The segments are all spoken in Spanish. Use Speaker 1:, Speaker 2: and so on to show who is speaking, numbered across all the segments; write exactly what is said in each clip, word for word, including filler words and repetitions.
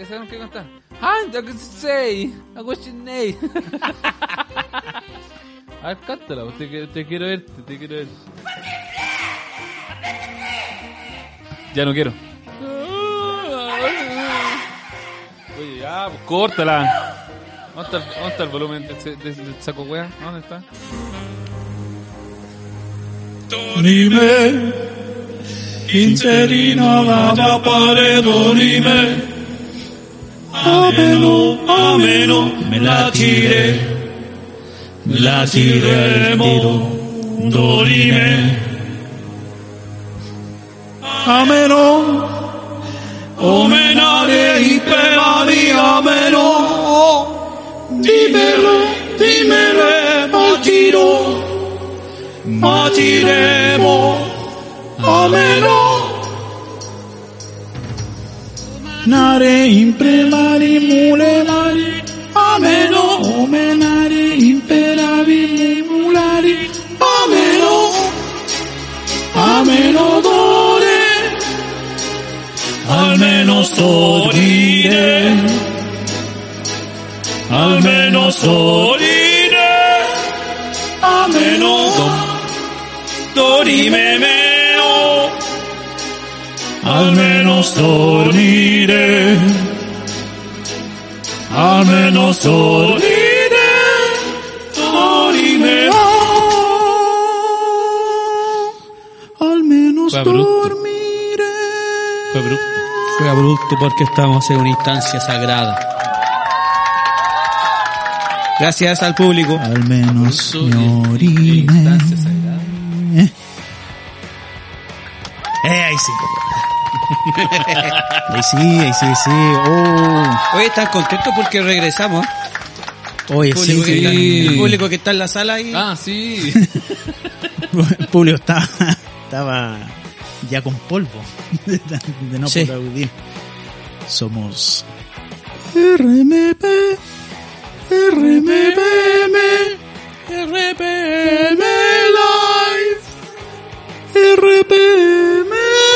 Speaker 1: ¿Saben qué canta? Ah, I can say, I wish your name. A ver, cántala, te, te quiero ver, te quiero ver. Ya no quiero. Oye, ya, pues córtala. ¿Dónde está, dónde está el volumen del de, de, de saco wea? ¿Dónde está?
Speaker 2: Dorime, interino la pared, dorime. Ameno, ameno, me la tiré, me la tiremo, dorime. Ameno, omenare y pemari, ameno. Dímelo, dímelo, matiro, matiremo, ameno. Nare impremari mule mari, ameno, omenare imperavi mulari, ameno, ameno dore, almeno sorride, almeno sorride, ameno dorime meno, almeno sorride, almeno sorride, dorime, almeno dormire.
Speaker 1: Fue abrupto.
Speaker 3: Fue abrupto porque estamos en una instancia sagrada. Gracias al público.
Speaker 2: Al menos me orine.
Speaker 1: Instancia
Speaker 2: Eh, ahí sí. Ahí sí, ahí sí, sí. Oh.
Speaker 3: Hoy están contentos porque regresamos.
Speaker 2: Oye,
Speaker 3: El público,
Speaker 2: sí,
Speaker 3: que está,
Speaker 2: sí.
Speaker 3: el público que está en la sala ahí.
Speaker 1: Ah, sí.
Speaker 2: El público estaba, estaba ya con polvo de, de no
Speaker 3: Sí.
Speaker 2: poder aplaudir. Somos R M P, R M P M, R P M Live, R P M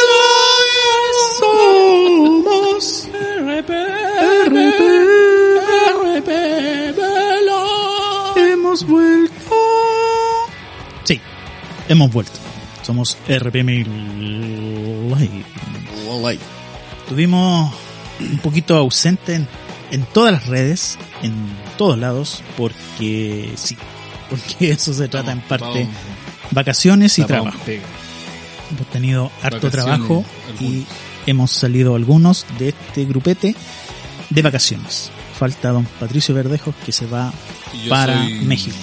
Speaker 2: Live, somos R P M, R P M Live. Hemos vuelto. Sí, hemos vuelto. Somos R P M Live. Tuvimos un poquito ausente en, en todas las redes, en todos lados, porque sí, porque eso se trata en parte vacaciones y trabajo. Hemos tenido harto
Speaker 1: Vacaciones,
Speaker 2: trabajo y
Speaker 1: algunos.
Speaker 2: hemos salido algunos de este grupete de vacaciones. Falta don Patricio Verdejos que se va
Speaker 1: Y yo
Speaker 2: para
Speaker 1: soy-
Speaker 2: México.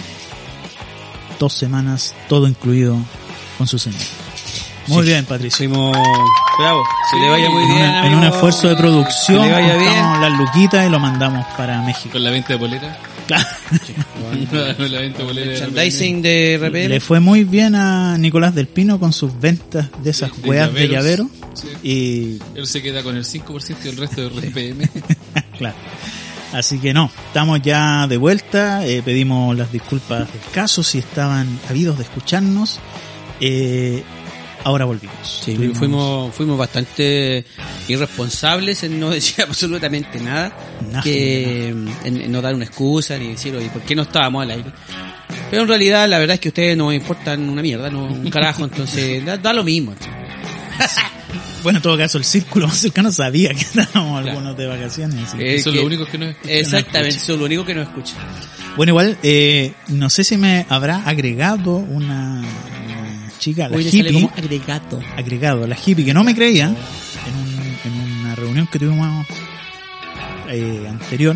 Speaker 2: Dos semanas, todo incluido con su señor. Muy
Speaker 3: Sí.
Speaker 2: bien, Patricio.
Speaker 3: Fuimos. Bravo. Que le vaya muy
Speaker 2: En,
Speaker 3: bien.
Speaker 2: una- en
Speaker 3: amigo.
Speaker 2: un esfuerzo de producción,
Speaker 3: Que le vaya bien.
Speaker 2: juntamos las luquitas y lo mandamos para México.
Speaker 1: Con la venta de polera.
Speaker 2: Claro.
Speaker 1: Con la venta de polera.
Speaker 3: Merchandising de R P M.
Speaker 2: Le fue muy bien a Nicolás del Pino con sus ventas de esas
Speaker 1: De- de
Speaker 2: weas de
Speaker 1: llaveros.
Speaker 2: llavero.
Speaker 1: Sí.
Speaker 2: Y
Speaker 1: Él se queda con el cinco por ciento y el resto de R P M.
Speaker 2: claro. Así que no, estamos ya de vuelta. Eh, pedimos las disculpas del caso si estaban habidos de escucharnos. Eh, ahora volvimos.
Speaker 3: Sí,
Speaker 2: Tuvimos-
Speaker 3: fuimos, fuimos bastante irresponsables en no decir absolutamente nada,
Speaker 2: Nada,
Speaker 3: que en, en no dar una excusa ni decir, oye, ¿por qué no estábamos al aire? Pero en realidad la verdad es que ustedes no importan una mierda, no un carajo, entonces da, da lo mismo.
Speaker 2: Bueno, en todo caso, el círculo más cercano sabía que estábamos
Speaker 3: Claro.
Speaker 2: algunos de vacaciones. así que-
Speaker 3: Eh,
Speaker 1: Son
Speaker 3: que-
Speaker 1: los únicos que nos escuchan.
Speaker 3: Exactamente, son lo único que nos escuchan.
Speaker 2: Bueno, igual, eh, no sé si me habrá agregado una, una chica, la
Speaker 3: Hoy le sale
Speaker 2: hippie,
Speaker 3: como agregado.
Speaker 2: agregado, la hippie que no me creía en, un- en una reunión que tuvimos eh, anterior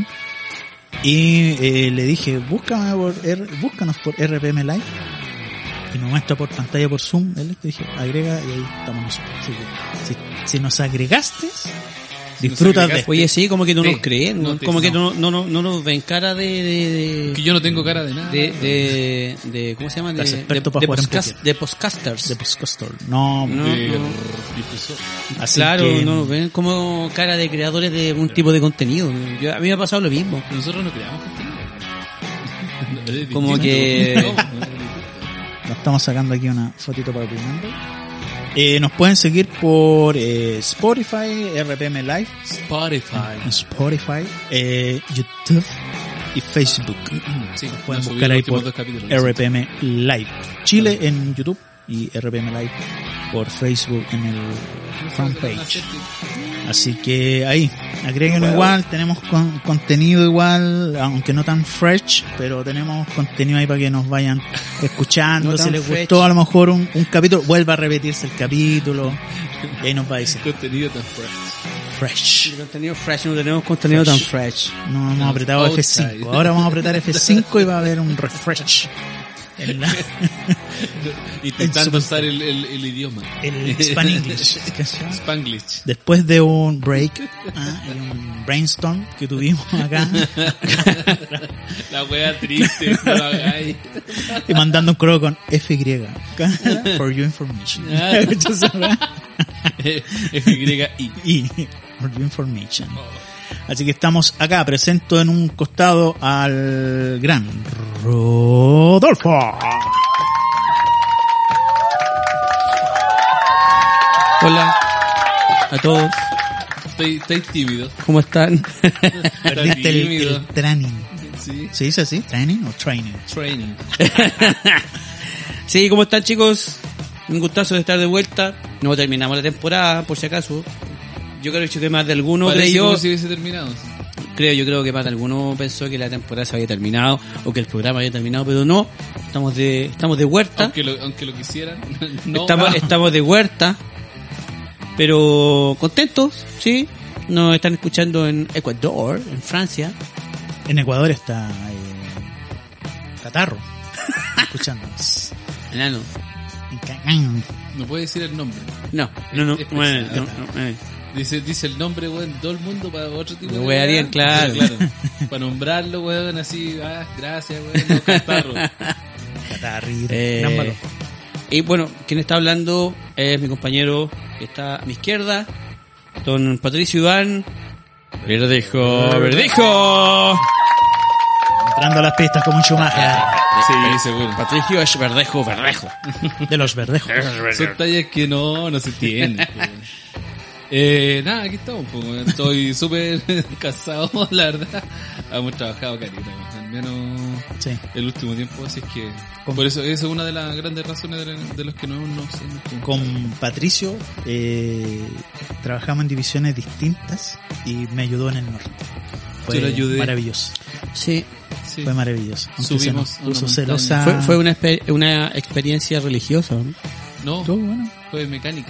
Speaker 2: y eh, le dije, búscame por R- búscanos por R P M Live y me muestra por pantalla por Zoom, él te dije, agrega y ahí estamos nosotros. Así que, si, si nos agregaste, disfrutas de
Speaker 1: agregaste,
Speaker 3: Oye, sí, como que no
Speaker 1: Sí,
Speaker 3: nos creen,
Speaker 1: no
Speaker 3: ¿no?
Speaker 1: te-
Speaker 3: como que
Speaker 1: no.
Speaker 3: no, no, no, no nos ven cara de... de, de
Speaker 1: Que yo no tengo cara de nada.
Speaker 3: de, de, de, ¿cómo se llama? De,
Speaker 2: Estás
Speaker 3: de,
Speaker 2: experto para
Speaker 3: de,
Speaker 2: jugar en
Speaker 3: podcast-
Speaker 2: póker.
Speaker 3: de podcasters.
Speaker 2: de Postcastor. No,
Speaker 3: No,
Speaker 1: De
Speaker 3: no.
Speaker 1: difusor.
Speaker 2: así
Speaker 3: Claro,
Speaker 2: que,
Speaker 3: no nos ven como cara de creadores de un tipo de contenido. Yo- a mí me ha pasado lo mismo.
Speaker 1: Nosotros no creamos contenido. Es
Speaker 3: Como
Speaker 1: distinto.
Speaker 3: que-
Speaker 1: No,
Speaker 2: nos estamos sacando aquí una fotito para Pinando. Eh, nos pueden seguir por eh, Spotify, R P M Live,
Speaker 1: Spotify.
Speaker 2: Spotify, eh, YouTube y Facebook.
Speaker 1: Sí,
Speaker 2: Nos pueden
Speaker 1: no subí
Speaker 2: buscar
Speaker 1: los
Speaker 2: ahí
Speaker 1: últimos
Speaker 2: por
Speaker 1: dos capítulos.
Speaker 2: R P M Live Chile en YouTube y R P M Live por Facebook en el fanpage. Así que ahí, agréguenos igual, tenemos con, contenido igual, aunque no tan fresh, pero tenemos contenido ahí para que nos vayan escuchando.
Speaker 3: No
Speaker 2: si
Speaker 3: tan
Speaker 2: les
Speaker 3: fresh.
Speaker 2: gustó a lo mejor un, un capítulo, vuelva a repetirse el capítulo y ahí nos va a decir
Speaker 1: Contenido tan fresh.
Speaker 2: fresh.
Speaker 3: Contenido fresh, no tenemos contenido
Speaker 2: Fresh.
Speaker 3: tan fresh.
Speaker 2: No hemos
Speaker 1: No,
Speaker 2: apretado
Speaker 1: outside.
Speaker 2: F cinco, ahora vamos a apretar F cinco y va a haber un refresh en la,
Speaker 1: Intentando usar el, el, el idioma.
Speaker 2: el Spanglish.
Speaker 1: Spanglish.
Speaker 2: Después de un break ah, y un brainstorm que tuvimos acá
Speaker 1: La wea triste, no lo hagáis.
Speaker 2: y mandando un correo con F Y for your information
Speaker 1: Ah.
Speaker 2: Entonces,
Speaker 1: F Y I.
Speaker 2: y for your information. Así que estamos acá, presento en un costado al gran Rodolfo.
Speaker 3: Hola a todos,
Speaker 1: Estoy, estoy tímido.
Speaker 3: ¿cómo están?
Speaker 2: Perdiste el,
Speaker 1: tímido.
Speaker 2: el training.
Speaker 1: Sí.
Speaker 2: ¿Se dice así? ¿Training o training?
Speaker 1: Training.
Speaker 3: Sí, ¿cómo están, chicos? Un gustazo de estar de vuelta. No terminamos la temporada, por si acaso. Yo creo que más de alguno
Speaker 1: Parece
Speaker 3: creyó,
Speaker 1: como si hubiese terminado.
Speaker 3: creo, yo creo que más de alguno pensó que la temporada se había terminado o que el programa había terminado, pero no. Estamos de, estamos de huerta.
Speaker 1: Aunque lo, aunque lo quisieran. No,
Speaker 3: estamos,
Speaker 1: va.
Speaker 3: estamos de huerta, pero contentos, sí. Nos están escuchando en Ecuador, en Francia.
Speaker 2: En Ecuador está eh, Catarro escuchándonos.
Speaker 3: Enano.
Speaker 2: En Cancán.
Speaker 1: No puede decir el nombre.
Speaker 3: No, no, no,
Speaker 1: Es
Speaker 3: no, no,
Speaker 1: pesado.
Speaker 3: no, no.
Speaker 1: Dice, dice el nombre, weón, todo el mundo para otro tipo
Speaker 3: Lo
Speaker 1: de
Speaker 3: wearían,
Speaker 1: weá.
Speaker 3: claro.
Speaker 1: Claro. Para nombrarlo, weón, así, ah, gracias, weón, no, Catarro.
Speaker 2: Catarrito.
Speaker 3: Eh,
Speaker 2: Gran valor.
Speaker 3: Y bueno, quien está hablando es mi compañero que está a mi izquierda, don Patricio Iván Verdejo. Verdejo.
Speaker 2: Entrando a las pistas como un Schumacher
Speaker 1: Sí, seguro.
Speaker 3: Patricio es Verdejo, Verdejo.
Speaker 2: de los verdejos.
Speaker 1: Son tallas que no, no se entienden. pues, weón. Eh, nada, aquí estamos, pues, weón. Estoy súper cansado, la verdad. Hemos trabajado carita, weón. al menos
Speaker 2: Sí.
Speaker 1: el último tiempo, así es que
Speaker 2: Con-
Speaker 1: por eso esa es una de las grandes razones de, de los que no nos hemos juntado.
Speaker 2: Con Patricio eh, trabajamos en divisiones distintas y me ayudó en el norte. Fue
Speaker 1: Yo le ayudé.
Speaker 2: maravilloso.
Speaker 3: Sí,
Speaker 1: Sí.
Speaker 2: Fue maravilloso. Aunque se
Speaker 1: Subimos
Speaker 2: nos
Speaker 1: una
Speaker 2: puso
Speaker 1: montaña.
Speaker 2: celosa.
Speaker 3: fue, fue una, exper- una experiencia religiosa, ¿no?
Speaker 1: No,
Speaker 2: Estuvo bueno.
Speaker 1: fue mecánica.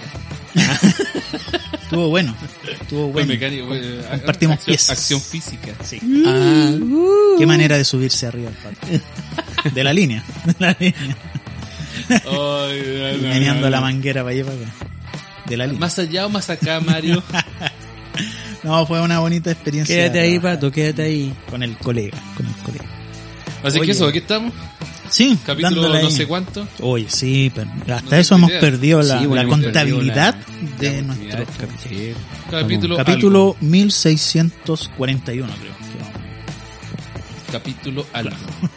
Speaker 2: Estuvo bueno. Estuvo
Speaker 1: Fue
Speaker 2: bueno.
Speaker 1: mecánica. fue-
Speaker 2: Compartimos
Speaker 1: acción,
Speaker 2: piezas.
Speaker 1: acción física.
Speaker 2: Sí.
Speaker 3: Ah,
Speaker 2: Qué manera de subirse arriba al pato. De la línea. De la línea.
Speaker 1: Ay,
Speaker 2: Y
Speaker 1: no, no,
Speaker 2: meneando
Speaker 1: no,
Speaker 2: la
Speaker 1: no.
Speaker 2: manguera para allá y para acá. De la línea.
Speaker 1: Más allá o más acá, Mario.
Speaker 2: No, fue una bonita experiencia.
Speaker 3: quédate ahí,
Speaker 2: trabajar
Speaker 3: Pato, quédate ahí.
Speaker 2: Con el colega. Con el colega.
Speaker 1: Así
Speaker 2: Oye.
Speaker 1: que eso, aquí estamos.
Speaker 2: Sí,
Speaker 1: Capítulo
Speaker 2: dándole
Speaker 1: no
Speaker 2: ahí.
Speaker 1: sé cuánto.
Speaker 2: Oye, sí, pero hasta
Speaker 1: No
Speaker 2: eso
Speaker 1: tengo
Speaker 2: hemos
Speaker 1: idea.
Speaker 2: perdido la,
Speaker 3: Sí,
Speaker 2: la
Speaker 3: bueno, hemos
Speaker 2: contabilidad
Speaker 3: perdido
Speaker 2: de
Speaker 3: la
Speaker 2: nuestro
Speaker 3: contabilidad.
Speaker 2: capítulo.
Speaker 1: Capítulo,
Speaker 2: Capítulo
Speaker 1: algo.
Speaker 2: mil seiscientos cuarenta y uno, creo. que vamos.
Speaker 1: Capítulo algo.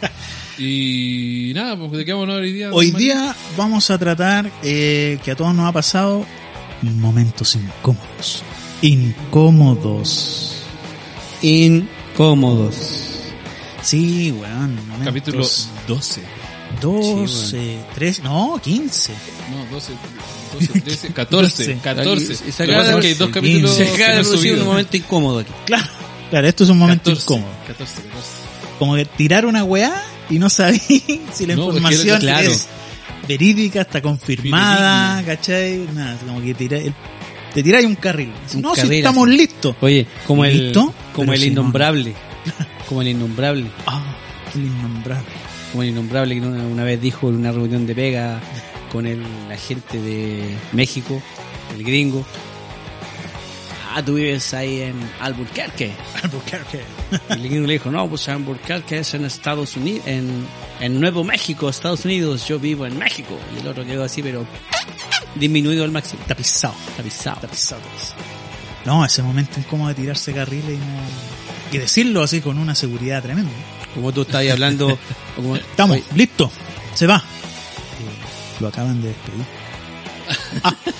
Speaker 1: Y nada, pues de qué vamos a hablar hoy día.
Speaker 2: Hoy
Speaker 1: don Mario?
Speaker 2: día vamos a tratar, eh, que a todos nos ha pasado, momentos incómodos. Incómodos.
Speaker 3: Incómodos.
Speaker 2: Sí, weón. Momentos
Speaker 1: Capítulo doce.
Speaker 2: doce, trece, no, quince.
Speaker 1: No, doce, doce, trece, catorce.
Speaker 2: doce.
Speaker 1: catorce.
Speaker 3: Y
Speaker 1: Lo
Speaker 3: se
Speaker 1: que
Speaker 3: acaba
Speaker 1: pasa es
Speaker 3: de-
Speaker 1: que hay dos
Speaker 2: sí,
Speaker 1: capítulos
Speaker 3: Se
Speaker 1: que
Speaker 3: acaba
Speaker 1: no
Speaker 3: de
Speaker 1: he
Speaker 3: producir
Speaker 1: subido.
Speaker 3: un momento incómodo aquí.
Speaker 2: Claro, claro, esto es un momento
Speaker 1: catorce,
Speaker 2: incómodo.
Speaker 1: catorce, catorce.
Speaker 2: Como que tirar una weá y no sabí si la
Speaker 1: No, porque
Speaker 2: información
Speaker 1: era- claro.
Speaker 2: es verídica, está confirmada, ¿cachai? Nada, como que tira, el- te tiráis un carril.
Speaker 3: Un
Speaker 2: no, si
Speaker 3: carril
Speaker 2: estamos
Speaker 3: así.
Speaker 2: listos.
Speaker 3: Oye, como el,
Speaker 2: ¿Listo?
Speaker 3: como
Speaker 2: Pero
Speaker 3: el
Speaker 2: si no,
Speaker 3: innombrable. Como el innombrable.
Speaker 2: Ah, el innombrable.
Speaker 3: Como el innombrable que una, una vez dijo en una reunión de pega con el agente de México, el gringo. Ah, tú vives ahí en Albuquerque.
Speaker 2: Albuquerque.
Speaker 3: El gringo le dijo, no, pues Albuquerque es en Estados Unidos, en, en Nuevo México, Estados Unidos, yo vivo en México. Y el otro quedó así, pero disminuido al máximo.
Speaker 2: Tapizado.
Speaker 3: Tapizado.
Speaker 2: Tapizado. No, ese momento incómodo de tirarse carriles y no... Y decirlo así con una seguridad tremenda.
Speaker 3: Como tú estabas hablando... o como-
Speaker 2: Estamos,
Speaker 3: Oye,
Speaker 2: listo. Se va. Eh, lo acaban de despedir. Ah,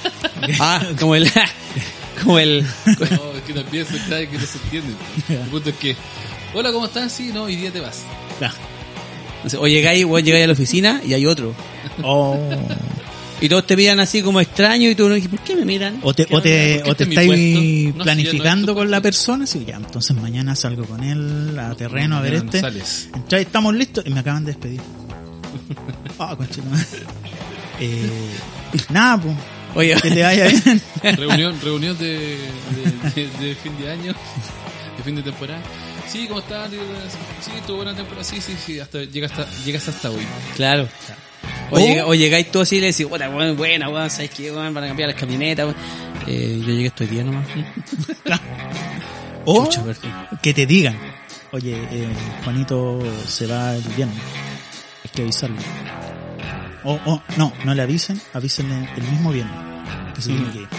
Speaker 3: Ah, como el... Como el...
Speaker 1: No, es que también se está que no se entiende. El punto es que, hola, ¿cómo estás? Sí, no, hoy día te vas.
Speaker 2: Ya.
Speaker 3: No sé, o llegáis, vos llegáis a la oficina y hay otro.
Speaker 2: Oh.
Speaker 3: Y todos te miran así como extraño y tú no dices, ¿por qué me miran?
Speaker 2: O te, o te,
Speaker 1: ¿Por qué
Speaker 2: o te
Speaker 1: este es mi
Speaker 2: estáis
Speaker 1: puesto? No,
Speaker 2: planificando
Speaker 1: si ya no es tu
Speaker 2: con la
Speaker 1: puesto.
Speaker 2: persona, sí, ya, entonces mañana salgo con él a terreno a ver
Speaker 1: Ya,
Speaker 2: este.
Speaker 1: sales.
Speaker 2: Entra, estamos listos y me acaban de despedir. Ah, concha de madre. Eh, nada, pues.
Speaker 3: Oye,
Speaker 2: Que te vaya bien.
Speaker 1: Reunión, reunión de, de, de, de fin de año, de fin de temporada. Sí, ¿cómo estás? Sí, tuvo buena temporada. Sí, sí, sí, hasta, llegas, hasta, llegas hasta hoy.
Speaker 3: claro. O,
Speaker 2: O-
Speaker 3: llega- o llegáis todos así y le decís, buena, buena, buena, weón, ¿sabes qué, weón? Van a cambiar las camionetas, weón. Eh, yo llegué estos días nomás.
Speaker 2: O
Speaker 3: Chucha, perfecto.
Speaker 2: que te digan, oye, eh, Juanito se va el viernes. Hay que avisarlo. O, o, no, no le avisen, avísenle el mismo viernes. Que se tiene que ir.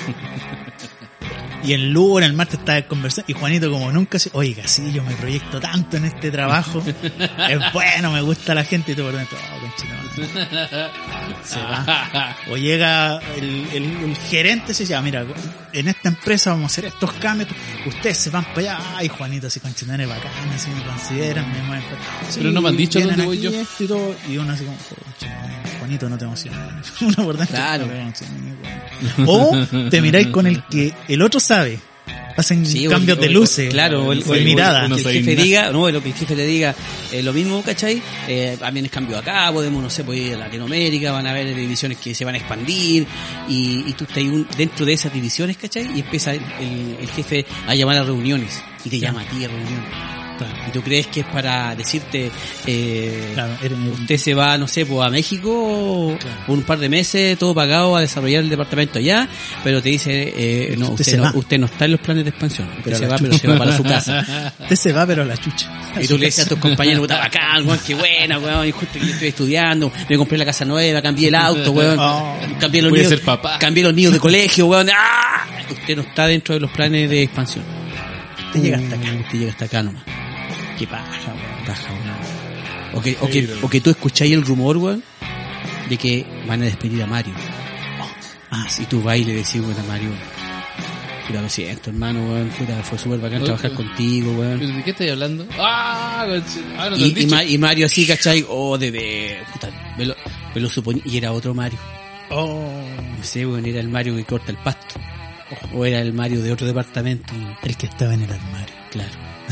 Speaker 2: Y el lunes, el martes estaba conversando y Juanito como nunca se, oiga, sí, yo me proyecto tanto en este trabajo, es bueno, me gusta la gente y todo por dentro, oh, conchetumare. Se va. O llega el, el, el gerente y se dice, ah, mira, en esta empresa vamos a hacer estos cambios, ustedes se van para allá, ay, Juanito, así conchetumare bacán, así me consideran, me mueven para- sí,
Speaker 1: Pero no me han dicho
Speaker 2: vienen
Speaker 1: dónde voy
Speaker 2: aquí
Speaker 1: yo.
Speaker 2: esto y todo, y uno así como, conchetumare, Juanito, no te emociones. Uno por dentro,
Speaker 3: Claro.
Speaker 2: no te emociones, weón. O te miráis con el que el otro sabe. Hacen
Speaker 3: Sí, o
Speaker 2: cambios
Speaker 3: el-
Speaker 2: de
Speaker 3: o el-
Speaker 2: luces.
Speaker 3: claro, o el,
Speaker 2: o
Speaker 3: o
Speaker 2: de
Speaker 3: el-
Speaker 2: mirada.
Speaker 3: o
Speaker 1: no
Speaker 3: el
Speaker 1: sabe
Speaker 3: jefe
Speaker 1: nada.
Speaker 3: diga, no, lo que el jefe le diga, eh, lo mismo, ¿cachai? Eh, también es cambio acá, podemos, no sé, pues ir a Latinoamérica, van a haber divisiones que se van a expandir, y, y tú estás ahí un- dentro de esas divisiones, ¿cachai? Y empieza el, el- el jefe a llamar a reuniones, y te llama a ti a reuniones.
Speaker 2: Claro,
Speaker 3: Y tú crees que es para decirte, eh,
Speaker 2: claro, eres-
Speaker 3: usted se va, no sé, pues a México
Speaker 2: Claro.
Speaker 3: por un par de meses, todo pagado a desarrollar el departamento allá, pero te dice, eh, no,
Speaker 2: Usted
Speaker 3: usted,
Speaker 2: se
Speaker 3: no,
Speaker 2: va.
Speaker 3: usted no está en los planes de expansión. Usted
Speaker 2: Pero
Speaker 3: se
Speaker 2: la
Speaker 3: va,
Speaker 2: chucha.
Speaker 3: pero se va para su casa.
Speaker 2: Usted se va, pero a la chucha.
Speaker 3: Y tú le dices a tus compañeros, puta bacán, weón, qué buena, weón, y justo que yo estoy estudiando, me compré la casa nueva, cambié el auto, weón,
Speaker 2: Oh.
Speaker 3: cambié los
Speaker 1: Voy a
Speaker 3: niños,
Speaker 1: ser papá.
Speaker 3: cambié los niños de colegio, weón, ¡ah! Usted no está dentro de los planes de expansión.
Speaker 2: Usted llega hasta acá.
Speaker 3: Usted llega hasta acá nomás.
Speaker 2: Qué paja, weón.
Speaker 3: Paja, weón. O que, o que, o que tú escucháis el rumor, weón, de que van a despedir a Mario.
Speaker 2: Ah, sí.
Speaker 3: Y tú vas y le decís, weón, a Mario, puta, lo siento, hermano, weón, puta, fue súper bacán
Speaker 1: No,
Speaker 3: trabajar
Speaker 1: no.
Speaker 3: contigo, weón.
Speaker 1: ¿Pero de qué estás hablando? Ah, conche- ah, no te han
Speaker 3: Y, y,
Speaker 1: dicho.
Speaker 3: Ma- y Mario así, ¿cachai? Oh, de, de puta, me lo, me lo suponía, y era otro Mario.
Speaker 2: Oh.
Speaker 3: No sé, weón, era el Mario que corta el pasto. O era el Mario de otro departamento,
Speaker 2: El que estaba en el armario.
Speaker 3: claro.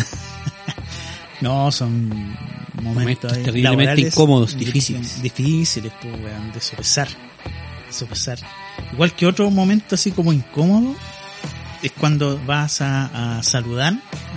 Speaker 2: No, son momentos,
Speaker 3: Momentos
Speaker 2: ahí
Speaker 3: terriblemente
Speaker 2: laborales
Speaker 3: incómodos,
Speaker 2: di-
Speaker 3: difíciles.
Speaker 2: Difíciles, pues, weón, de sopesar. De sopesar. Igual que otro momento así como incómodo es cuando vas a, a saludar,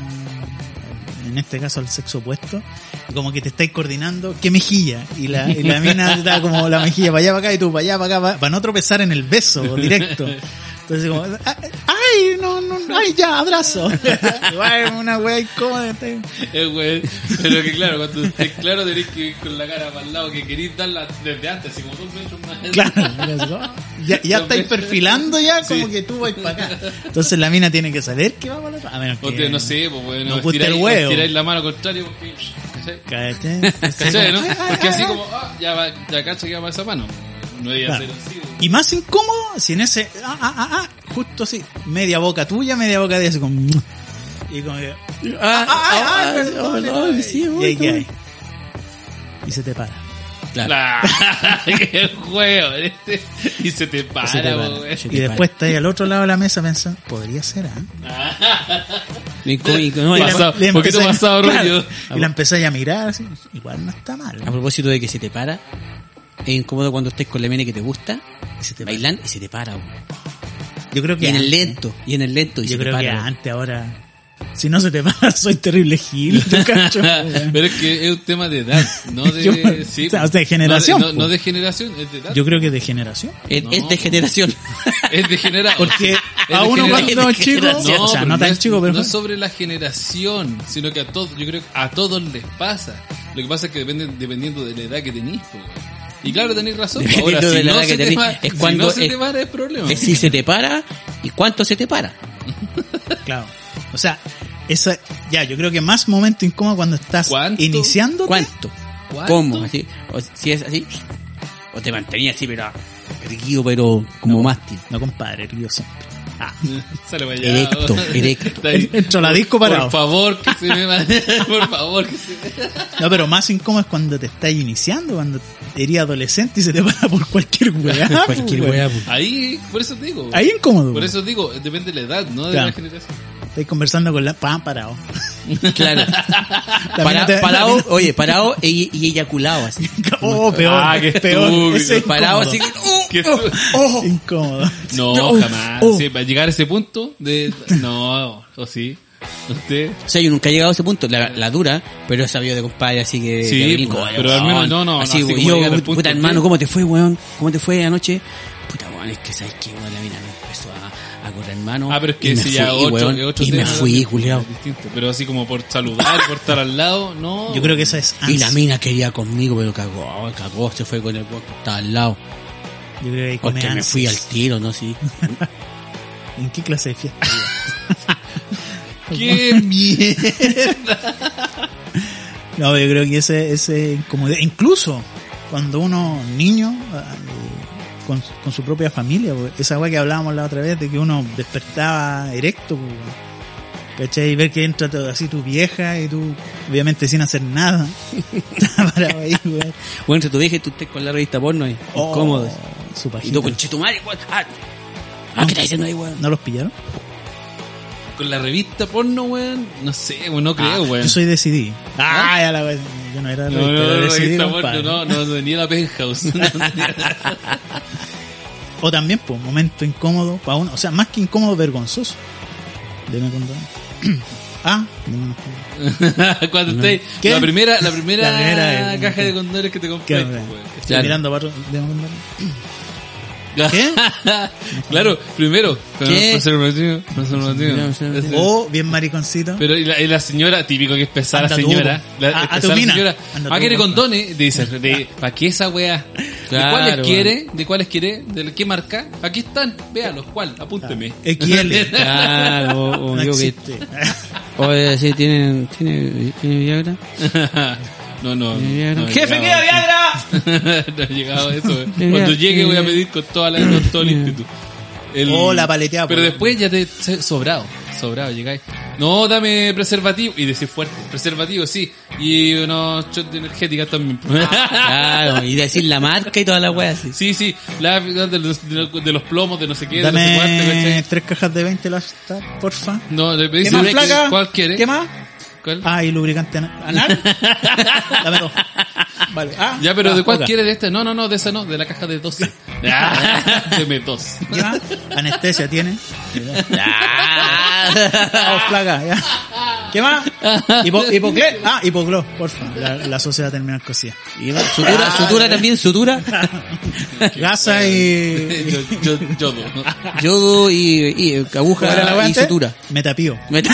Speaker 2: mm, en este caso al sexo opuesto, y como que te estáis coordinando, ¿qué mejilla? Y la, y la mina está como la mejilla para allá, para acá, y tú para allá, para acá, para, para no tropezar en el beso directo. Entonces como, ay, no, no, ay, ya, abrazo. Igual, una wea incómoda. estáis-
Speaker 1: Eh, güey. Pero que claro, cuando estés claro tenés que ir con la cara para el lado que querís darla desde antes, así como dos metros más.
Speaker 2: Claro, ya, ya estáis perfilando ya como
Speaker 1: Sí.
Speaker 2: que tú vas para acá. Entonces la mina tiene que saber que va para la otra. A menos
Speaker 1: O
Speaker 2: que
Speaker 1: te, no sé, pues bueno,
Speaker 2: no pusiste el
Speaker 1: estiráis-
Speaker 2: huevo.
Speaker 1: estiráis la mano contraria porque... ¿Cachai?
Speaker 2: ¿Cachai?
Speaker 1: ¿Cachai, no? Porque así como, ah, ya va, ya cacha que va para esa mano. No iba a
Speaker 2: Claro.
Speaker 1: ser así. güey.
Speaker 2: Y más incómodo si en ese ah, ah, ah, ah, justo así, media boca tuya, media boca de ella, así como y como que
Speaker 3: Ah,
Speaker 2: ah, perdón,
Speaker 3: perdón,
Speaker 2: y
Speaker 3: sí,
Speaker 2: ahí
Speaker 3: weón.
Speaker 2: que hay. Y se te para.
Speaker 3: Claro.
Speaker 1: Ah, qué juego, este. Y se te para,
Speaker 3: Se te para.
Speaker 1: güey.
Speaker 3: Se
Speaker 2: Y
Speaker 3: te
Speaker 2: después está ahí al otro lado de la mesa pensando, podría ser, ¿ah?
Speaker 3: Y co- y co- no, y-
Speaker 1: Pasado,
Speaker 2: Le
Speaker 1: poquito
Speaker 2: empecé-
Speaker 1: pasado,
Speaker 2: claro,
Speaker 1: rollo.
Speaker 2: y la empecé a mirar así, igual no está mal.
Speaker 3: A propósito de que se te para, es incómodo cuando estés con la mina que te gusta,
Speaker 2: Y se te para.
Speaker 3: bailan y se te para, weón.
Speaker 2: Yo creo
Speaker 3: Y
Speaker 2: que
Speaker 3: en el
Speaker 2: antes.
Speaker 3: lento, y en el lento, y
Speaker 2: Yo
Speaker 3: se te
Speaker 2: creo que
Speaker 3: para. weón.
Speaker 2: antes, ahora. Si no se te para, soy terrible gil. ¿Tú cacho?
Speaker 1: Pero es que es un tema de edad, no de,
Speaker 2: Yo-
Speaker 1: sí,
Speaker 2: o sea, de generación,
Speaker 1: No de, no,
Speaker 2: po.
Speaker 1: no de generación, es de edad.
Speaker 2: Yo creo que de generación.
Speaker 3: Es,
Speaker 1: No,
Speaker 3: es de
Speaker 1: po.
Speaker 3: generación.
Speaker 1: Es degenerado.
Speaker 2: Porque
Speaker 1: Es
Speaker 2: a
Speaker 1: de
Speaker 2: uno
Speaker 1: generación.
Speaker 2: cuando
Speaker 3: Es de
Speaker 2: chico,
Speaker 3: generación.
Speaker 2: o sea,
Speaker 1: pero
Speaker 2: no tan
Speaker 1: es-
Speaker 2: chico, pero
Speaker 1: no es sobre la generación, sino que a todos, yo creo que a todos les pasa. Lo que pasa es que depende, dependiendo de la edad que tenéis, po, güey. Y claro, tenéis razón. po. Ahora,
Speaker 3: Dependiendo
Speaker 1: si
Speaker 3: de la
Speaker 1: no
Speaker 3: edad
Speaker 1: se
Speaker 3: que
Speaker 1: te
Speaker 3: tenéis,
Speaker 1: para,
Speaker 3: es
Speaker 1: si
Speaker 3: cuando
Speaker 1: no se
Speaker 3: es-
Speaker 1: te para, es problema.
Speaker 3: Es si se te para y cuánto se te para.
Speaker 2: claro. O sea, esa, ya, yo creo que más momento incómodo cuando estás
Speaker 1: ¿Cuánto?
Speaker 2: iniciando.
Speaker 3: ¿Cuánto?
Speaker 1: ¿Cuánto?
Speaker 3: ¿Cómo? Así, o si es así, o te mantenías así, pero, erguido, pero como mástil.
Speaker 2: No, compadre, erguido siempre. Ah,
Speaker 1: Sale para allá.
Speaker 3: Erecto, erecto.
Speaker 1: Está ahí.
Speaker 2: entro a la disco parado.
Speaker 1: Por favor, que se me vaya. Por favor, que se me
Speaker 2: No, pero más incómodo es cuando te estás iniciando, cuando eres adolescente y se te para por cualquier weá.
Speaker 3: Cualquier
Speaker 2: pues,
Speaker 3: weá, pues.
Speaker 1: Ahí, por eso te digo.
Speaker 2: Ahí incómodo.
Speaker 1: Por
Speaker 2: pues.
Speaker 1: eso digo, depende de la edad, ¿no? De
Speaker 2: Claro.
Speaker 1: la generación.
Speaker 2: Estáis conversando con la... Pan parado.
Speaker 3: Claro.
Speaker 2: La
Speaker 3: Para-
Speaker 2: mina te-
Speaker 3: parado,
Speaker 2: la mina-
Speaker 3: oye, parado y, y eyaculado así.
Speaker 2: Oh, peor.
Speaker 1: Ah, qué
Speaker 2: peor.
Speaker 1: estúpido.
Speaker 2: Ese es
Speaker 3: Parado
Speaker 2: incómodo.
Speaker 3: así. ¡Oh!
Speaker 1: ¿Qué
Speaker 3: ¡Oh!
Speaker 1: tú-
Speaker 3: ¡Oh!
Speaker 2: Incómodo.
Speaker 1: No,
Speaker 2: Oh,
Speaker 1: jamás.
Speaker 2: oh.
Speaker 1: Sí, para llegar a ese punto de... No, o sí. Usted...
Speaker 3: O sea, yo nunca he llegado a ese punto, la, la dura, pero he sabido de compadre, así que...
Speaker 1: Sí,
Speaker 3: de abrir,
Speaker 1: pues,
Speaker 3: coño,
Speaker 1: pero al menos no, no,
Speaker 3: así,
Speaker 1: no, así como
Speaker 3: yo,
Speaker 1: llegar al punto
Speaker 3: puta
Speaker 1: que-
Speaker 3: hermano, ¿cómo te fue, weón? ¿Cómo te fue anoche? Puta, weón, es que sabes que, weón, la mina me empezó a, a correr hermano.
Speaker 1: Ah, pero es que
Speaker 3: y me
Speaker 1: si ya
Speaker 3: fui,
Speaker 1: ocho,
Speaker 3: weón,
Speaker 1: ocho
Speaker 3: y me
Speaker 1: temas,
Speaker 3: fui,
Speaker 1: es
Speaker 3: culiao.
Speaker 1: distinto. Pero así como por saludar, por estar al lado, no.
Speaker 2: Yo creo que esa es
Speaker 3: Y la
Speaker 2: ansia.
Speaker 3: mina quería conmigo, pero cagó, cagó, se fue con el weón que estaba al lado.
Speaker 2: Yo creo que ahí come
Speaker 3: Porque me fui al
Speaker 2: ansias.
Speaker 3: tiro, ¿no? Sí.
Speaker 2: ¿En qué clase de fiesta?
Speaker 1: ¡Qué mierda!
Speaker 2: No, yo creo que ese, ese incomodidad. Incluso cuando uno niño, ah, eh, con, con su propia familia, pues, esa weá que hablábamos la otra vez de que uno despertaba erecto, pues, ¿cachai? Y ver que entra todo así tu vieja y tú, obviamente sin hacer nada, está parado ahí, weón.
Speaker 3: Bueno, entre tu vieja y tú estés con la revista porno ahí,
Speaker 2: Oh,
Speaker 3: incómodo.
Speaker 2: su
Speaker 3: Y
Speaker 2: pajita.
Speaker 3: tú con chetumare, weón. Ah, ah, ¿qué estás diciendo ahí, weón?
Speaker 2: ¿No los pillaron?
Speaker 1: Con la revista porno, weón. No sé, weón, no creo, weón.
Speaker 2: Yo soy de C D. Ah, ya la weá. Yo no era
Speaker 1: No,
Speaker 2: revista,
Speaker 1: no,
Speaker 2: era
Speaker 1: no,
Speaker 2: de C D,
Speaker 1: revista
Speaker 2: compadre.
Speaker 1: porno, no, no tenía la penthouse.
Speaker 2: O también, pues, momento incómodo para uno. O sea, más que incómodo, vergonzoso. Deme contar. Ah, deme unos
Speaker 1: Cuando estés,
Speaker 2: ¿Qué?
Speaker 1: la primera, la primera,
Speaker 2: La primera, eh,
Speaker 1: caja de condones que te compré,
Speaker 2: ¿Qué?
Speaker 1: pues, weón.
Speaker 2: Estoy
Speaker 3: Claro.
Speaker 2: mirando para otro- deme contar. ¿Qué?
Speaker 1: Claro, primero, con
Speaker 3: ¿Qué?
Speaker 1: preservativo, preservativo.
Speaker 3: Preservativo.
Speaker 2: O bien mariconcito.
Speaker 1: Pero y la, y la señora, típico que es pesada la
Speaker 2: Anda tú,
Speaker 1: señora.
Speaker 2: po.
Speaker 1: La,
Speaker 2: A- a
Speaker 1: es
Speaker 2: tu
Speaker 1: pesada la
Speaker 2: mina.
Speaker 1: señora.
Speaker 2: Anda
Speaker 1: Ah,
Speaker 2: tú,
Speaker 1: quiere
Speaker 2: po.
Speaker 1: condones, dice. De, ¿para qué esa wea?
Speaker 3: Claro,
Speaker 1: ¿De cuáles
Speaker 3: weón.
Speaker 1: quiere? ¿De cuáles quiere? ¿De qué marca? Aquí están, véalos, ¿cuál? Apúnteme.
Speaker 2: X L.
Speaker 3: Claro, o, o
Speaker 2: No
Speaker 3: yo que...
Speaker 2: existe.
Speaker 3: Oye, sí, ¿tiene, tiene, tiene Viagra?
Speaker 1: No, no. no,
Speaker 3: Viagra.
Speaker 1: no he
Speaker 3: ¡Jefe,
Speaker 1: llegado
Speaker 3: queda
Speaker 1: a eso.
Speaker 3: Viagra!
Speaker 1: No he llegado a eso. eh.
Speaker 3: Viagra,
Speaker 1: Cuando llegue voy a
Speaker 3: Viagra.
Speaker 1: pedir con toda la, con todo el ímpetu. El-
Speaker 2: O la paleteada,
Speaker 1: Pero
Speaker 2: po.
Speaker 1: después ya te se- sobrado, sobrado, llegáis. No, dame preservativo. Y decir fuerte, preservativo, sí. Y unos shots de energéticas también.
Speaker 3: Claro, y decir la marca y toda la wea así.
Speaker 1: Sí, sí, la, de, los, de los- de los plomos, de no sé qué, de no sé cuánto,
Speaker 2: Dame
Speaker 1: ¿cachai?
Speaker 2: tres cajas de veinte Lifestyle, porfa.
Speaker 1: No, le pedí
Speaker 2: ¿Qué más,
Speaker 1: si-
Speaker 2: flaca?
Speaker 1: ¿cuál quiere?
Speaker 2: ¿Qué más?
Speaker 1: ¿Cuál?
Speaker 2: Ah, y lubricante ana- anal. Dame dos. Vale. Ah,
Speaker 1: Ya, pero
Speaker 2: ah,
Speaker 1: ¿de cuál
Speaker 2: otra.
Speaker 1: quiere de este? No, no, no, de esa no, de la caja de dos. Ah, Deme dos.
Speaker 2: ¿Qué más? Anestesia tiene.
Speaker 3: Ah.
Speaker 2: Vamos, placa, ya. ¿Qué más? Hipo, hipoclé. Ah, hipoglo, porfa. La, la sociedad terminal cosida.
Speaker 3: Y va, sutura, sutura también, sutura.
Speaker 2: Gasa y...
Speaker 1: Yo, yo, yo no.
Speaker 3: Yodo y, y
Speaker 2: ¿Cuál era la
Speaker 3: aguja
Speaker 2: wea
Speaker 3: y
Speaker 2: antes?
Speaker 3: sutura.
Speaker 2: Metapío.
Speaker 3: Meta-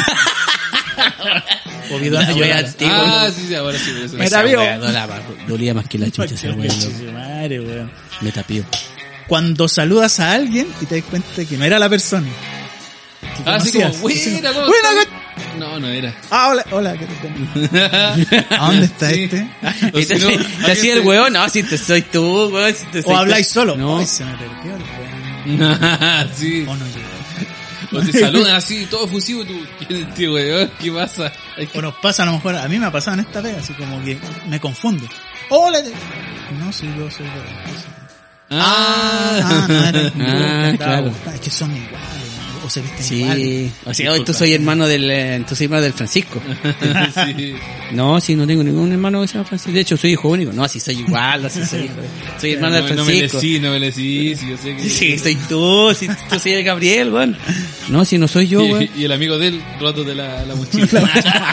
Speaker 2: Povidona
Speaker 3: La wea
Speaker 2: llorada.
Speaker 3: antigua.
Speaker 1: Ah, sí, sí, ahora sí. por eso.
Speaker 2: Me
Speaker 3: Esa
Speaker 2: tapío.
Speaker 3: wea dolaba, dolía más que la chucha esa wea. loco.
Speaker 2: Madre, weón.
Speaker 3: Me tapío.
Speaker 2: Cuando saludas a alguien y te das cuenta que no era la persona. que
Speaker 1: Ah, así como,
Speaker 2: conocías.
Speaker 1: buena, ¿cómo
Speaker 2: Buena,
Speaker 1: estás?
Speaker 2: co-
Speaker 1: No, no era.
Speaker 2: Ah, hola, hola, ¿qué te ¿A dónde está
Speaker 1: Sí.
Speaker 2: este?
Speaker 1: O
Speaker 3: Y
Speaker 1: si
Speaker 3: te,
Speaker 1: no,
Speaker 3: te
Speaker 1: alguien
Speaker 3: hacía el weón, no, si te soy tú, weón, si te soy
Speaker 2: O
Speaker 3: tú.
Speaker 2: habláis solo.
Speaker 3: No.
Speaker 2: Ay, se me perdió el weón.
Speaker 1: Sí.
Speaker 2: O no llegó.
Speaker 1: O te saludan así, todo efusivo, y tú, ¿quién es este weón? ¿Qué pasa? Hay que-
Speaker 2: O nos pasa a lo mejor, a mí me ha pasado en esta vez, así como que me confunde. Hola. No, sí, yo soy de... Ah, ah, no era.
Speaker 3: Ah, claro.
Speaker 2: Es que son iguales, ¿no? O se visten igual.
Speaker 3: Sí, o sea, hoy tú soy hermano del, eh, tú soy hermano del Francisco.
Speaker 1: Sí.
Speaker 3: No, sí, no tengo ningún hermano que se llama Francisco. De hecho, soy hijo único. No, sí soy igual, así soy hijo. Soy hermano del
Speaker 1: No, no me le
Speaker 3: Francisco.
Speaker 1: sí, no me le sí, sí, yo sé que...
Speaker 3: Sí, soy tú, si tú soy el Gabriel, weón. No, si no soy yo, weón.
Speaker 1: Y, y el amigo de él, roto de la, la mochila.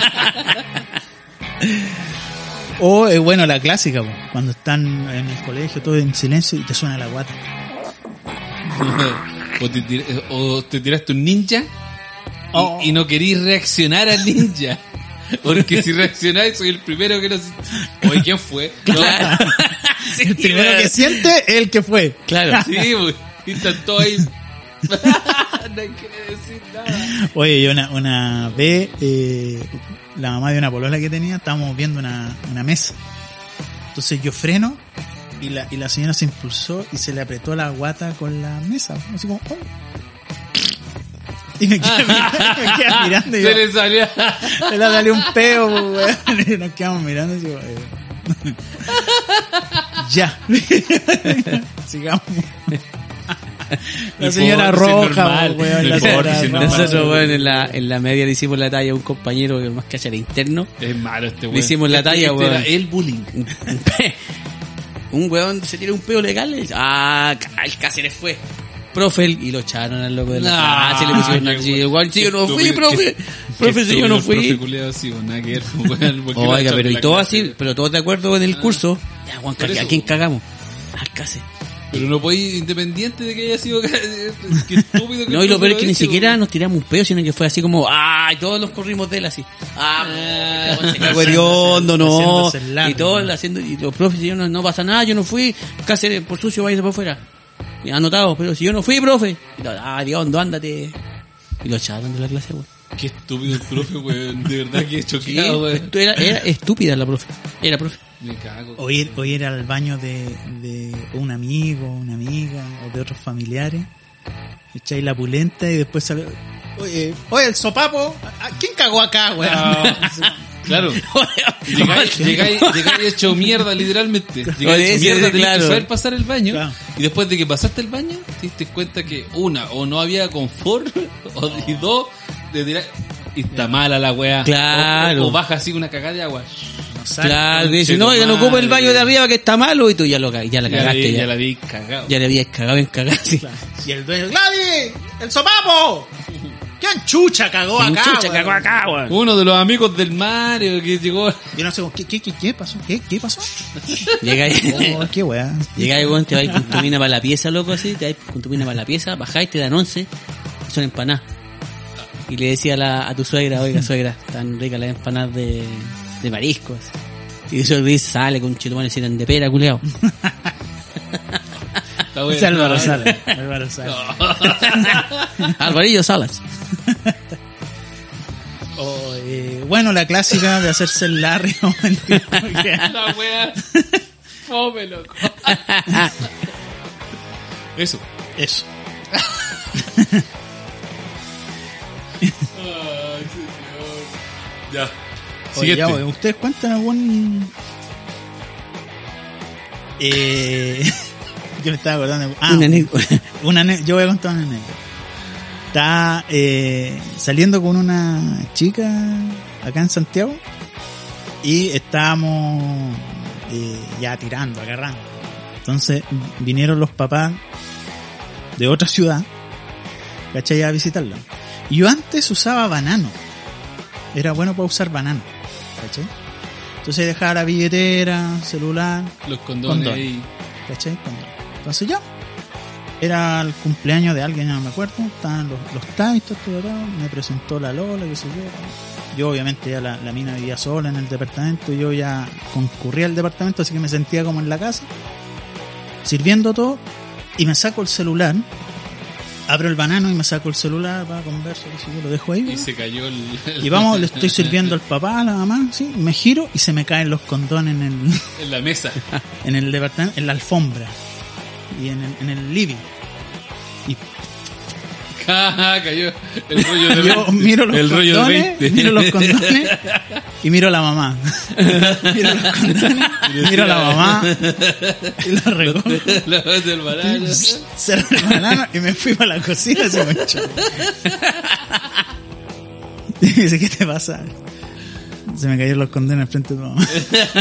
Speaker 2: O, eh, bueno, la clásica, po, cuando están en el colegio, todo en silencio y te suena la guata.
Speaker 1: o, te tir- o te tiraste un ninja y,
Speaker 2: Oh.
Speaker 1: y no querís reaccionar al ninja. Porque si reaccionáis, soy el primero que no... Oye, ¿quién fue? No,
Speaker 3: Claro. Sí,
Speaker 2: El primero
Speaker 3: weón.
Speaker 2: que siente es el que fue.
Speaker 3: Claro.
Speaker 1: Sí, pues. Y están todos ahí... no hay que decir nada.
Speaker 2: Oye, yo una, una vez, eh, la mamá de una polola que tenía, estábamos viendo una, una mesa. Entonces yo freno Y la, y la señora se impulsó y se le apretó la guata con la mesa. Así como, oh. Y me quedé, mirando, me quedé mirando. Y
Speaker 1: Se
Speaker 2: yo,
Speaker 1: le salió.
Speaker 2: se le salió un peo, weón. Y nos quedamos mirando y digo, eh. Ya. Sigamos. La
Speaker 1: No
Speaker 2: señora
Speaker 1: importa, si es
Speaker 2: roja,
Speaker 1: normal,
Speaker 2: weón.
Speaker 1: no
Speaker 2: La
Speaker 1: importa,
Speaker 2: señora
Speaker 1: si es
Speaker 2: roja.
Speaker 1: normal.
Speaker 3: Nosotros, weón, en la, en la media le hicimos la talla a un compañero que más cacha era interno.
Speaker 1: Es malo este weón.
Speaker 3: Le hicimos la talla,
Speaker 1: Este
Speaker 3: weón.
Speaker 1: era el bullying.
Speaker 3: Un weón se tira un peo legal y dice, ah, el Cáceres fue. Profe, y lo echaron al loco de la
Speaker 1: Nah,
Speaker 3: clase, le pusieron
Speaker 1: qué
Speaker 3: una
Speaker 1: weón.
Speaker 3: igual, sí, yo no
Speaker 1: Qué
Speaker 3: fui,
Speaker 1: estúpido,
Speaker 3: profe.
Speaker 1: qué-
Speaker 3: Profe,
Speaker 1: qué
Speaker 3: sí, yo no
Speaker 1: estúpido el
Speaker 3: fui.
Speaker 1: profe culiao así, pues, nada que ver, pues, weón, ¿por qué lo
Speaker 3: Oiga,
Speaker 1: echaron
Speaker 3: pero
Speaker 1: de
Speaker 3: y
Speaker 1: la
Speaker 3: todo
Speaker 1: clase?
Speaker 3: así, pero todos de acuerdo en el curso. Ya, Juan,
Speaker 1: Por
Speaker 3: ¿a
Speaker 1: eso,
Speaker 3: quién
Speaker 1: po.
Speaker 3: cagamos? Al Cáceres.
Speaker 1: Pero no podéis, independiente de que haya sido... Qué estúpido que
Speaker 3: No, y lo
Speaker 1: el profe
Speaker 3: peor es que ni
Speaker 1: hizo,
Speaker 3: siquiera
Speaker 1: weón.
Speaker 3: nos tiramos un peo, sino que fue así como, ¡ay! Todos nos corrimos de él así. ¡Ah!
Speaker 1: Ah,
Speaker 3: puta, se cagó hediondo, no.
Speaker 2: haciéndose el largo.
Speaker 3: Y todos haciendo, y los profes, y yo, no, no pasa nada, yo no fui. Cáceres, por sucio, váyase por fuera. Y anotado, pero si yo no fui, profe. Y todo, ¡ah, hediondo, ándate! Y lo echaron de la clase, güey.
Speaker 1: Qué estúpido el profe, weón. De verdad que
Speaker 3: Sí,
Speaker 1: choqueado, weón.
Speaker 3: esto era, era estúpida la profe. Era profe.
Speaker 1: Me cago.
Speaker 2: O ir, o ir al baño de, de un amigo, una amiga, o de otros familiares. Echáis la pulenta y después sale. Oye, oye, el sopapo. ¿a- a- ¿Quién cagó acá, weón?
Speaker 1: Claro. Llegáis, llegáis, llegáis hecho mierda, literalmente.
Speaker 3: Oye,
Speaker 1: Llegáis hecho
Speaker 3: ese,
Speaker 1: mierda, tenés
Speaker 3: claro.
Speaker 1: que saber pasar el baño.
Speaker 2: Claro.
Speaker 1: Y después de que pasaste el baño, te diste cuenta que una, o no había confort, o y dos, de tirar, y está mala la weá.
Speaker 3: Claro.
Speaker 1: O, o- o baja así una cagada de agua.
Speaker 2: No sale.
Speaker 3: Claro,
Speaker 1: conche
Speaker 3: dice,
Speaker 1: tu
Speaker 3: no, ya no ocupa el
Speaker 1: madre.
Speaker 3: baño de arriba que está malo y tú ya lo ca- ya la
Speaker 1: Ya,
Speaker 3: cagaste.
Speaker 1: la,
Speaker 3: Ya,
Speaker 1: ya la vi cagado.
Speaker 3: ya le habías cagado en cagar. Sí.
Speaker 2: Y el dueño, ¡Gladys! ¡El sopapo! ¿Quién chucha cagó
Speaker 3: ¿Quién
Speaker 2: acá?
Speaker 3: chucha
Speaker 2: weón?
Speaker 3: cagó acá, weón?
Speaker 1: Uno de los amigos del Mario que llegó.
Speaker 2: Yo no sé, ¿qué, qué, qué, qué pasó? ¿Qué, qué pasó?
Speaker 3: Llega ahí,
Speaker 2: Oh, qué weá.
Speaker 3: llega ahí, weón, te vas con tu mina para la pieza, loco, así, te vas con tu mina para la pieza, bajáis, te dan once, y son empanadas. Y le decía a, la, a tu suegra, oiga, suegra, tan ricas las empanadas de, de mariscos. Y eso el dice, sale con chitumanes y eran de pera, culeado.
Speaker 1: Está bueno.
Speaker 2: Es Álvaro Salas. Álvaro Salas.
Speaker 3: Alvarillo Salas.
Speaker 2: O, eh, bueno, la clásica de hacerse el Larry o mentir. Porque-
Speaker 1: La wea. Fome, loco. Eso.
Speaker 2: Eso.
Speaker 1: Ay, señor. Ya.
Speaker 2: Oye,
Speaker 1: Siguiente.
Speaker 2: ya, oye, ¿ustedes cuentan algún...? Eh, yo me estaba acordando... de- Ah,
Speaker 3: Una anécdota.
Speaker 2: una ane- yo voy a contar una anécdota. Estaba eh, saliendo con una chica acá en Santiago y estábamos eh, ya tirando, agarrando. Entonces vinieron los papás de otra ciudad, ¿cachai? A visitarla. Y yo antes usaba banano. Era bueno para usar banano, ¿cachai? Entonces dejaba la billetera, celular,
Speaker 1: Los condones
Speaker 2: Condón.
Speaker 1: ahí.
Speaker 2: ¿cachai? Condón. Entonces ya, era el cumpleaños de alguien, ya no me acuerdo, estaban los, los taitos, todo, todo, me presentó la Lola, qué sé yo. Yo obviamente ya la, la mina vivía sola en el departamento, yo ya concurría al departamento, así que me sentía como en la casa, sirviendo todo, y me saco el celular, abro el banano y me saco el celular, va, converso, qué sé yo, lo dejo ahí.
Speaker 1: Y se cayó el... el-
Speaker 2: Y vamos, le estoy sirviendo al papá, a la mamá, sí, me giro y se me caen los condones en el,
Speaker 1: en la mesa.
Speaker 2: en el departamento, en la alfombra y en el, en el living. Y
Speaker 1: Cayó el rollo de
Speaker 2: yo
Speaker 1: veinte.
Speaker 2: miro los
Speaker 1: el rollo de
Speaker 2: condones,
Speaker 1: veinte.
Speaker 2: miro los condones y miro a la mamá. Miro los condones, miro a la mamá y los recojo.
Speaker 1: La voz del banano.
Speaker 2: Cerré el banano y me fui para la cocina y se me echó. Y me dice, ¿qué te pasa? Se me cayeron los condones frente a tu mamá.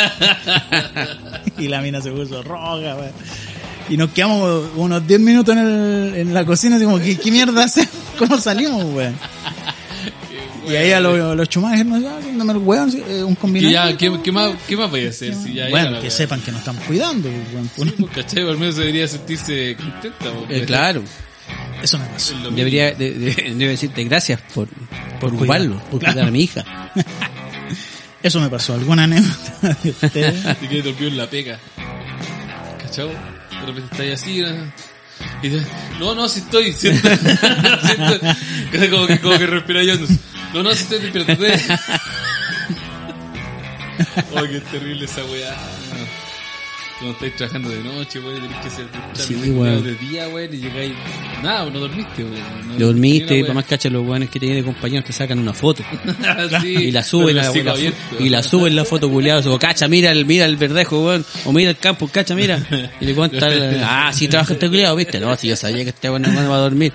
Speaker 2: Y la mina se puso roja, wey. Y nos quedamos unos diez minutos en, el, en la cocina, así como, ¿qué, qué mierda hacemos? ¿Cómo salimos, weón? Y ahí a los, los chumajes nos ya, dándome el weón, sí, eh, un
Speaker 1: Que
Speaker 2: combinado.
Speaker 1: ya, ¿qué, qué más, ¿qué más voy a hacer? Si ya
Speaker 2: Bueno,
Speaker 1: era la
Speaker 2: que
Speaker 1: wea.
Speaker 2: sepan que nos están cuidando, weón.
Speaker 1: Sí, pues, ¿cachai? Al menos debería sentirse contenta. porque
Speaker 3: Eh, claro.
Speaker 2: Eso me pasó.
Speaker 1: es lo mismo.
Speaker 3: Debería de, de- debe decirte gracias por, por,
Speaker 2: Por
Speaker 3: ocuparlo,
Speaker 2: cuidar.
Speaker 3: por
Speaker 2: Claro.
Speaker 3: cuidar a mi hija.
Speaker 2: Eso me pasó. ¿Alguna anécdota de ustedes?
Speaker 1: Te quedas dormido en la pega. ¿Cachao? De repente estás así, ¿no? Y te, no, no, si estoy, si estoy, si estoy. Como que, como que respira yo. No, no, si estoy despierto. Oh, qué terrible esa weá. Cuando estáis trabajando de noche, weón, tenés que hacer
Speaker 3: Sí,
Speaker 1: trámites
Speaker 3: weón.
Speaker 1: de día, weón, y llegáis. Nada, no dormiste, weón. No
Speaker 3: Te dormiste, y
Speaker 1: ni
Speaker 3: para
Speaker 1: una
Speaker 3: más cacha los weones que te de compañeros te sacan una foto.
Speaker 1: weá. Sí,
Speaker 3: Y la suben,
Speaker 1: pero
Speaker 3: la,
Speaker 1: el hocico
Speaker 3: la-
Speaker 1: abierto.
Speaker 3: y la suben la foto culiados, o cacha, mira el, mira el verdejo, weón, o mira el campo, cacha, mira. Y le cuenta, el- ah, sí trabaja este culiado, viste, no, si yo sabía que este weón no va a dormir.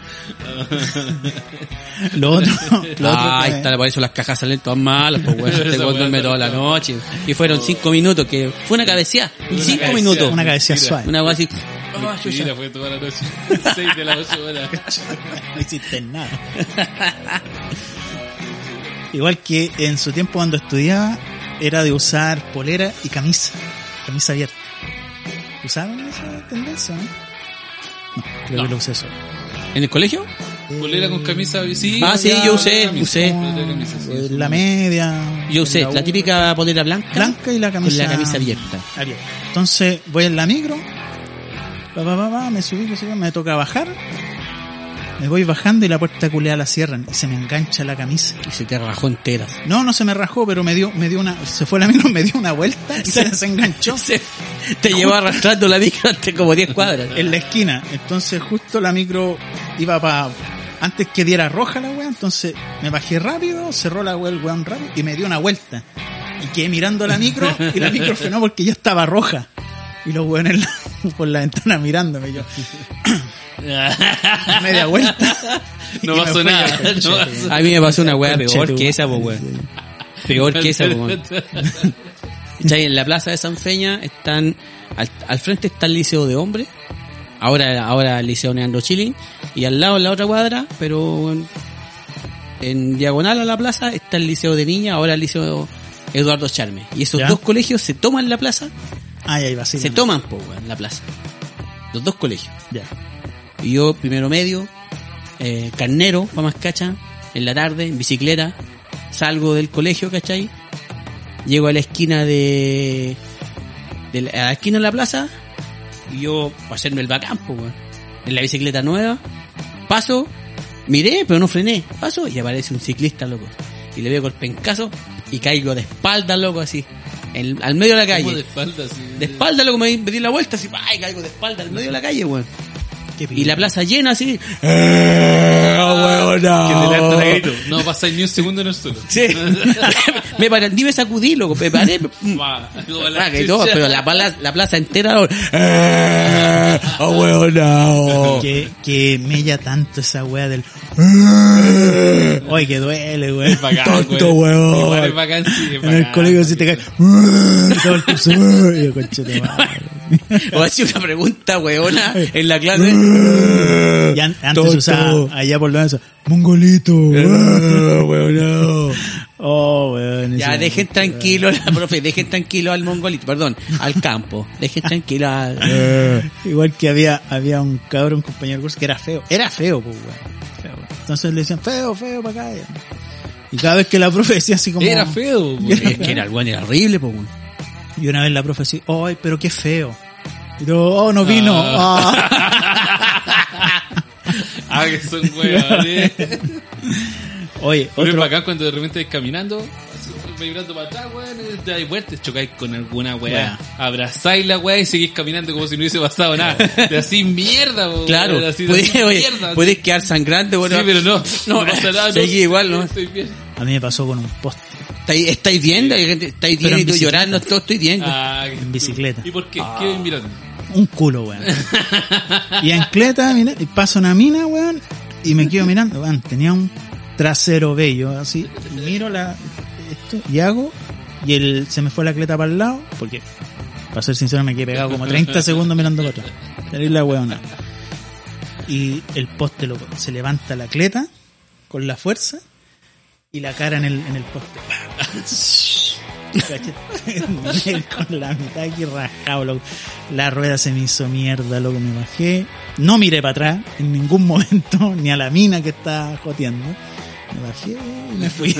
Speaker 2: Lo otro, lo otro
Speaker 3: Ah, ahí
Speaker 2: que-
Speaker 3: está, por eso las cajas salen todas malas, pues weón, este
Speaker 1: Esa
Speaker 3: weón
Speaker 1: weá
Speaker 3: duerme
Speaker 1: está
Speaker 3: toda la
Speaker 1: mal.
Speaker 3: noche. Y fueron cinco minutos, que fue una cabeceada,
Speaker 1: Una
Speaker 3: cinco
Speaker 1: cabeceada.
Speaker 3: minutos.
Speaker 2: una cabecilla
Speaker 1: Mentira.
Speaker 2: suave.
Speaker 3: Una weá así, ah, chucha.
Speaker 1: Mentira, fue toda la noche. seis de las ocho horas.
Speaker 2: No hiciste nada. Igual que en su tiempo cuando estudiaba, era de usar polera y camisa. Camisa abierta. ¿Usaron esa tendencia, no? No, creo
Speaker 1: No.
Speaker 2: que lo usé solo.
Speaker 3: ¿En el colegio?
Speaker 1: Polera con camisa, sí.
Speaker 3: Ah, sí,
Speaker 1: ya,
Speaker 3: yo usé,
Speaker 1: camisa,
Speaker 3: usé.
Speaker 1: polera, camisa, sí,
Speaker 2: Eh,
Speaker 1: sí.
Speaker 2: la media.
Speaker 3: Yo usé
Speaker 2: la
Speaker 3: la
Speaker 2: U-
Speaker 3: típica polera blanca,
Speaker 2: blanca y la camisa,
Speaker 3: con la camisa abierta.
Speaker 2: abierta. Entonces voy en la micro, pa, pa, pa, pa, me subí, qué sé yo, me toca bajar, me voy bajando y la puerta culeada la cierran y se me engancha la camisa.
Speaker 3: Y se te rajó enteras.
Speaker 2: No, no se me rajó, pero me dio, me dio una, se fue la micro, me dio una vuelta y se desenganchó
Speaker 3: Se- te llevó arrastrando la micro hasta como diez cuadras.
Speaker 2: en la esquina. Entonces justo la micro iba para, antes que diera roja la wea, entonces me bajé rápido, cerró la wea el weón rápido y me dio una vuelta. Y quedé mirando la micro y la micro frenó porque ya estaba roja. Y los weones la- por la ventana mirándome yo. Media vuelta.
Speaker 1: No
Speaker 2: Y me
Speaker 1: pasó
Speaker 2: fui
Speaker 1: nada,
Speaker 2: a-
Speaker 1: no pasó.
Speaker 3: A mí me pasó una weá peor
Speaker 2: Conchetumare.
Speaker 3: que esa, pues weón. Peor que esa, pues weón. ¿Cachai? En la plaza de San Feña están, al, al frente está el liceo de hombres, ahora, ahora el liceo Neandro Chilling, y al lado en la otra cuadra, pero en, en diagonal a la plaza está el liceo de niñas, ahora el liceo Eduardo Charme. Y esos
Speaker 2: ¿Ya?
Speaker 3: dos colegios se toman la plaza,
Speaker 2: Ay, ahí va, sí.
Speaker 3: se toman, pues weón, la plaza. Los dos colegios.
Speaker 2: Ya.
Speaker 3: Y yo, primero medio, eh, carnero, pa' más cacha, en la tarde, en bicicleta, salgo del colegio, ¿cachai? Llego a la esquina de, de la, a la esquina de la plaza, y yo, para hacerme el bacán, pues, weón, en la bicicleta nueva, paso, miré, pero no frené, paso, y aparece un ciclista, loco, y le veo con el pencazo, y caigo de espalda, loco, así, en- al medio de la
Speaker 1: Como
Speaker 3: calle.
Speaker 1: de espalda, sí.
Speaker 3: De espalda, loco, me, me di la vuelta, así, ¡ay! Caigo de espalda al medio de la calle, weón.
Speaker 2: Qué
Speaker 3: Y la plaza llena así.
Speaker 1: Que te levantan a grito. No pasáis ni un segundo en el suelo.
Speaker 3: Sí. me paré, ni me sacudí, loco, me paré. me-
Speaker 1: Va, como la
Speaker 3: Ah, que todo,
Speaker 1: chucha.
Speaker 3: pero la plaza, la plaza entera. ¡Eh! ¡Ah, huevonao!
Speaker 2: Que, que mella tanto esa wea del. Oye, que duele, wey.
Speaker 1: Es bacán,
Speaker 2: Tonto,
Speaker 1: güey.
Speaker 2: weón.
Speaker 1: Igual es bacán, sí, es
Speaker 2: En el
Speaker 1: bacán.
Speaker 2: colegio si te cae. Y todo el curso. Y yo, conchete madre.
Speaker 3: O hacía una pregunta, weona, en la clase.
Speaker 2: Y an- antes se usaba allá por lo menos. Mongolito. Ah, weón. Oh, weón.
Speaker 3: Ya,
Speaker 2: ese-
Speaker 3: dejen tranquilo, la profe, dejen tranquilo al mongolito, perdón, al campo. Dejen tranquilo al...
Speaker 2: Igual que había, había un cabrón, un compañero de curso que era feo. Era feo, pues, weón. Feo, weón. Entonces le decían, feo, feo, para acá. Y cada vez que la profe decía así como...
Speaker 1: Era feo, güey.
Speaker 3: Es que era el weón, era horrible, pues, weón.
Speaker 2: Y una vez la profe así, ¡ay, pero qué feo! Y yo, ¡oh, no vino! Ah.
Speaker 1: Ah, que son weones.
Speaker 2: Oye,
Speaker 1: Pero es
Speaker 2: otro...
Speaker 1: bacán cuando de repente vais caminando, así, vibrando para atrás, weón, y te dais vueltas, chocáis con alguna weá, abrazáis la weá y seguís caminando como si no hubiese pasado nada. De así mierda, weón.
Speaker 3: Claro,
Speaker 1: así, de
Speaker 3: puedes,
Speaker 1: así
Speaker 3: oye,
Speaker 1: mierda, así.
Speaker 3: puedes quedar sangrante, bueno.
Speaker 1: Sí, pero no, no, pasa nada.
Speaker 3: seguí igual, ¿no?
Speaker 1: Estoy bien.
Speaker 2: A mí me pasó con un poste
Speaker 3: ¿Estáis, estáis viendo? Hay gente- ¿Estáis
Speaker 2: Pero
Speaker 3: viendo
Speaker 2: en
Speaker 3: y tú
Speaker 2: bicicleta.
Speaker 3: llorando? Todo estoy viendo.
Speaker 1: Ah, qué
Speaker 2: en bicicleta.
Speaker 1: ¿Y por qué? ¿Qué voy mirando?
Speaker 2: Un culo, weón. Y ancleta, mira, y pasa una mina, weón, y me quedo mirando, weón, tenía un trasero bello, así, y miro la, esto, y hago, y el, se me fue la cleta para el lado, porque, para ser sincero, me quedé pegado como treinta segundos mirando para atrás. Terrible la weona. Y el poste, loco, se levanta la cleta, con la fuerza, y la cara en el, en el poste. ¿Cachai? Con la mitad aquí rajado, loco. La rueda se me hizo mierda, loco, me bajé. No miré para atrás en ningún momento, ni a la mina que está joteando. Me bajé y me fui.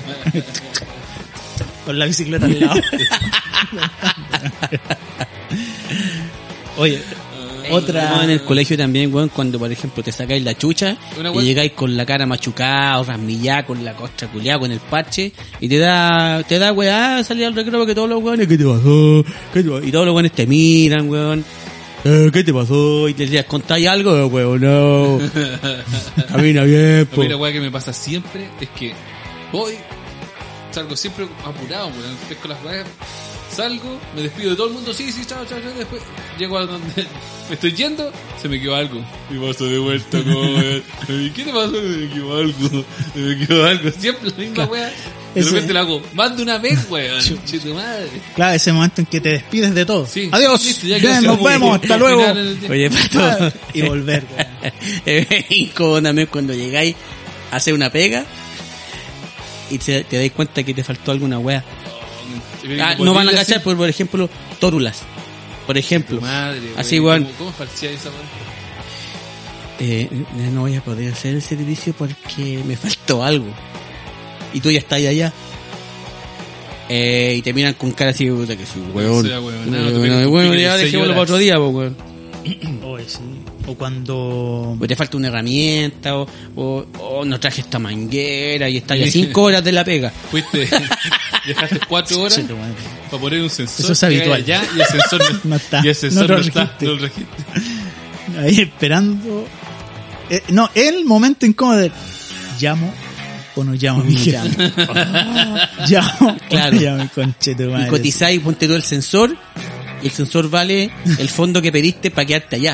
Speaker 2: Con la bicicleta al lado. Oye, Otra...
Speaker 3: No, en el colegio también, weón, cuando por ejemplo te sacáis la chucha
Speaker 1: Una
Speaker 3: y
Speaker 1: weá-
Speaker 3: llegáis con la cara machucada o rasmillada con la costra culiada con el parche y te da, te da weá salir al recreo porque todos los weones, ¿qué te pasó? ¿Qué te pasó? Y todos los weones te miran, weón. Eh, ¿Qué te pasó? Y te decías, ¿contáis algo? Eh, weón, no. Camina bien,
Speaker 1: A
Speaker 3: po.
Speaker 1: mí la weá que me pasa siempre es que voy, salgo siempre apurado, weón, pesco las weas, salgo, me despido de todo el mundo, sí, sí, chao, chao, chao, después llego a donde me estoy yendo, se me quedó algo, y paso de vuelta, como, weón, ¿qué te pasó? Me quedó algo, me quedó algo, siempre la misma wea, de
Speaker 2: Ese-
Speaker 1: repente la hago más de una vez, weón, chito madre.
Speaker 2: Claro, ese momento en que te despides de todo.
Speaker 1: Sí,
Speaker 2: Adiós,
Speaker 1: listo, ya
Speaker 2: bien,
Speaker 1: quedó
Speaker 2: nos
Speaker 1: como
Speaker 2: vemos,
Speaker 1: que-
Speaker 2: hasta luego.
Speaker 1: final en el día.
Speaker 3: Oye, Pato,
Speaker 2: Y volver, weón.
Speaker 3: es incómodo también cuando llegáis a hacer una pega y te, te dais cuenta que te faltó alguna wea. Ah, no van a cachar, por, por ejemplo, tórulas. Por ejemplo.
Speaker 1: Madre,
Speaker 3: Así,
Speaker 1: weón.
Speaker 3: weón.
Speaker 1: ¿Cómo, cómo falseáis esa weá?
Speaker 3: Eh, no voy a poder hacer el servicio porque me faltó algo. Y tú ya estás allá. Eh, y te miran con cara así, puta que sí, weón.
Speaker 1: O sea, weón, no,
Speaker 3: Weón,
Speaker 1: te pegas tu
Speaker 3: bueno,
Speaker 1: pique
Speaker 3: ya
Speaker 1: de seis
Speaker 3: dejémoslo
Speaker 1: horas.
Speaker 3: para otro día, po, weón.
Speaker 2: Oye, sí. O cuando...
Speaker 3: O te falta una herramienta, o, o, o no traje esta manguera y estás ya cinco horas de la pega.
Speaker 1: Fuiste, dejaste cuatro horas
Speaker 2: Chito, madre.
Speaker 1: para poner un sensor.
Speaker 2: Eso es
Speaker 1: que
Speaker 2: habitual.
Speaker 1: vaya allá y el sensor no,
Speaker 2: No está.
Speaker 1: Y el sensor
Speaker 2: No
Speaker 1: no,
Speaker 2: lo
Speaker 1: está.
Speaker 2: registre.
Speaker 1: No lo registra.
Speaker 2: Ahí esperando. Eh, no, el momento incómodo de llamo o no llamo a mi jefe. Llamo
Speaker 3: Claro.
Speaker 2: o no llamo, conche tu
Speaker 3: Y
Speaker 2: madre.
Speaker 3: cotizáis, ponte tú el sensor, y el sensor vale el fondo que pediste para quedarte allá.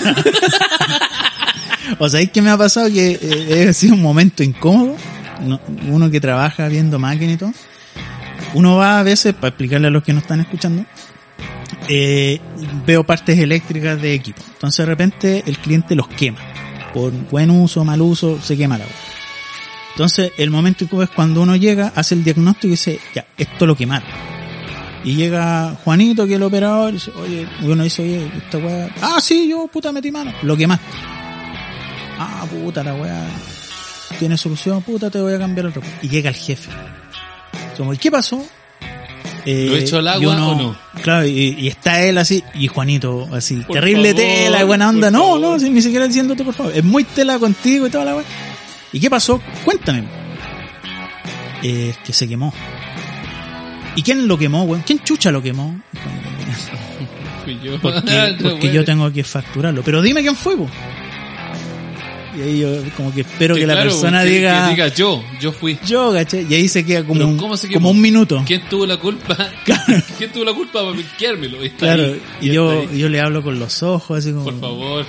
Speaker 2: O sea, ¿qué me ha pasado? Que eh, ha sido un momento incómodo. No- uno que trabaja viendo máquinas y todo. Uno va a veces, para explicarle a los que no están escuchando, eh, veo partes eléctricas de equipo. Entonces de repente el cliente los quema. Por buen uso, mal uso, se quema la agua. Entonces el momento incómodo es cuando uno llega, hace el diagnóstico y dice, ya, esto lo quemaron. Y llega Juanito, que es el operador, y dice, oye, y uno dice, oye, esta weá, ah, sí, yo puta metí mano, lo quemaste. Ah, puta, la weá tiene solución, puta, te voy a cambiar el repuesto. Y llega el jefe. Como, ¿y qué pasó? Eh,
Speaker 1: ¿Lo echo al agua
Speaker 2: y uno-
Speaker 1: o no?
Speaker 2: Claro, y, y está él así, y Juanito así,
Speaker 1: Por
Speaker 2: terrible
Speaker 1: favor,
Speaker 2: tela, buena onda.
Speaker 1: por
Speaker 2: No,
Speaker 1: favor.
Speaker 2: no, si ni siquiera diciéndote por favor. Es muy tela contigo y toda la weá. ¿Y qué pasó? Cuéntame. Eh, Es que se quemó. ¿Y quién lo quemó, weón? ¿Quién chucha lo quemó?
Speaker 1: Fui yo.
Speaker 2: Porque,
Speaker 1: No,
Speaker 2: porque
Speaker 1: weón.
Speaker 2: yo tengo que facturarlo. Pero dime quién fue, po. Y ahí yo como que espero que,
Speaker 1: Que
Speaker 2: la
Speaker 1: claro,
Speaker 2: persona
Speaker 1: que-
Speaker 2: diga,
Speaker 1: que diga yo, yo fui.
Speaker 2: yo, ¿cachai? Y ahí se queda como,
Speaker 1: Pero
Speaker 2: un,
Speaker 1: ¿cómo se
Speaker 2: como
Speaker 1: quemó?
Speaker 2: un minuto.
Speaker 1: ¿Quién tuvo la culpa?
Speaker 2: Claro.
Speaker 1: ¿Quién tuvo la culpa para piqueármelo? Está
Speaker 2: Claro,
Speaker 1: ahí,
Speaker 2: y
Speaker 1: está
Speaker 2: yo,
Speaker 1: ahí.
Speaker 2: yo le hablo con los ojos, así como...
Speaker 1: Por favor.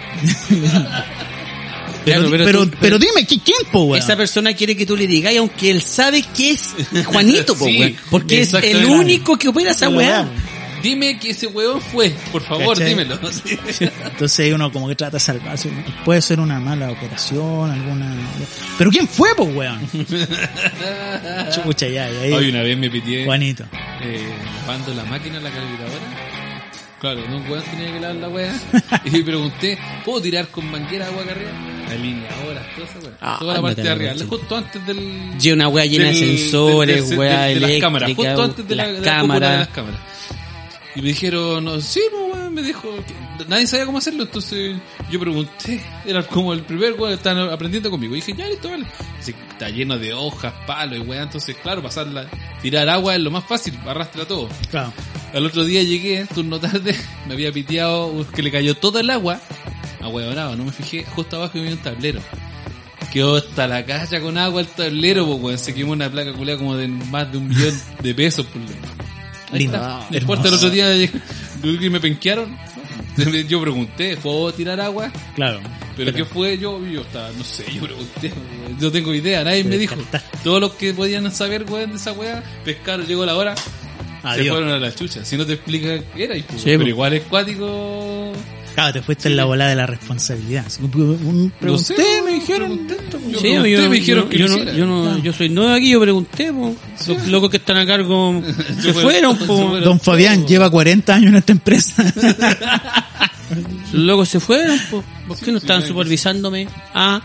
Speaker 2: Pero,
Speaker 3: Claro,
Speaker 2: pero,
Speaker 3: pero
Speaker 2: pero,
Speaker 3: tú- pero-
Speaker 2: dime, ¿qué, ¿quién, po, weón?
Speaker 3: Esa persona quiere que tú le digas, aunque él sabe que es Juanito, po,
Speaker 1: Sí,
Speaker 3: weón. Porque es el
Speaker 1: exactamente.
Speaker 3: único que opera esa weá.
Speaker 1: Dime que ese huevón fue. Por favor,
Speaker 2: ¿Cachai?
Speaker 1: dímelo. Sí.
Speaker 2: Entonces ahí uno como que trata de salvarse. Puede ser una mala operación, alguna... Pero ¿quién fue, po, weón? Chucha, ya, y ahí...
Speaker 1: Hoy una vez me pitié
Speaker 2: Juanito.
Speaker 1: eh, lavando la máquina, la calculadora. Claro, no un weón tenía que lavar la wea. Y pregunté, ¿puedo tirar con manguera agua acá arriba? Alineadoras, toda esa wea.
Speaker 3: Ah,
Speaker 1: Toda la parte
Speaker 3: ándate
Speaker 1: de
Speaker 3: a la
Speaker 1: arriba,
Speaker 3: concha.
Speaker 1: justo antes del...
Speaker 3: Y una weá llena de
Speaker 1: del-
Speaker 3: sensores,
Speaker 1: del-
Speaker 3: weá
Speaker 1: del- de las
Speaker 3: eléctrica,
Speaker 1: cámaras, justo antes de la,
Speaker 3: las
Speaker 1: de la cúpula de
Speaker 3: cámaras.
Speaker 1: las cámaras. Y me dijeron, no, sí, pues, weón, me dijo, que nadie sabía cómo hacerlo, entonces yo pregunté, era como el primer weón que estaban aprendiendo conmigo. Y dije, ya, listo, vale. Así, está lleno de hojas, palos y weón, entonces, claro, pasarla, tirar agua es lo más fácil, arrastra todo.
Speaker 2: Claro.
Speaker 1: Al otro día llegué, turno tarde, me había piteado que le cayó toda el agua. Ah, weón, bravo, no me fijé, justo abajo había un tablero. Quedó hasta la cacha con agua el tablero, pues weón, se quemó una placa culiada como de más de un millón de pesos. Por... Ahí
Speaker 2: Lindo.
Speaker 1: está. No importa, el otro día que me penquearon. Yo pregunté, ¿puedo tirar agua?
Speaker 2: Claro.
Speaker 1: ¿Pero qué fue? Yo, yo estaba, no sé, yo pregunté, weón, no tengo idea, nadie me dijo. Todos los que podían saber, weón, de esa weá, pescaron, llegó la hora, se
Speaker 2: Adiós.
Speaker 1: fueron a la chucha. Si no te explica qué era, y pues,
Speaker 3: Sí,
Speaker 1: pero
Speaker 3: pues.
Speaker 1: igual es cuático.
Speaker 2: Claro, te fuiste en la volada de la responsabilidad. Así, un- Pregunté,
Speaker 1: No sé,
Speaker 2: me dijeron...
Speaker 1: pregunté,
Speaker 2: esto,
Speaker 1: yo
Speaker 3: Sí,
Speaker 1: pregunté,
Speaker 3: yo,
Speaker 1: me dijeron
Speaker 3: yo-
Speaker 1: que
Speaker 3: yo
Speaker 1: lo
Speaker 3: no,
Speaker 1: hiciera.
Speaker 3: yo, no,
Speaker 2: Claro.
Speaker 3: yo soy nuevo aquí, yo pregunté, po. Los locos que están a cargo se
Speaker 1: fueron,
Speaker 3: fueron,
Speaker 1: se
Speaker 3: po.
Speaker 1: fueron.
Speaker 2: Don Fabián lleva cuarenta años en esta empresa.
Speaker 3: Los locos se fueron, po. ¿Por qué no
Speaker 1: sí,
Speaker 3: estaban
Speaker 1: sí.
Speaker 3: supervisándome? Ah,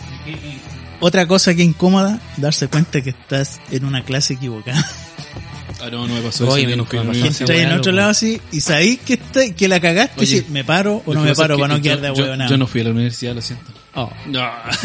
Speaker 2: Otra cosa que incómoda, darse cuenta que estás en una clase equivocada.
Speaker 1: Ah, no, no me pasó
Speaker 3: Oye,
Speaker 1: eso.
Speaker 3: me
Speaker 1: no
Speaker 3: nunca me
Speaker 1: fui-
Speaker 3: pasó
Speaker 2: Que
Speaker 3: esa
Speaker 2: entráis en
Speaker 3: weá,
Speaker 2: otro
Speaker 3: loco.
Speaker 2: lado así y sabéis que, está, que la cagaste.
Speaker 1: Oye,
Speaker 2: Y si me paro o no
Speaker 1: Lo que
Speaker 2: me
Speaker 1: pasa
Speaker 2: paro
Speaker 1: es que
Speaker 2: para no
Speaker 1: yo-
Speaker 2: quedar de
Speaker 1: yo,
Speaker 2: huevonao.
Speaker 1: yo no fui a la universidad, lo siento.
Speaker 3: Oh.
Speaker 1: No.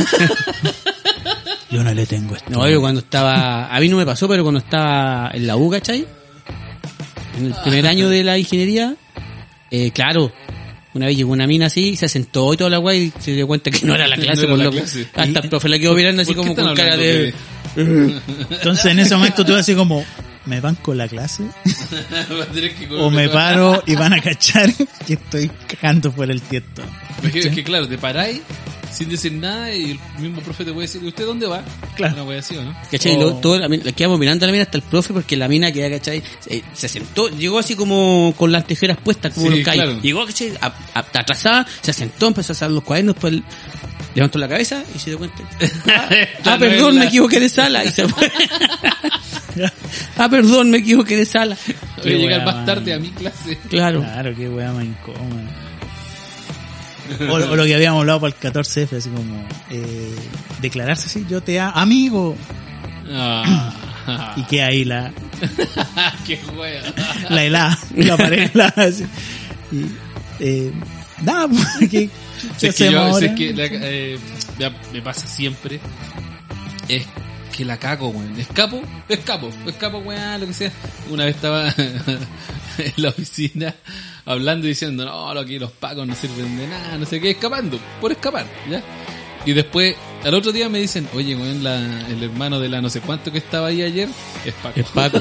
Speaker 2: Yo no le tengo esto.
Speaker 3: No, yo cuando estaba, a mí no me pasó, pero cuando estaba en la U, ¿cachai? En el primer año de la ingeniería, eh, claro, una vez llegó una mina así, se sentó y toda la guay y se dio cuenta que no era la
Speaker 1: No
Speaker 3: clase,
Speaker 1: era
Speaker 3: por
Speaker 1: la
Speaker 3: loco.
Speaker 1: clase.
Speaker 3: Hasta el profe la quedó mirando así
Speaker 1: ¿Por qué
Speaker 3: como con
Speaker 1: están
Speaker 3: cara
Speaker 1: hablando
Speaker 3: de...
Speaker 2: Entonces en ese momento tú así como, ¿me van con la clase?
Speaker 1: Va a tener que
Speaker 2: O me paro y van a cachar que estoy cagando por el tiesto.
Speaker 1: Es que, es que claro, te paráis sin decir nada y el mismo profe te puede decir, ¿y usted dónde va?
Speaker 2: Claro.
Speaker 1: Una wea así, ¿o no?
Speaker 3: ¿Cachai?
Speaker 2: Oh.
Speaker 3: Y luego todo, la, la quedamos mirando a la mina hasta el profe porque la mina que ¿cachai? Se, se sentó, llegó así como con las tijeras puestas, como
Speaker 1: Sí,
Speaker 3: los callos.
Speaker 1: claro.
Speaker 3: Llegó, ¿cachai? A, a, atrasada, se sentó, empezó a hacer los cuadernos, después levantó la cabeza y se dio cuenta. Ah, ah, perdón, me equivoqué de sala. Y se fue. Ah, perdón, me equivoqué de sala.
Speaker 1: Voy a llegar
Speaker 2: wea,
Speaker 1: más
Speaker 2: man.
Speaker 1: tarde a mi clase.
Speaker 3: Claro.
Speaker 2: Claro, qué weá más incómoda. O, o lo que habíamos hablado para el catorce efe, así como eh, declararse así, yo te amo, amigo.
Speaker 1: Ah,
Speaker 2: Y que ahí la,
Speaker 1: qué wea.
Speaker 2: la helada, la pared helada, así. Y, eh, nada, pues, ¿qué,
Speaker 1: Si
Speaker 2: qué
Speaker 1: es que, yo,
Speaker 2: hacemos
Speaker 1: si
Speaker 2: ahora?
Speaker 1: es que la- eh, ya me pasa siempre, es que la cago, weón. Escapo, escapo, escapo, weón, lo que sea. Una vez estaba en la oficina hablando y diciendo, no, lo que los pagos no sirven de nada, no sé qué, escapando, por escapar, ¿ya? Y después, al otro día me dicen, oye, weón, la, el hermano de la no sé cuánto que estaba ahí ayer es Paco.
Speaker 3: Es Paco.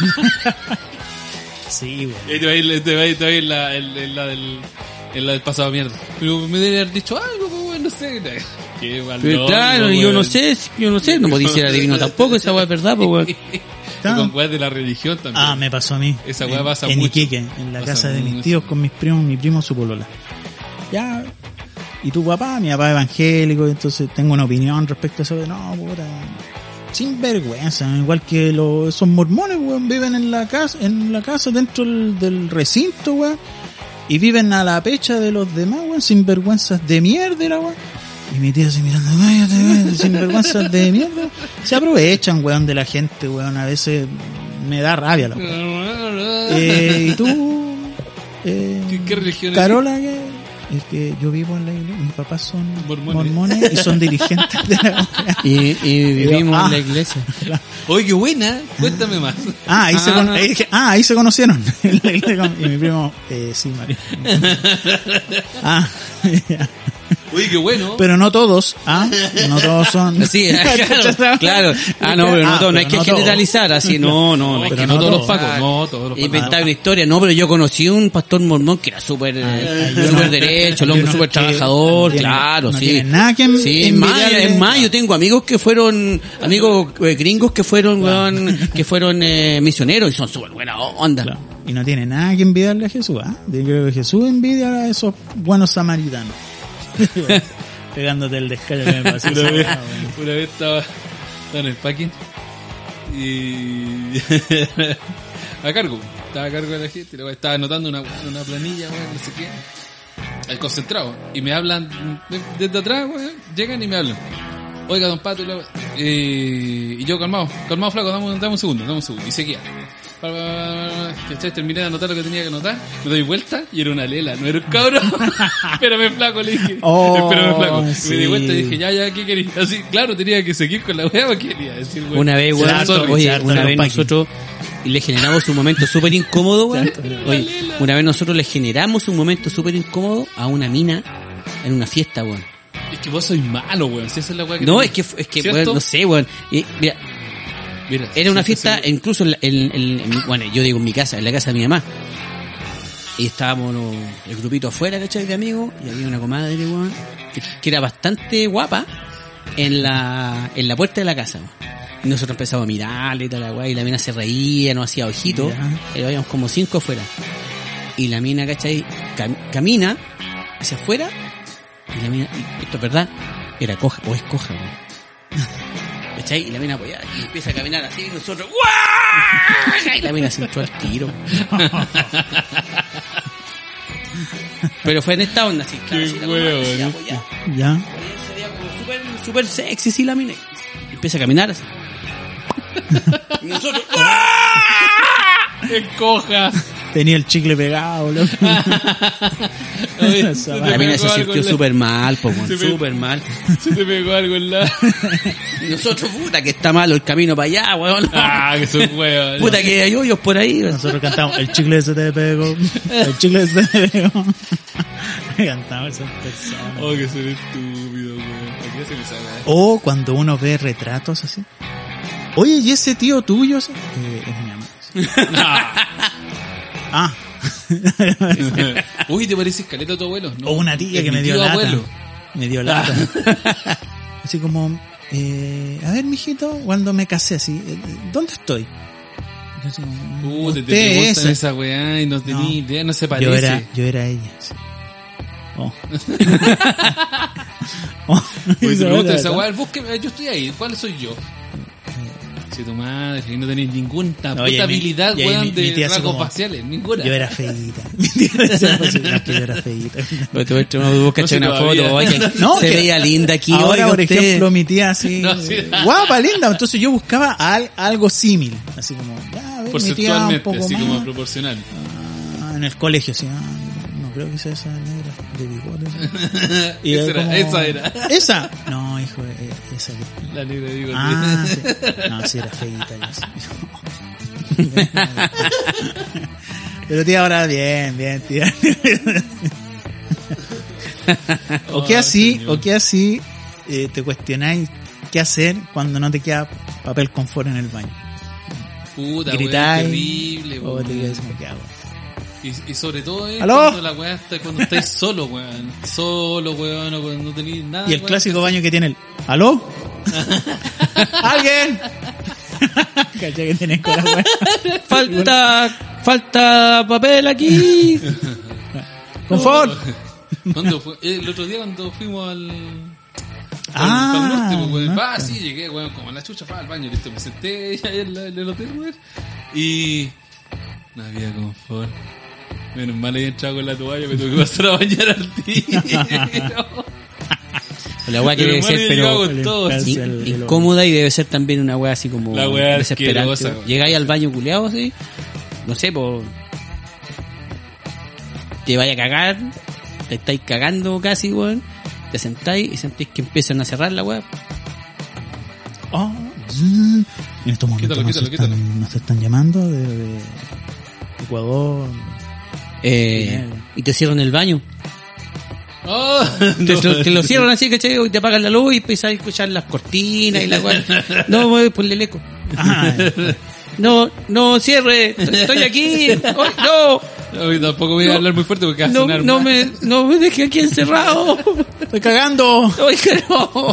Speaker 2: Sí, güey.
Speaker 1: Y te va a ir, te va a ir, te va a ir la, el- el- la del, en la del pasado mierda. Pero me debe haber dicho algo, pues, weón, no sé. Qué mal
Speaker 3: Pero claro, yo no sé, yo no sé, no podía ser adivino tampoco, esa weá es verdad, pues weón.
Speaker 1: Con weas de la religión también.
Speaker 2: Ah, me pasó a mí.
Speaker 1: Esa weá
Speaker 2: En-
Speaker 1: pasa
Speaker 2: en
Speaker 1: mucho.
Speaker 2: Iquique, en la
Speaker 1: Pasa
Speaker 2: casa de mis
Speaker 1: mucho.
Speaker 2: tíos con mis primos, mi primo, su polola. Ya. Y tu papá, mi papá evangélico, entonces tengo una opinión respecto a eso de no, puta. Sin vergüenza, igual que los, esos mormones, weón, viven en la casa, en la casa dentro del, del recinto, weón. Y viven a la pecha de los demás, weón, sin vergüenzas de mierda, la weón. Y mi tía así mirando, cállate, cállate, sin vergüenzas de mierda. Se aprovechan, weón, de la gente, weón. A veces me da rabia la weón. Eh, ¿Y tú? Eh,
Speaker 1: ¿Qué- qué religión
Speaker 2: Carola, ¿qué? Es que yo vivo en la iglesia, mis papás son
Speaker 1: Mormones.
Speaker 2: mormones, y son dirigentes de la
Speaker 3: Y, y vivimos
Speaker 2: Ah.
Speaker 3: en la iglesia.
Speaker 1: Oye, qué buena, cuéntame más.
Speaker 2: Ah, ahí, se,
Speaker 3: Ah.
Speaker 2: con- ahí dije, ah, ahí se conocieron. En la iglesia. Y mi primo, eh, sí, María. Ah, ya.
Speaker 1: Oye, qué bueno.
Speaker 2: Pero no todos, ah, no todos son.
Speaker 3: Sí, claro, claro. Ah, no, pero no,
Speaker 2: Ah,
Speaker 3: todo, no hay
Speaker 2: pero
Speaker 3: que
Speaker 2: no
Speaker 3: generalizar, así, no, no, no.
Speaker 1: es
Speaker 2: pero
Speaker 1: que no,
Speaker 2: no
Speaker 1: todos los
Speaker 2: todos.
Speaker 1: pacos, no, todos los pacos.
Speaker 3: Inventar una historia, no, pero yo conocí un pastor mormón que era súper eh,
Speaker 2: Ay, yo
Speaker 3: súper
Speaker 2: no-
Speaker 3: derecho, el
Speaker 2: yo
Speaker 3: hombre
Speaker 2: no-
Speaker 3: súper
Speaker 2: que
Speaker 3: trabajador,
Speaker 2: no tiene-
Speaker 3: claro,
Speaker 2: no
Speaker 3: sí.
Speaker 2: tiene nada que
Speaker 3: Sí, es más,
Speaker 2: envidiarle.
Speaker 3: es más, yo tengo amigos que fueron, amigos eh, gringos que fueron, weón, que fueron eh, misioneros y son súper buena onda.
Speaker 2: Claro. Y no tiene nada que envidiarle a Jesús, ¿ah? Yo creo que Jesús envidia a esos buenos samaritanos. Pegándote el descargo que me pasó.
Speaker 1: Una vez,
Speaker 2: Ah, bueno.
Speaker 1: una vez estaba, estaba en el packing y a cargo, estaba a cargo de la gente, y la wea estaba anotando una, una planilla, weón, no sé qué, al concentrado, y me hablan de- desde atrás, weón, llegan y me hablan. Oiga, don Pato, y, la wea, eh, y yo calmado, calmado flaco, dame, un- dame un segundo, dame un segundo, y seguía. ¿Cachai? Terminé de anotar lo que tenía que anotar, me doy vuelta y era una lela, no era un cabrón. Espérame flaco, le dije.
Speaker 2: Oh,
Speaker 1: Espérame flaco. Y
Speaker 2: sí.
Speaker 1: me di vuelta y dije, ya, ya, ¿qué querías? Así, claro, tenía que seguir con la weá, ¿qué quería decir, weón?
Speaker 3: Una vez, weón,
Speaker 2: Claro,
Speaker 3: oye,
Speaker 2: claro,
Speaker 3: una
Speaker 2: claro,
Speaker 3: vez
Speaker 2: Paqui.
Speaker 3: nosotros le generamos un momento súper incómodo, weón. Oye, una vez nosotros le generamos un momento súper incómodo a una mina en una fiesta, weón.
Speaker 1: Es que vos sois malo, weón. Si esa es la weá que
Speaker 3: No,
Speaker 1: te-
Speaker 3: es que, es que,
Speaker 1: ¿Cierto?
Speaker 3: weón, no sé, weón. Y, mira,
Speaker 1: Mira,
Speaker 3: era una
Speaker 1: sí,
Speaker 3: fiesta,
Speaker 1: sí, sí.
Speaker 3: incluso en, la- en- en- en mi- bueno, yo digo en mi casa, en la casa de mi mamá. Y estábamos no, el grupito afuera, ¿cachai? De amigos, y había una comadre, weón, que, que era bastante guapa en la, en la puerta de la casa, weón. Y nosotros empezamos a mirarle y tal, la weá, y la mina se reía, nos hacía ojitos,
Speaker 2: Ya.
Speaker 3: y habíamos como cinco afuera. Y la mina, ¿cachai? Cam- camina hacia afuera, y la mina, y esto es verdad, era coja, o es coja, weón. ¿Cachai? Y la mina apoyada y empieza a caminar así y nosotros ¡guau! Y la mina se entró al tiro. Pero fue en esta onda así, claro,
Speaker 1: Qué
Speaker 3: así, la
Speaker 1: huevo,
Speaker 3: mina así,
Speaker 1: ¿no?
Speaker 3: apoyada.
Speaker 2: Ya.
Speaker 3: Oye, sería como súper súper sexy sí la mina. Y empieza a caminar así. Y nosotros ¡guau!
Speaker 1: Escoja.
Speaker 2: Tenía el chicle pegado, loco.
Speaker 1: Oye,
Speaker 2: Esa
Speaker 1: se te
Speaker 2: weá.
Speaker 3: La mina se
Speaker 1: pegó algo
Speaker 3: sintió
Speaker 1: en la-
Speaker 3: súper mal, po, weón,
Speaker 1: Se me-
Speaker 3: súper mal.
Speaker 1: Se te pegó algo en la...
Speaker 3: Y nosotros, puta, que está malo el camino para allá, weón.
Speaker 1: Ah, que son huevos.
Speaker 3: Puta, que hay hoyos por ahí. weón.
Speaker 2: Nosotros cantamos, el chicle se te pegó, el chicle se te pegó. Cantamos esas personas.
Speaker 1: Oh, que son estúpidos, weón. ¿A qué se me saca?
Speaker 2: O cuando uno ve retratos así. Oye, ¿y ese tío tuyo? Eh, es mi amigo. Ah.
Speaker 1: Uy, ¿te parece escaleta a tu abuelo? No,
Speaker 2: O una tía
Speaker 1: es
Speaker 2: que
Speaker 1: mi
Speaker 2: me dio
Speaker 1: tío
Speaker 2: lata.
Speaker 1: abuelo.
Speaker 2: Me dio lata. Así como, eh, a ver, mijito, cuando me casé así, eh, ¿dónde estoy? Yo así como,
Speaker 1: Uh, te, te
Speaker 2: usted es
Speaker 1: preguntan
Speaker 2: esa.
Speaker 1: esa weá y no tenía
Speaker 2: No.
Speaker 1: idea, no se parece.
Speaker 2: Yo era, yo era ella. Sí. Oh. Oh.
Speaker 1: Oye, te preguntan esa
Speaker 2: ¿verdad?
Speaker 1: weá, búsqueme, yo estoy ahí, ¿cuál soy yo? Si tu madre, y no tenés ninguna puta
Speaker 2: Oye, mi-
Speaker 1: habilidad,
Speaker 2: y ahí
Speaker 1: weón,
Speaker 2: mi- mi
Speaker 1: de
Speaker 2: tía así
Speaker 1: rasgos
Speaker 2: como-
Speaker 1: faciales, ninguna.
Speaker 2: Yo era feíta. Mi tía decía, pues, no, es que yo era feíta.
Speaker 3: Oye, te muestro una, vos cachai
Speaker 1: No,
Speaker 3: una
Speaker 1: si todavía.
Speaker 3: foto, oye, que
Speaker 2: No,
Speaker 3: se
Speaker 2: que-
Speaker 3: veía linda aquí,
Speaker 2: Ahora,
Speaker 3: oiga,
Speaker 2: por
Speaker 3: usted.
Speaker 2: ejemplo, mi tía así,
Speaker 1: No, sí.
Speaker 2: guapa, linda. Entonces yo buscaba al- algo símil. Así como, ya, a ver, mi tía un
Speaker 1: Porcentualmente,
Speaker 2: poco
Speaker 1: así
Speaker 2: más.
Speaker 1: como proporcional.
Speaker 2: Ah, en el colegio, sí. Ah, no creo que sea esa negra de bigote. Y
Speaker 1: esa,
Speaker 2: era
Speaker 1: era,
Speaker 2: como-
Speaker 1: esa era.
Speaker 2: ¿Esa? No, hijo, eh, esa que...
Speaker 1: La negra digo.
Speaker 2: Ah, sí. No, sí era feita. Ya, sí. Pero tía, ahora bien, bien, tía. O qué
Speaker 1: Oh,
Speaker 2: así,
Speaker 1: señor.
Speaker 2: o qué así eh, te cuestionáis qué hacer cuando no te queda papel confort en el baño.
Speaker 1: Puta, weón,
Speaker 2: Gritáis,
Speaker 1: terrible,
Speaker 2: o
Speaker 1: weón.
Speaker 2: te quedas como, ¿qué hago?
Speaker 1: Y, y sobre todo es
Speaker 2: ¿Aló?
Speaker 1: cuando la weá está, cuando estáis solo, weón. Solo, weón, o cuando no tenéis nada.
Speaker 2: Y el
Speaker 1: weón,
Speaker 2: clásico baño que tiene el ¿aló? ¿Alguien? ¿Cachai que tienes con la weá?
Speaker 3: Falta, falta papel aquí.
Speaker 2: ¡Confort!
Speaker 1: ¿Cuándo fue? El otro día cuando fuimos al...
Speaker 2: Ah,
Speaker 1: al norte, pues, weón.
Speaker 2: norte.
Speaker 1: Ah, sí, llegué, weón, como a la chucha, para al baño, listo, me senté ahí en, la- en el hotel, weón. Y... no había confort. Menos mal había entrado con la toalla, me tuve que pasar a bañar al tiro.
Speaker 3: La weá que
Speaker 1: Pero
Speaker 3: debe ser,
Speaker 1: hermano, yo
Speaker 3: pero
Speaker 1: hago todo,
Speaker 2: limpiarse
Speaker 1: sí.
Speaker 2: el- el-
Speaker 3: incómoda y debe ser también una weá así como
Speaker 1: La weá
Speaker 3: desesperante.
Speaker 1: asquerosa, weón.
Speaker 3: Llegáis al baño culeado así, no sé, pues te vaya a cagar, te estáis cagando casi, weón, te sentáis y sentís que empiezan a cerrar la weá.
Speaker 2: Oh, zzz. En estos momentos
Speaker 1: Quítalo,
Speaker 2: nos,
Speaker 1: quítalo,
Speaker 2: están,
Speaker 1: quítalo.
Speaker 2: nos están llamando de, de Ecuador.
Speaker 3: Eh, y te cierran el baño.
Speaker 1: Oh,
Speaker 3: Te,
Speaker 1: no.
Speaker 3: lo, te lo cierran así, ¿cachai? Y te apagan la luz y empiezas a escuchar las cortinas y la weá. No, voy por el eco.
Speaker 2: Ah,
Speaker 3: No, no, cierre, estoy aquí. ¡Ay, no!
Speaker 1: No, y tampoco voy a hablar muy fuerte porque va a
Speaker 3: No,
Speaker 1: sonar
Speaker 3: no
Speaker 1: mal.
Speaker 3: me, no me deje aquí encerrado.
Speaker 2: ¡estoy cagando!
Speaker 3: Oiga, no.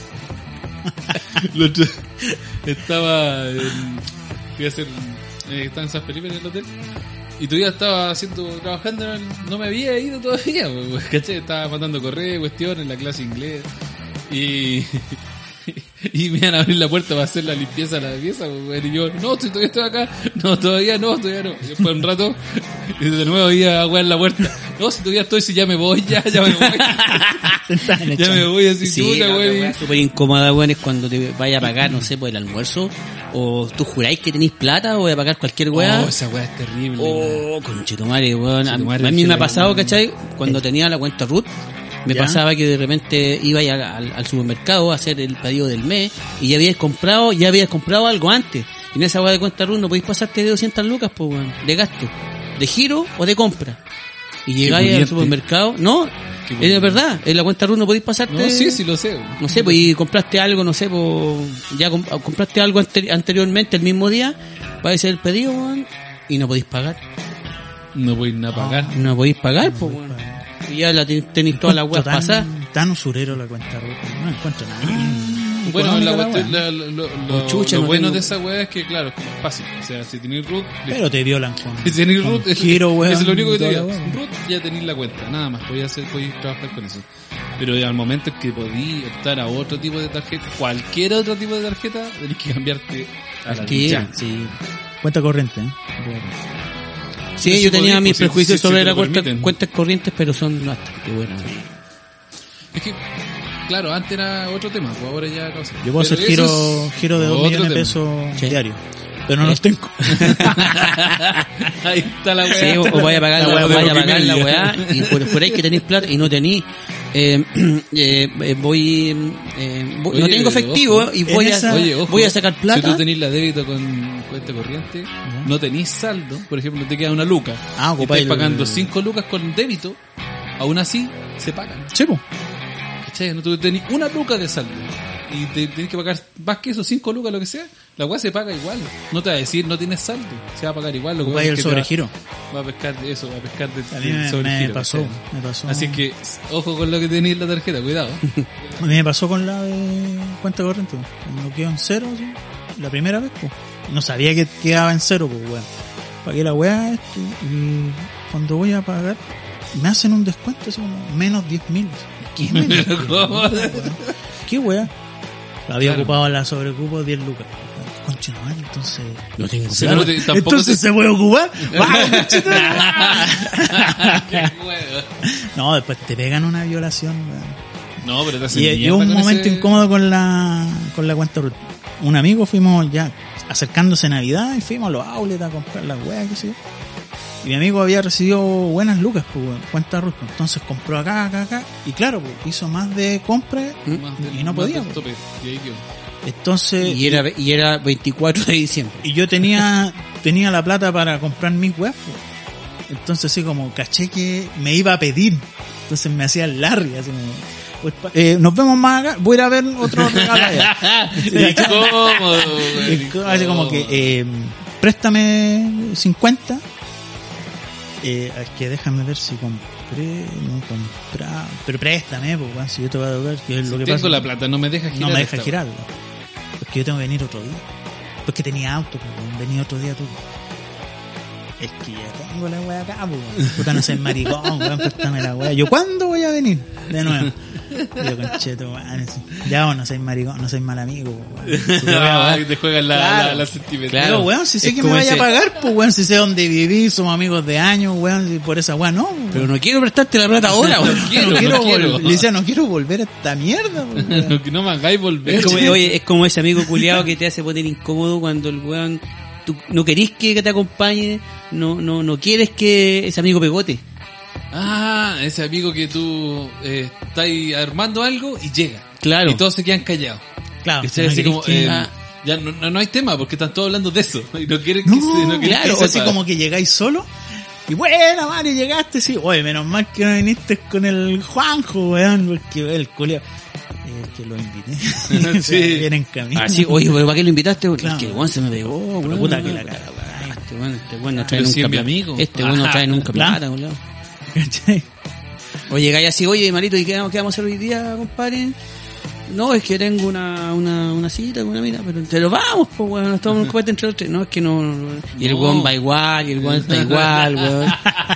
Speaker 1: Lo otro- estaba en, fui a hacer eh, estaba en San Felipe en el hotel y todavía estaba haciendo trabajando en el- no me había ido todavía, pues, ¿cachai? Estaba mandando correo, cuestiones, la clase inglés y y me iban a abrir la puerta para hacer la limpieza de la pieza, pues, y yo, no, si todavía estoy acá, no, todavía no, todavía no. Y después un rato, y de nuevo iba a jugar en la puerta, no, si todavía estoy, si ya me voy, ya, ya me voy.
Speaker 2: Te están
Speaker 1: Ya me
Speaker 2: echando.
Speaker 1: voy así,
Speaker 3: Sí,
Speaker 1: chuta,
Speaker 3: la otra
Speaker 1: güey.
Speaker 3: weá súper incómoda, weón, es cuando te vaya a pagar, no sé, por el almuerzo, o tú juráis que tenéis plata, o voy a pagar cualquier weá.
Speaker 1: Oh, esa weá es terrible. weón.
Speaker 3: Oh, conchetumare, weón. A,
Speaker 1: Conchetumare,
Speaker 3: a mí me ha
Speaker 1: que
Speaker 3: pasado,
Speaker 1: la-
Speaker 3: ¿cachai? Cuando tenía la cuenta root, me
Speaker 2: ¿Ya?
Speaker 3: pasaba que de repente iba ya al, al supermercado a hacer el pedido del mes y ya habías comprado, ya habías comprado algo antes. Y en esa weá de cuenta root no podéis pasarte de doscientas lucas, pues, weón, de gasto, de giro o de compra. Y llegáis al
Speaker 1: pudiente.
Speaker 3: supermercado, no,
Speaker 1: Qué
Speaker 3: es
Speaker 1: pudiente.
Speaker 3: verdad, en la cuenta root no podéis pasarte.
Speaker 1: No, sí, sí lo sé.
Speaker 3: No sé, pues y compraste algo, no sé, pues ya comp- compraste algo ante- anteriormente el mismo día para hacer el pedido, weón, y no podéis pagar.
Speaker 1: No voy a pagar.
Speaker 3: No podéis pagar, pues, weón. Y ya la ten- tenéis todas las weas
Speaker 2: Tan-
Speaker 3: pasadas.
Speaker 2: Tan usurero la cuenta ruta. No encuentro nada.
Speaker 1: Bueno,
Speaker 2: Económica
Speaker 1: la
Speaker 2: la
Speaker 1: cuestión-
Speaker 2: wea.
Speaker 1: la- lo, lo- lo-
Speaker 3: Oh, chucha,
Speaker 1: lo
Speaker 3: no
Speaker 1: bueno
Speaker 3: tengo-
Speaker 1: de esa weá es que, claro, es como fácil. O sea, si tenéis root, listo.
Speaker 2: Pero te violan con.
Speaker 1: si tenéis
Speaker 2: con
Speaker 1: root, es,
Speaker 2: giro, weón,
Speaker 1: es lo único que te
Speaker 2: toda
Speaker 1: digo.
Speaker 2: la wea.
Speaker 1: Root, ya tenéis la cuenta, nada más. Podéis hacer, podéis trabajar con eso. Pero al momento en que podéis optar a otro tipo de tarjeta, cualquier otro tipo de tarjeta, tenéis que cambiarte a la
Speaker 3: Sí,
Speaker 1: dicha.
Speaker 3: sí.
Speaker 2: Cuenta corriente, ¿eh?
Speaker 3: Sí,
Speaker 1: Sí,
Speaker 3: yo tenía
Speaker 1: podéis,
Speaker 3: mis
Speaker 1: pues, sí,
Speaker 3: prejuicios
Speaker 1: sí, sí,
Speaker 3: sobre
Speaker 1: te
Speaker 3: la
Speaker 1: lo
Speaker 3: cuenta,
Speaker 1: permiten.
Speaker 3: cuentas corrientes, pero son bastante buenas.
Speaker 1: Es que, claro, antes era otro tema, pues ahora ya no sé.
Speaker 2: Yo puedo
Speaker 1: Pero
Speaker 2: hacer giro,
Speaker 1: eso es
Speaker 2: giro de dos
Speaker 1: otro
Speaker 2: millones de
Speaker 1: tema.
Speaker 2: pesos
Speaker 3: Sí.
Speaker 2: diarios. pero no los tengo.
Speaker 1: Ahí está la weá.
Speaker 3: Sí, o, o vaya a pagar
Speaker 2: La
Speaker 3: la,
Speaker 2: weá
Speaker 3: vaya a
Speaker 1: de
Speaker 3: pagar la
Speaker 1: Wikimedia.
Speaker 3: weá y por, por ahí que tenéis plata y no tenéis eh, eh, eh, voy, eh, voy-
Speaker 1: Oye,
Speaker 3: no tengo efectivo
Speaker 1: ojo.
Speaker 3: y voy
Speaker 2: En
Speaker 3: a
Speaker 2: esa-
Speaker 1: Oye, ojo,
Speaker 3: voy a sacar
Speaker 1: si
Speaker 3: plata.
Speaker 1: tú tenés la débito con cuenta corriente, no tenés saldo, por ejemplo, te queda una luca.
Speaker 2: Ah,
Speaker 1: y
Speaker 2: ocupáis
Speaker 1: estás
Speaker 2: el-
Speaker 1: pagando cinco lucas con débito, aún así se pagan.
Speaker 2: Sí, po.
Speaker 1: ¿Cachai? No tú tenés una luca de saldo y te tenés que pagar más que eso, cinco lucas, lo que sea. La weá se paga igual. No te va a decir no tienes saldo, se va a pagar igual. Lo que
Speaker 2: Ocupáis
Speaker 1: pasa es
Speaker 2: el
Speaker 1: que te va-
Speaker 2: sobregiro.
Speaker 1: Va a pescar de eso, va a pescar de,
Speaker 2: A mí
Speaker 1: del
Speaker 2: me,
Speaker 1: sobregiro,
Speaker 2: me pasó,
Speaker 1: ¿cachai?
Speaker 2: me pasó.
Speaker 1: Así que, ojo con lo que tenéis en la tarjeta, cuidado.
Speaker 2: A mí me pasó con la de cuenta corriente. Cuando quedó en cero, ¿sí? La primera vez, pues. No sabía que quedaba en cero, pues, weón. Pagué la weá esto y cuando voy a pagar, me hacen un descuento así como menos diez mil. ¿Qué menos?
Speaker 1: ¿Cómo?
Speaker 2: ¿Qué weá? Había
Speaker 1: Claro.
Speaker 2: ocupado la sobrecupo diez lucas. Concha no, entonces.
Speaker 3: No tengo
Speaker 1: Sí,
Speaker 3: plata.
Speaker 1: no te- tampoco
Speaker 2: Entonces
Speaker 1: te-
Speaker 2: se puede ocupar. ¡Vamos, conchito!
Speaker 1: Qué huevo.
Speaker 2: No, después te pegan una violación, weón.
Speaker 1: No, pero te hacen
Speaker 2: Y, y
Speaker 1: mierda
Speaker 2: un
Speaker 1: con
Speaker 2: momento
Speaker 1: ese-
Speaker 2: incómodo con la con la cuenta root. Un amigo fuimos ya acercándose a Navidad y fuimos a los outlets a comprar las weas, qué sé yo. Y mi amigo había recibido buenas lucas, pues, weón, cuenta root. Entonces compró acá, acá, acá. Y claro, pues, hizo más de compra.
Speaker 1: Más del-
Speaker 2: y no
Speaker 1: más
Speaker 2: podía,
Speaker 1: del
Speaker 2: pues.
Speaker 1: tope. Y ahí quedó.
Speaker 2: Entonces,
Speaker 3: Y era, y era veinticuatro de diciembre.
Speaker 2: y yo tenía tenía la plata para comprar mis weas, pues. Entonces así como caché que me iba a pedir. Entonces me hacía el Larry, así como, pues, pa- eh, nos vemos más acá, voy a ir a ver otro regalo allá.
Speaker 1: Incómodo,
Speaker 2: Y
Speaker 1: güey,
Speaker 2: co- así como que eh, préstame cincuenta, eh, es que déjame ver si compré, no compré, pero préstame, pues, weón, si yo te voy a devolver, que es
Speaker 1: Si
Speaker 2: lo que
Speaker 1: tengo
Speaker 2: pasa.
Speaker 1: la plata, no me deja girar.
Speaker 2: No me deja
Speaker 1: esta
Speaker 2: girar, weón. Porque yo tengo que venir otro día. Porque tenía auto, pues, weón, venía otro día tú. Es que ya tengo la wea acá, pues, weón. Puta, no seas maricón, weón, préstame la wea. Yo, ¿cuándo voy a venir? De nuevo. Yo, concheto, weón, sí. Ya, vos no seas maricón, no seas mal amigo, pues, weón. Si te voy a
Speaker 1: Ah,
Speaker 2: pagar-
Speaker 1: que te juegan la,
Speaker 2: Claro.
Speaker 1: la, la sentimental.
Speaker 2: Pero, weón, si sé
Speaker 3: Es
Speaker 2: que me
Speaker 3: como
Speaker 2: vaya
Speaker 3: ese-
Speaker 2: a pagar, pues, weón, si sé dónde viví, somos amigos de años, weón, si por esa weón, no, weón.
Speaker 3: Pero no quiero prestarte la plata ahora, weón.
Speaker 1: quiero,
Speaker 2: no quiero,
Speaker 1: no quiero.
Speaker 2: vol- le decía, no quiero volver a esta mierda, pues, weón.
Speaker 1: Que no me hagáis volver.
Speaker 3: Es como, oye, es como ese amigo culiado que te hace poner incómodo cuando el weón, tú no querís que te acompañe, no, no, no quieres que ese amigo pegote.
Speaker 1: Ah, ese amigo que tú eh, estás ahí armando algo y llega.
Speaker 3: Claro.
Speaker 1: Y todos se quedan callados.
Speaker 2: Claro,
Speaker 1: ¿Cachai?
Speaker 2: no
Speaker 1: Así
Speaker 2: querés
Speaker 1: como,
Speaker 2: que-
Speaker 1: eh,
Speaker 3: ah.
Speaker 1: ya no, no, no hay tema porque están todos hablando de eso. Y no quieren que
Speaker 2: No,
Speaker 1: se, no quieren
Speaker 2: claro,
Speaker 1: que
Speaker 2: así
Speaker 1: sepa.
Speaker 2: como que llegáis solo. Y buena, Mario, llegaste, sí. Oye, menos mal que no viniste con el Juanjo, weón, porque el culio. Eh, que lo invité.
Speaker 1: Sí.
Speaker 2: Viene en camino.
Speaker 3: Así, oye, pero ¿para qué lo invitaste? Porque
Speaker 2: Claro.
Speaker 3: el weón se me pegó,
Speaker 2: Pero
Speaker 3: weón.
Speaker 2: puta que la cara, weón.
Speaker 3: Este weón, este weón no trae
Speaker 1: Pero si
Speaker 3: nunca
Speaker 1: es mi
Speaker 3: plata.
Speaker 1: amigo.
Speaker 3: Este weón no trae nunca
Speaker 2: Claro.
Speaker 3: plata, weón.
Speaker 2: ¿Cachai?
Speaker 3: Oye, Gaya, así, oye, Marito, ¿y qué vamos, qué vamos a hacer hoy día, compadre? No, es que tengo una, una, una cita con una mina, pero, pero vamos, pues, weón, nos tomamos un copete entre los tres. No, es que no, no, no. Y el
Speaker 1: No.
Speaker 3: weón va igual, y el weón está igual, weón.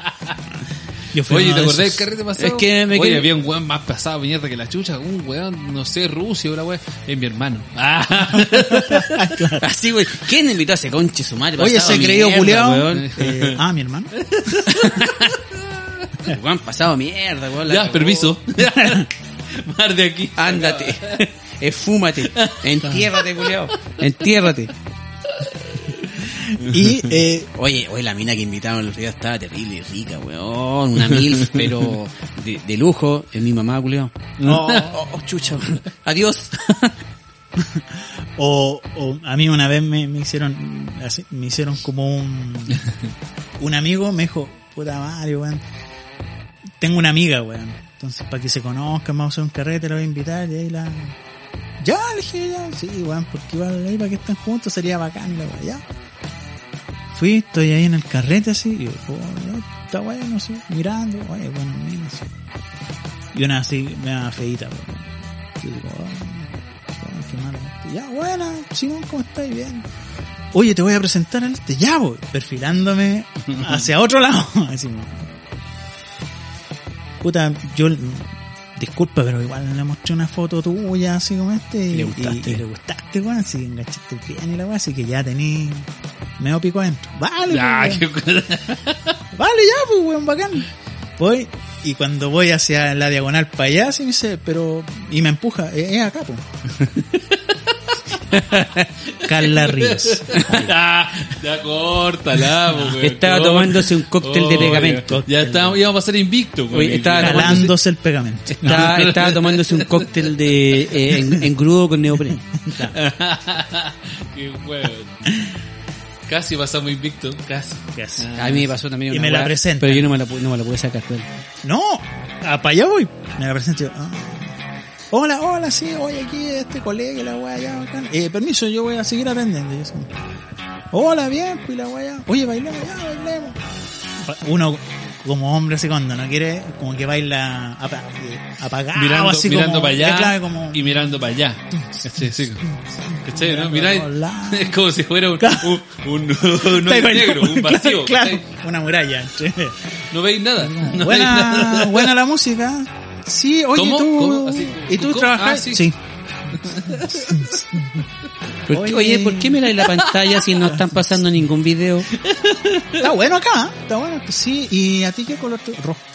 Speaker 2: Yo fui
Speaker 1: Oye,
Speaker 2: uno
Speaker 1: ¿te
Speaker 2: de
Speaker 1: acordás del
Speaker 2: esos.
Speaker 1: carrete pasado?
Speaker 3: Es que me
Speaker 1: Oye,
Speaker 3: quedé-
Speaker 1: había un weón más pasado mierda que la chucha. Un weón, no sé, Rusia o la weón. Es mi hermano. Ah.
Speaker 3: Así, güey. ¿Quién invitó a ese conche su madre?
Speaker 2: Oye,
Speaker 3: Pasado
Speaker 2: ese creído
Speaker 3: mierda,
Speaker 2: culiao.
Speaker 3: weón.
Speaker 2: Eh, ah, mi hermano.
Speaker 3: El weón pasado mierda, weón. la
Speaker 1: Ya,
Speaker 3: cagó.
Speaker 1: permiso. Mar de aquí.
Speaker 3: Ándate. Esfúmate. Entiérrate, culiao. Entiérrate.
Speaker 2: Y, eh,
Speaker 3: Oye, oye, la mina que invitaron el otro día estaba terrible y rica, weón. Una mil, pero de, de lujo. Es mi mamá, culiao.
Speaker 2: No.
Speaker 3: Oh, oh, chucha. Adiós.
Speaker 2: o, o a mí una vez me, me hicieron, así, me hicieron como un, un amigo me dijo, puta Mario, weón, tengo una amiga, weón, entonces para que se conozcan, vamos a hacer un carrete, la voy a invitar, y ahí la, ya, le dije, ya, sí, weón, porque igual ahí para que estén juntos sería bacán, la weón, ya. Fui, estoy ahí en el carrete así, y yo, oh, ya, está bueno, sí, mirando, oye, bueno, mira, sí. Y una así, me da feita, weón. Y digo, oh, oh, qué malo. Ya, buena, Simón, ¿cómo estás? Bien. Oye, te voy a presentar al este, ya, voy, perfilándome hacia otro lado. Así, puta, yo, disculpa, pero igual le mostré una foto tuya, así como este, y
Speaker 3: Le gustaste.
Speaker 2: y, y le gustaste, weón, así que enganchaste bien y la weá, así que ya tení medio pico adentro. Vale,
Speaker 1: Ah,
Speaker 2: pues, weón.
Speaker 1: qué...
Speaker 2: Vale, ya, pues, weón, bacán. Voy, y cuando voy hacia la diagonal para allá, sí me dice, pero, y me empuja, es acá, pues. Carla Ríos.
Speaker 1: ya, ya córtala, po, weón.
Speaker 3: Estaba
Speaker 1: Córtala.
Speaker 3: tomándose un cóctel de
Speaker 1: Oh,
Speaker 3: pegamento.
Speaker 1: Ya, ya estábamos, íbamos a pasar invicto, weón.
Speaker 3: Oye, estaba tomando-
Speaker 2: Calándose el pegamento.
Speaker 3: Estaba, estaba tomándose un cóctel de eh, en, engrudo con neopreno.
Speaker 1: Qué weón. Casi pasamos invicto, casi.
Speaker 2: Casi.
Speaker 3: A mí me pasó también
Speaker 2: Y
Speaker 3: una
Speaker 2: me la
Speaker 3: weá,
Speaker 2: presenta.
Speaker 3: pero yo no me la, pu- no me la pude sacar. Pero...
Speaker 2: No, a para allá voy. Me la presento y yo, ah. Hola, hola, sí, oye, aquí este colega y la weá ya bacán. Eh, permiso, yo voy a seguir aprendiendo. Y yo así, hola, bien, pues y la weá ya. Oye, bailemos, ya, bailemos. Uno, como hombre, así cuando no quiere, como que baila apa- apagado,
Speaker 1: Mirando,
Speaker 2: así
Speaker 1: mirando
Speaker 2: como,
Speaker 1: para allá
Speaker 2: es clave, como,
Speaker 1: y mirando para allá. ¿Cachai? Sí. ¿Cachai? ¿No?
Speaker 2: Mirando
Speaker 1: Mirá,
Speaker 2: a los lados.
Speaker 1: es como si fuera un,
Speaker 2: Claro.
Speaker 1: un, un, un hoyo negro, un vacío.
Speaker 2: Claro,
Speaker 1: ¿cachai?
Speaker 2: una muralla. Sí.
Speaker 1: No veis nada. No veis
Speaker 2: buena,
Speaker 1: nada.
Speaker 2: buena la música. Sí, oye,
Speaker 1: ¿Cómo?
Speaker 2: tú,
Speaker 1: ¿Cómo? Así,
Speaker 2: ¿y tú
Speaker 1: ¿cómo?
Speaker 2: trabajas?
Speaker 1: Ah, sí.
Speaker 2: Sí.
Speaker 3: ¿Por qué-
Speaker 2: Oye.
Speaker 3: Oye, ¿por qué miráis la pantalla si no están pasando ningún video?
Speaker 2: Está bueno acá, está bueno. Pues sí, ¿y a ti qué color te... Rojo.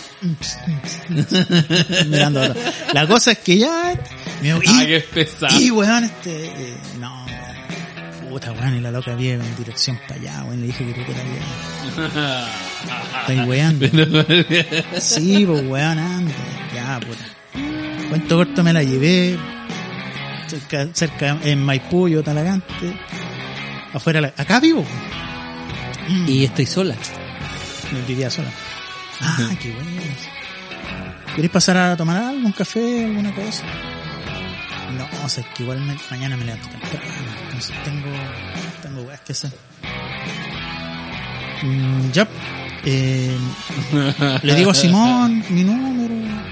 Speaker 2: Mirando ahora. La cosa es que ya... Me digo,
Speaker 1: Ah,
Speaker 2: y,
Speaker 1: qué pesado.
Speaker 2: y weón, este... eh, no, puta weón, y la loca viene en dirección para allá, weón. Le dije que tú te la Estoy weando. Sí, pues weón, anda. Ya, puta. Cuento corto me la llevé. Cerca, cerca en Maipú, yo Talagante. Afuera, la, acá vivo. Mm.
Speaker 3: Y estoy sola.
Speaker 2: Me vivía sola. Ah, qué bueno. ¿Querés pasar a tomar algo, un café, alguna cosa? No, o sea, es que igual me- mañana me levanto temprano. Entonces tengo, tengo weas que hacer. Mm, ya. Eh, le digo a Simón mi número.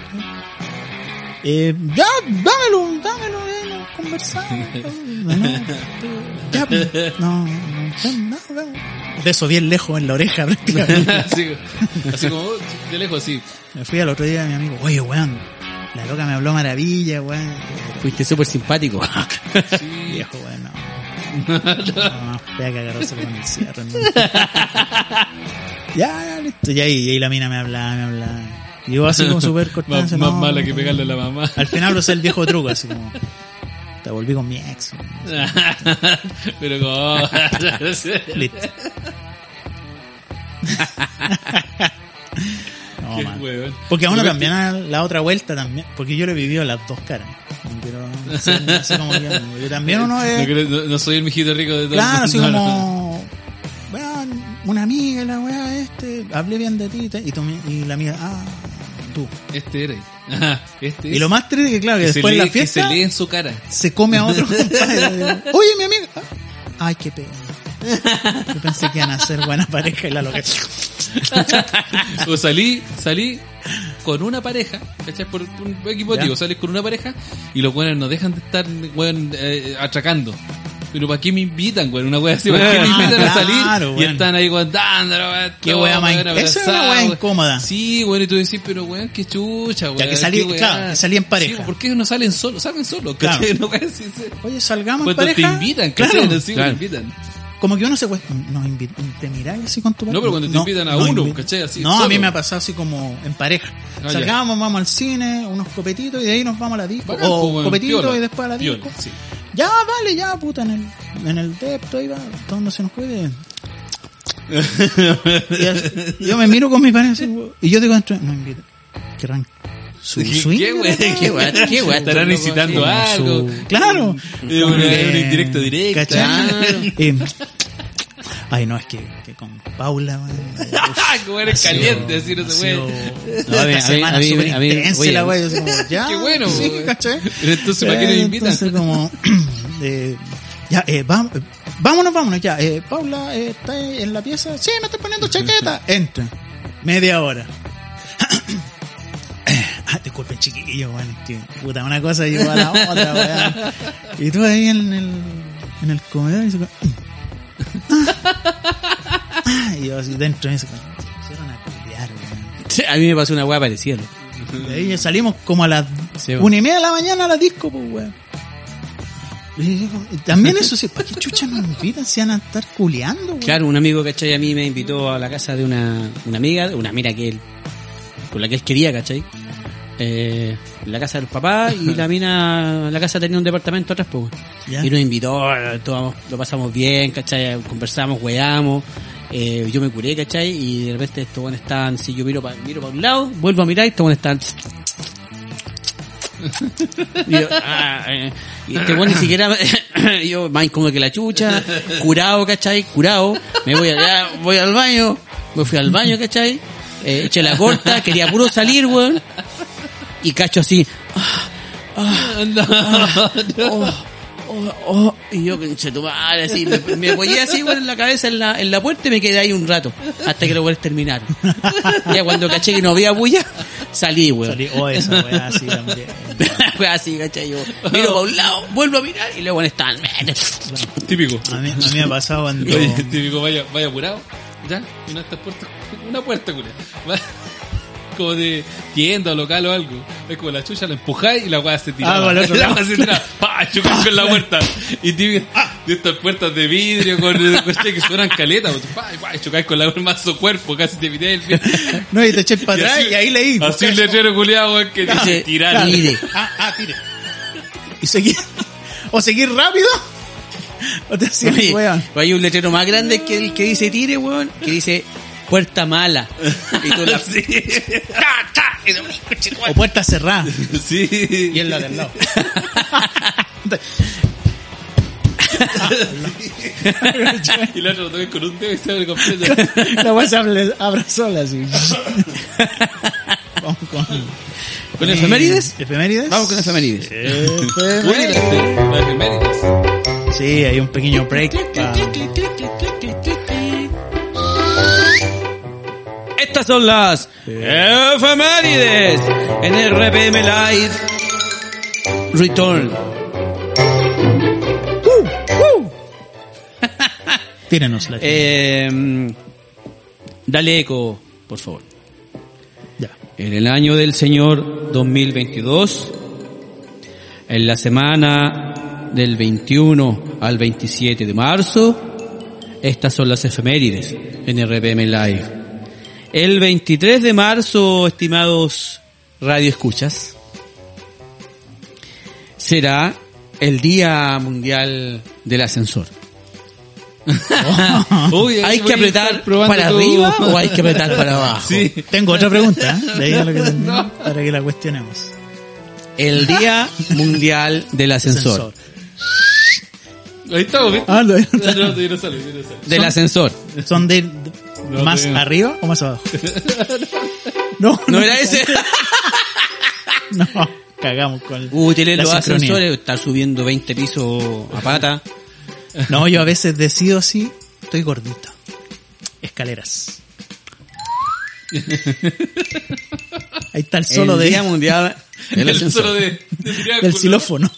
Speaker 2: Eh, ya, dámelo, dámelo, eh, no, conversamos. No, no, ya, no, no, no, no. De eso bien lejos en la oreja prácticamente.
Speaker 1: así, así como de lejos, sí.
Speaker 2: Me fui al otro día a mi amigo, oye, weón, la loca me habló maravilla, weón.
Speaker 3: Fuiste súper simpático.
Speaker 1: Sí.
Speaker 2: Viejo, weón, no. No, fea que agarrarse con el cierre, ¿no? Ya, ya, listo. Y ahí, y ahí la mina me hablaba, me hablaba. Y yo así como súper cortante.
Speaker 1: Más,
Speaker 2: no,
Speaker 1: más mala
Speaker 2: no,
Speaker 1: que
Speaker 2: no.
Speaker 1: pegarle a la mamá.
Speaker 2: Al final lo sé el viejo truco, así como, te volví con mi ex.
Speaker 1: Pero como...
Speaker 2: Listo. No,
Speaker 1: Qué
Speaker 2: man.
Speaker 1: huevón.
Speaker 2: Porque a uno
Speaker 1: Pero
Speaker 2: también a la otra vuelta también, porque yo lo he vivido las dos caras. No quiero ser así como que, yo también uno
Speaker 1: No,
Speaker 2: es,
Speaker 1: creo- no- no soy el mijito rico de todo el
Speaker 2: claro, así
Speaker 1: mundo.
Speaker 2: como, weón, una amiga, la weá este, hablé bien de ti, te- y, tú me- y la amiga, ah, tú.
Speaker 1: Este era. Ajá, este
Speaker 2: Y
Speaker 1: es.
Speaker 2: lo más triste que claro, que
Speaker 1: Que se
Speaker 2: después en
Speaker 1: lee-
Speaker 2: la fiesta
Speaker 1: que se lee en su cara.
Speaker 2: se come a otro compadre. Oye, mi amiga. Ay, qué pena. Yo pensé que iban a ser buena pareja y la loca.
Speaker 1: O salí, salí con una pareja, ¿cachai? Por un equipo,
Speaker 2: Ya.
Speaker 1: digo, salís con una pareja y los buenos no dejan de estar, weón, eh, atracando. Pero ¿para qué me invitan, weón? Una wea así, ¿para qué me invitan a salir?
Speaker 2: Claro,
Speaker 1: y
Speaker 2: weón.
Speaker 1: están ahí contando, weón.
Speaker 2: Qué
Speaker 1: todo,
Speaker 2: wea más
Speaker 1: weón,
Speaker 2: in- esa es una
Speaker 1: abrazado,
Speaker 2: wea
Speaker 1: weón.
Speaker 2: incómoda.
Speaker 1: Sí, weón, y tú decís, pero weón, qué chucha, weón.
Speaker 2: Ya que salí-
Speaker 1: qué weá.
Speaker 2: claro, que salí en pareja.
Speaker 1: Sí, ¿por qué no salen solos? Salen solos,
Speaker 2: Claro.
Speaker 1: ¿cachai? No, weón, sí, sí.
Speaker 2: Oye, salgamos en
Speaker 1: Cuando te
Speaker 2: pareja.
Speaker 1: invitan,
Speaker 2: claro.
Speaker 1: ¿cachai? Sí,
Speaker 3: claro.
Speaker 1: te invitan.
Speaker 2: Como que uno se cuesta, nos invitan, te miráis así con tu pareja.
Speaker 1: No, pero cuando te invitan a
Speaker 2: nos
Speaker 1: uno,
Speaker 2: invitan.
Speaker 1: ¿cachai? Así,
Speaker 2: No, a
Speaker 1: solo.
Speaker 2: mí me ha pasado así como en pareja.
Speaker 1: Ah,
Speaker 2: Salgamos, vamos al cine, unos copetitos y de ahí nos vamos a la disco.
Speaker 1: Bacán,
Speaker 2: o
Speaker 1: pues, weón,
Speaker 2: copetitos
Speaker 1: piola,
Speaker 2: y después a la
Speaker 1: piola,
Speaker 2: disco.
Speaker 1: sí.
Speaker 2: Ya, vale, ya, puta, en el, en el depto ahí va, donde se nos cuide. Y así- yo me miro con mi pareja así, y yo digo, dentro, no invito. ¿Qué rank? Su
Speaker 1: ¿Qué,
Speaker 2: swing,
Speaker 1: qué, weón?
Speaker 2: ¿verdad?
Speaker 1: ¿Qué, weón?
Speaker 3: Qué weón,
Speaker 1: Estarán
Speaker 3: loco,
Speaker 1: incitando
Speaker 3: así,
Speaker 1: algo.
Speaker 2: Su- Claro.
Speaker 1: Es una, es una indirecta directa.
Speaker 2: ¿Cachai? Y- ay, no, es que, que con Paula, man,
Speaker 1: Como eres
Speaker 2: ha sido-
Speaker 1: caliente, así no
Speaker 2: ha
Speaker 1: se
Speaker 2: sido
Speaker 1: puede.
Speaker 3: No, a mí-
Speaker 2: esta
Speaker 3: a mí-
Speaker 2: semana
Speaker 3: a mí-
Speaker 2: súper
Speaker 3: a mí-
Speaker 2: intensa
Speaker 3: oye,
Speaker 2: la wea, yo así como, ya,
Speaker 1: Qué bueno,
Speaker 2: sí,
Speaker 1: weón.
Speaker 2: ¿cachai?
Speaker 1: Pero entonces, ¿para qué nos
Speaker 2: Eh,
Speaker 1: invitan?
Speaker 2: Entonces como, eh, ya, eh, vam- eh, vámonos, vámonos, ya, eh, Paula, eh, ¿está en la pieza? Sí, me estoy poniendo chaqueta. Entra, media hora. Ah, disculpen, chiquillos, weón, es que, puta, una cosa lleva a la otra, weón. Y tú ahí en el, en el comedor y se ah, y yo así dentro y se pusieron a pelear, weón.
Speaker 3: A mí me pasó una weá parecida. ¿no?
Speaker 2: De ahí ya salimos como a las
Speaker 3: Sí, weón.
Speaker 2: una y media de la mañana a la disco, pues, weón. Y digo, y también eso sí, ¿para qué chucha nos invitan si van a estar culeando, weón?
Speaker 3: Claro, un amigo, ¿cachai? A mí me invitó a la casa de una, una amiga, una amiga que él, con la que él quería, ¿cachai? eh, en la casa de los papás y la mina, la casa tenía un departamento atrás, pues.
Speaker 2: ¿Ya?
Speaker 3: Y nos invitó, tomamos, lo pasamos bien, ¿cachai? Conversamos, weamos, eh, yo me curé, ¿cachai? Y de repente estos buenos estaban, si yo miro para miro pa un lado, vuelvo a mirar y estos buenos estaban... Y yo, ah, eh, y este bueno ni siquiera yo más incómodo que la chucha, curado, ¿cachai? Curado, me voy allá, voy al baño, me fui al baño, ¿cachai? Eh, eché la corta, quería puro salir, weón, y cacho así, ah, ah, ah, oh, oh, oh, y yo, pinche tu madre, así, me, me apoyé así, weón, en la cabeza en la, en la puerta y me quedé ahí un rato, hasta que los weones terminaron. Ya cuando caché que no había bulla, salí, weón.
Speaker 2: Salí, oh, esa weá así también.
Speaker 3: Fue así, ¿cachai? Yo miro para un lado, vuelvo a mirar y luego están.
Speaker 1: Típico.
Speaker 2: A mí, a mí me ha pasado cuando...
Speaker 1: Oye, típico, vaya, vaya apurado. Ya, y una de estas puertas, una puerta, culia. Va- Como de tienda o local o algo. Es como la chucha, la empujáis y la weá se tira.
Speaker 2: Ah, para el otro
Speaker 1: la
Speaker 2: lado.
Speaker 1: weá se tira. ¡Pah! Chocas con la puerta. Y típico, de estas puertas de vidrio con cuestiones que suenan caleta. ¡Pah! ¡Pah! Chocáis con la weá más su cuerpo, casi te pité el pie.
Speaker 2: No, y te eché para atrás y, ahí leí.
Speaker 1: Así un letrero culiado, weón, que dice
Speaker 3: Dice,
Speaker 1: tirar.
Speaker 3: tire.
Speaker 2: Ah, ah, tire. Y seguir. O seguir rápido. O te hacías,
Speaker 3: Oye,
Speaker 2: weón.
Speaker 3: hay un letrero más grande que el que dice tire, weón, que dice puerta mala. Y tú la...
Speaker 1: Sí.
Speaker 3: ¡Ta, ta! Y tú, "Coche, tu madre".
Speaker 2: O puerta cerrada.
Speaker 1: Sí.
Speaker 2: Y en la del lado.
Speaker 1: Y la otra lo toqué con un dedo y se abre completo.
Speaker 2: La weá se abre, abra sola así. Vamos con...
Speaker 3: ¿Con efemérides?
Speaker 2: ¿Efemérides?
Speaker 3: Vamos con efemérides.
Speaker 1: Oye,
Speaker 2: Efemérides.
Speaker 1: las efemérides.
Speaker 2: Sí, hay un pequeño break. pa-
Speaker 3: Estas son las efemérides en R P M Live Return.
Speaker 2: Tírenos la
Speaker 3: Eh, dale eco, por favor.
Speaker 2: Ya.
Speaker 3: En el año del Señor dos mil veintidós, en la semana del veintiuno al veintisiete de marzo, estas son las efemérides en R P M Live. El veintitrés de marzo, estimados radioescuchas, será el Día Mundial del Ascensor.
Speaker 1: Uy,
Speaker 3: ¿Hay
Speaker 1: voy
Speaker 3: que
Speaker 1: a
Speaker 3: apretar
Speaker 1: estar probando
Speaker 3: para
Speaker 1: tu-
Speaker 3: arriba o hay que apretar para abajo?
Speaker 1: Sí.
Speaker 2: Tengo otra pregunta, ¿eh? De ahí a lo que termino, para que la cuestionemos.
Speaker 3: El Día Mundial del Ascensor.
Speaker 1: Ahí estamos, ¿viste?
Speaker 2: Ah, lo-
Speaker 1: No, no, todavía no sale, todavía no sale.
Speaker 3: Del ascensor.
Speaker 2: ¿Son de
Speaker 1: No,
Speaker 2: más
Speaker 1: todavía no.
Speaker 2: arriba o más abajo? No,
Speaker 3: ¿No era ese?
Speaker 2: No, cagamos con el-
Speaker 3: Uh, tiene
Speaker 2: la
Speaker 3: los
Speaker 2: sincronía.
Speaker 3: ascensores, está subiendo veinte pisos a pata.
Speaker 2: No, yo a veces decido así, estoy gordito. Escaleras. Ahí está el solo
Speaker 3: el
Speaker 2: de,
Speaker 3: Día Mundial del
Speaker 1: El
Speaker 3: Ascensor.
Speaker 1: solo de, de triángulo.
Speaker 2: del xilófono.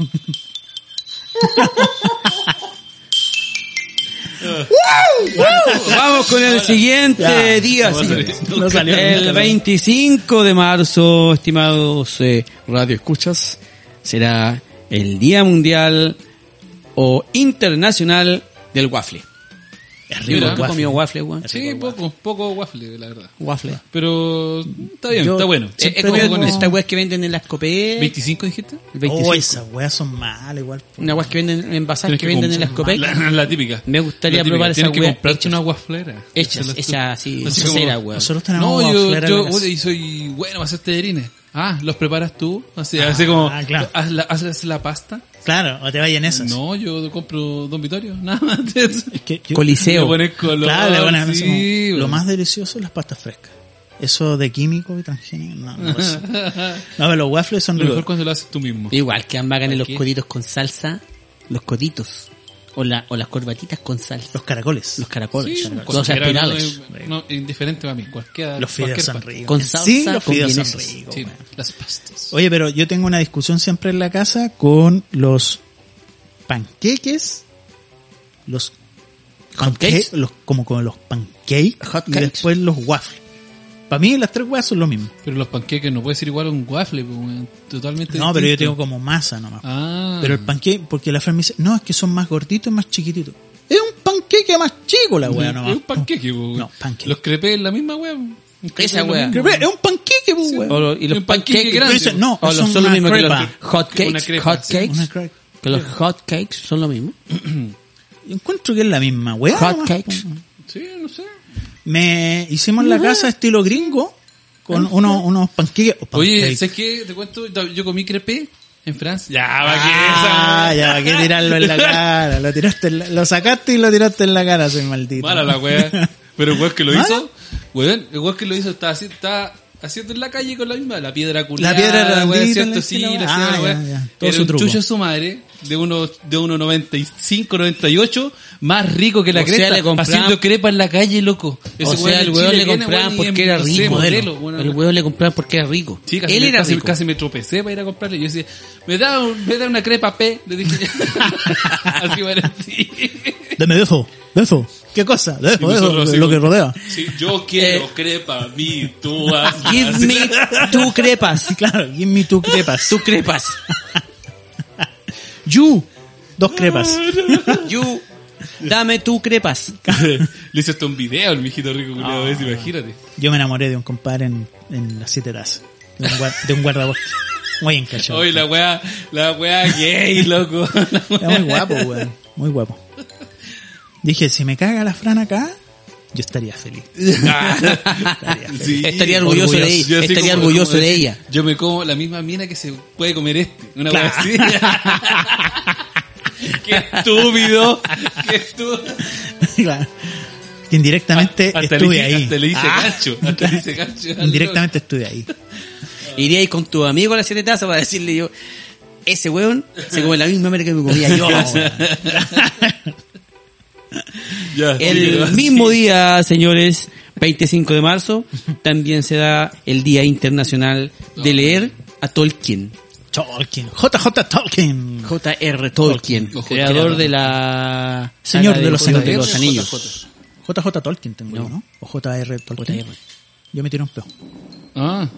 Speaker 3: Vamos con el siguiente
Speaker 2: Ya,
Speaker 3: día.
Speaker 1: no va a
Speaker 3: señores.
Speaker 1: salir.
Speaker 2: No salió
Speaker 3: El
Speaker 2: nunca,
Speaker 3: veinticinco de marzo, estimados eh, radio escuchas, será el Día Mundial o Internacional del Waffle.
Speaker 2: Es
Speaker 1: Mira,
Speaker 2: rico el
Speaker 3: ¿Tú
Speaker 2: waffle.
Speaker 3: comió waffle, weón?
Speaker 1: Sí, poco, poco waffle, la verdad.
Speaker 3: Waffle.
Speaker 1: Pero está bien,
Speaker 2: Yo-
Speaker 1: está bueno.
Speaker 3: Eh,
Speaker 2: Siempre
Speaker 3: He comido
Speaker 2: como-
Speaker 3: estas weas que venden en las copé.
Speaker 1: ¿veinticinco dijiste?
Speaker 3: El veinticinco.
Speaker 2: Oh, esas weas son malas igual. po.
Speaker 3: Una weas que venden en bazar
Speaker 1: Tienes
Speaker 3: que venden en las
Speaker 1: comprar-
Speaker 3: copé.
Speaker 1: La, la típica.
Speaker 3: Me gustaría
Speaker 1: La típica.
Speaker 3: probar esa
Speaker 1: Tienes que
Speaker 3: wea
Speaker 1: comprarte
Speaker 3: hechas.
Speaker 1: una wafflera.
Speaker 3: Hechas,
Speaker 1: Esa es la-
Speaker 3: hechas así,
Speaker 1: Así como-
Speaker 3: cera, weón.
Speaker 2: Nosotros tenemos
Speaker 1: No, yo,
Speaker 2: wafflera en
Speaker 1: yo
Speaker 2: la casa.
Speaker 1: uy, soy bueno para hacer tallarines. Ah, ¿los preparas tú? Así, así como,
Speaker 2: Ah, claro.
Speaker 1: haz la, haces la pasta.
Speaker 2: Claro, o te vayan esas.
Speaker 1: No, yo compro Don Vitorio, nada más. de eso.
Speaker 2: Es que yo-
Speaker 3: Coliseo.
Speaker 1: Le pones color,
Speaker 2: Claro, le ponen así
Speaker 1: sí,
Speaker 2: como- lo
Speaker 1: bueno.
Speaker 2: más delicioso es las pastas frescas. Eso de químico y transgénico, no, no lo sé. No, pero los waffles son
Speaker 1: Lo mejor
Speaker 2: ricos.
Speaker 1: cuando lo haces tú mismo.
Speaker 3: Igual que han bacán en los
Speaker 1: ¿Qué?
Speaker 3: coditos con salsa, los coditos. O, la, o las corbatitas con salsa.
Speaker 2: Los caracoles.
Speaker 3: Los caracoles.
Speaker 1: Sí,
Speaker 3: caracoles.
Speaker 1: cualquiera,
Speaker 3: Los espirales.
Speaker 1: No, no, indiferente para mí. Cualquiera,
Speaker 2: Los fideos
Speaker 1: cualquier
Speaker 2: son
Speaker 1: pasta.
Speaker 2: ricos.
Speaker 3: Con
Speaker 2: En
Speaker 3: salsa,
Speaker 2: sí, los
Speaker 3: con
Speaker 2: fideos son
Speaker 3: vieneses.
Speaker 2: ricos.
Speaker 1: Sí,
Speaker 2: man.
Speaker 1: las pastas.
Speaker 2: Oye, pero yo tengo una discusión siempre en la casa con los panqueques, los
Speaker 3: ¿Hotcakes?
Speaker 2: panque- los como con los pancakes y
Speaker 3: Hotcakes.
Speaker 2: después los waffles. Para mí las tres weas son lo mismo.
Speaker 1: Pero los panqueques no puede ser igual a un waffle, pues, weón. Totalmente
Speaker 2: No, pero yo
Speaker 1: distinto.
Speaker 2: tengo como masa nomás.
Speaker 1: Ah.
Speaker 2: Pero el panqueque, porque la Fran me dice, no, es que son más gorditos y más chiquititos. Es un panqueque más chico la wea
Speaker 1: Es
Speaker 2: nomás.
Speaker 1: un panqueque, pues, weón.
Speaker 2: No, panqueque.
Speaker 1: Los crepes es la misma weón.
Speaker 3: Esa weá.
Speaker 2: Crepe, es un panqueque, pues, weón.
Speaker 3: O lo- y los
Speaker 1: Un panqueque
Speaker 3: pancakes
Speaker 1: grande.
Speaker 2: Pero eso- no,
Speaker 3: o
Speaker 2: son
Speaker 3: los- son lo
Speaker 2: una
Speaker 3: mismo que los
Speaker 2: crepa.
Speaker 3: hot
Speaker 1: Una
Speaker 3: cakes,
Speaker 1: crepa,
Speaker 3: hot
Speaker 1: sí.
Speaker 3: cakes,
Speaker 2: Una cre-
Speaker 3: que los hot cakes son lo mismo.
Speaker 2: Yo encuentro que es la misma weá.
Speaker 3: Hot
Speaker 2: nomás,
Speaker 3: cakes.
Speaker 2: pues.
Speaker 1: Sí, no sé.
Speaker 2: Me hicimos en la casa estilo gringo con unos, unos panqueques. o
Speaker 1: Oye,
Speaker 2: pancakes.
Speaker 1: ¿sabes qué? Te cuento, yo comí crepe en Francia. Ya, va
Speaker 2: Ah,
Speaker 1: que
Speaker 2: ya, ¿para qué tirarlo en la cara? Lo tiraste, en la- lo sacaste y lo tiraste en la cara, soy maldito.
Speaker 1: Mala la weá. Pero el weón que lo
Speaker 2: ¿Mala?
Speaker 1: hizo, weón, el weón que lo hizo estaba así, estaba haciendo en la calle con la misma, la piedra culada.
Speaker 2: La piedra
Speaker 1: weón,
Speaker 2: redondita,
Speaker 1: ¿cierto?
Speaker 2: la
Speaker 1: Sí,
Speaker 2: estilo,
Speaker 1: la
Speaker 2: ah,
Speaker 1: hacía la
Speaker 2: ya,
Speaker 1: weá.
Speaker 2: ya. Todo
Speaker 1: Era
Speaker 2: su
Speaker 1: un
Speaker 2: truco.
Speaker 1: chucho de su madre, de uno, de uno noventa y cinco, noventa y ocho, más rico que la
Speaker 3: O sea,
Speaker 1: cresta,
Speaker 3: le compraban-
Speaker 1: haciendo crepa en la calle, loco. Ese
Speaker 3: O
Speaker 1: weón
Speaker 3: sea,
Speaker 1: en
Speaker 3: el weón
Speaker 1: Chile
Speaker 3: le
Speaker 1: viene,
Speaker 3: compraban
Speaker 1: weón, y
Speaker 3: porque
Speaker 1: en-
Speaker 3: era
Speaker 1: no sé,
Speaker 3: rico.
Speaker 1: modelo, weón.
Speaker 3: El weón le compraban porque era rico.
Speaker 1: Sí, casi,
Speaker 3: Él
Speaker 1: me,
Speaker 3: era
Speaker 1: casi,
Speaker 3: rico.
Speaker 1: casi me tropecé para ir a comprarle. Yo decía, me da, un- me da una crepa P. Le dije, así va así.
Speaker 2: Deme de eso, de eso. ¿Qué cosa? De
Speaker 1: Y
Speaker 2: eso, de eso,
Speaker 1: nosotros así
Speaker 2: lo
Speaker 1: como-
Speaker 2: que rodea.
Speaker 1: Sí, yo quiero
Speaker 3: Eh,
Speaker 1: crepa, mi, tú haz.
Speaker 3: Give me two crepas.
Speaker 2: Claro, give me two crepas.
Speaker 3: Two crepas.
Speaker 2: You, dos crepas.
Speaker 3: You, dame two crepas.
Speaker 1: Le hice hasta un video al mijito rico, culiao, ves, imagínate.
Speaker 2: Yo me enamoré de un compadre en, en las siete tazas. De un, guar- de un guardabosque. Muy encachado.
Speaker 1: Oye, la weá, la weá gay, loco.
Speaker 2: Era muy guapo, weón. Muy guapo. Dije, si me caga la Fran acá, yo estaría feliz.
Speaker 1: Sí,
Speaker 3: Estaría orgulloso de ella.
Speaker 1: Yo así
Speaker 3: Estaría
Speaker 1: como-
Speaker 3: orgulloso
Speaker 1: como
Speaker 3: de
Speaker 1: decir,
Speaker 3: ella.
Speaker 1: Yo me como la misma mina que se puede comer este. Una weá así. Qué estúpido. Qué estúpido.
Speaker 2: Claro. Que indirectamente
Speaker 1: Hasta le
Speaker 2: estuve
Speaker 1: hice-
Speaker 2: ahí.
Speaker 1: Hasta le hice
Speaker 2: Ah.
Speaker 1: gancho. Hasta le hice gancho. al
Speaker 2: Indirectamente estuve ahí.
Speaker 3: Iría ahí con tu amigo a la siete tazas para decirle yo, ese weón se come la misma merca que me comía yo. weón.
Speaker 1: Ya,
Speaker 3: El
Speaker 1: sí,
Speaker 3: mismo
Speaker 1: sí.
Speaker 3: día, señores, veinticinco de marzo, también se da el Día Internacional de Leer a Tolkien.
Speaker 2: Tolkien. J J Tolkien.
Speaker 3: J R Tolkien,
Speaker 1: Ojo,
Speaker 3: creador
Speaker 1: creador.
Speaker 3: de la...
Speaker 2: Señor
Speaker 3: saga
Speaker 2: de los
Speaker 3: Señor de
Speaker 2: Anillos.
Speaker 3: los Anillos.
Speaker 2: J J Tolkien tengo
Speaker 3: No.
Speaker 2: yo, ¿no? O J R Tolkien.
Speaker 3: J R.
Speaker 2: Yo me tiro un peo.
Speaker 1: Ah.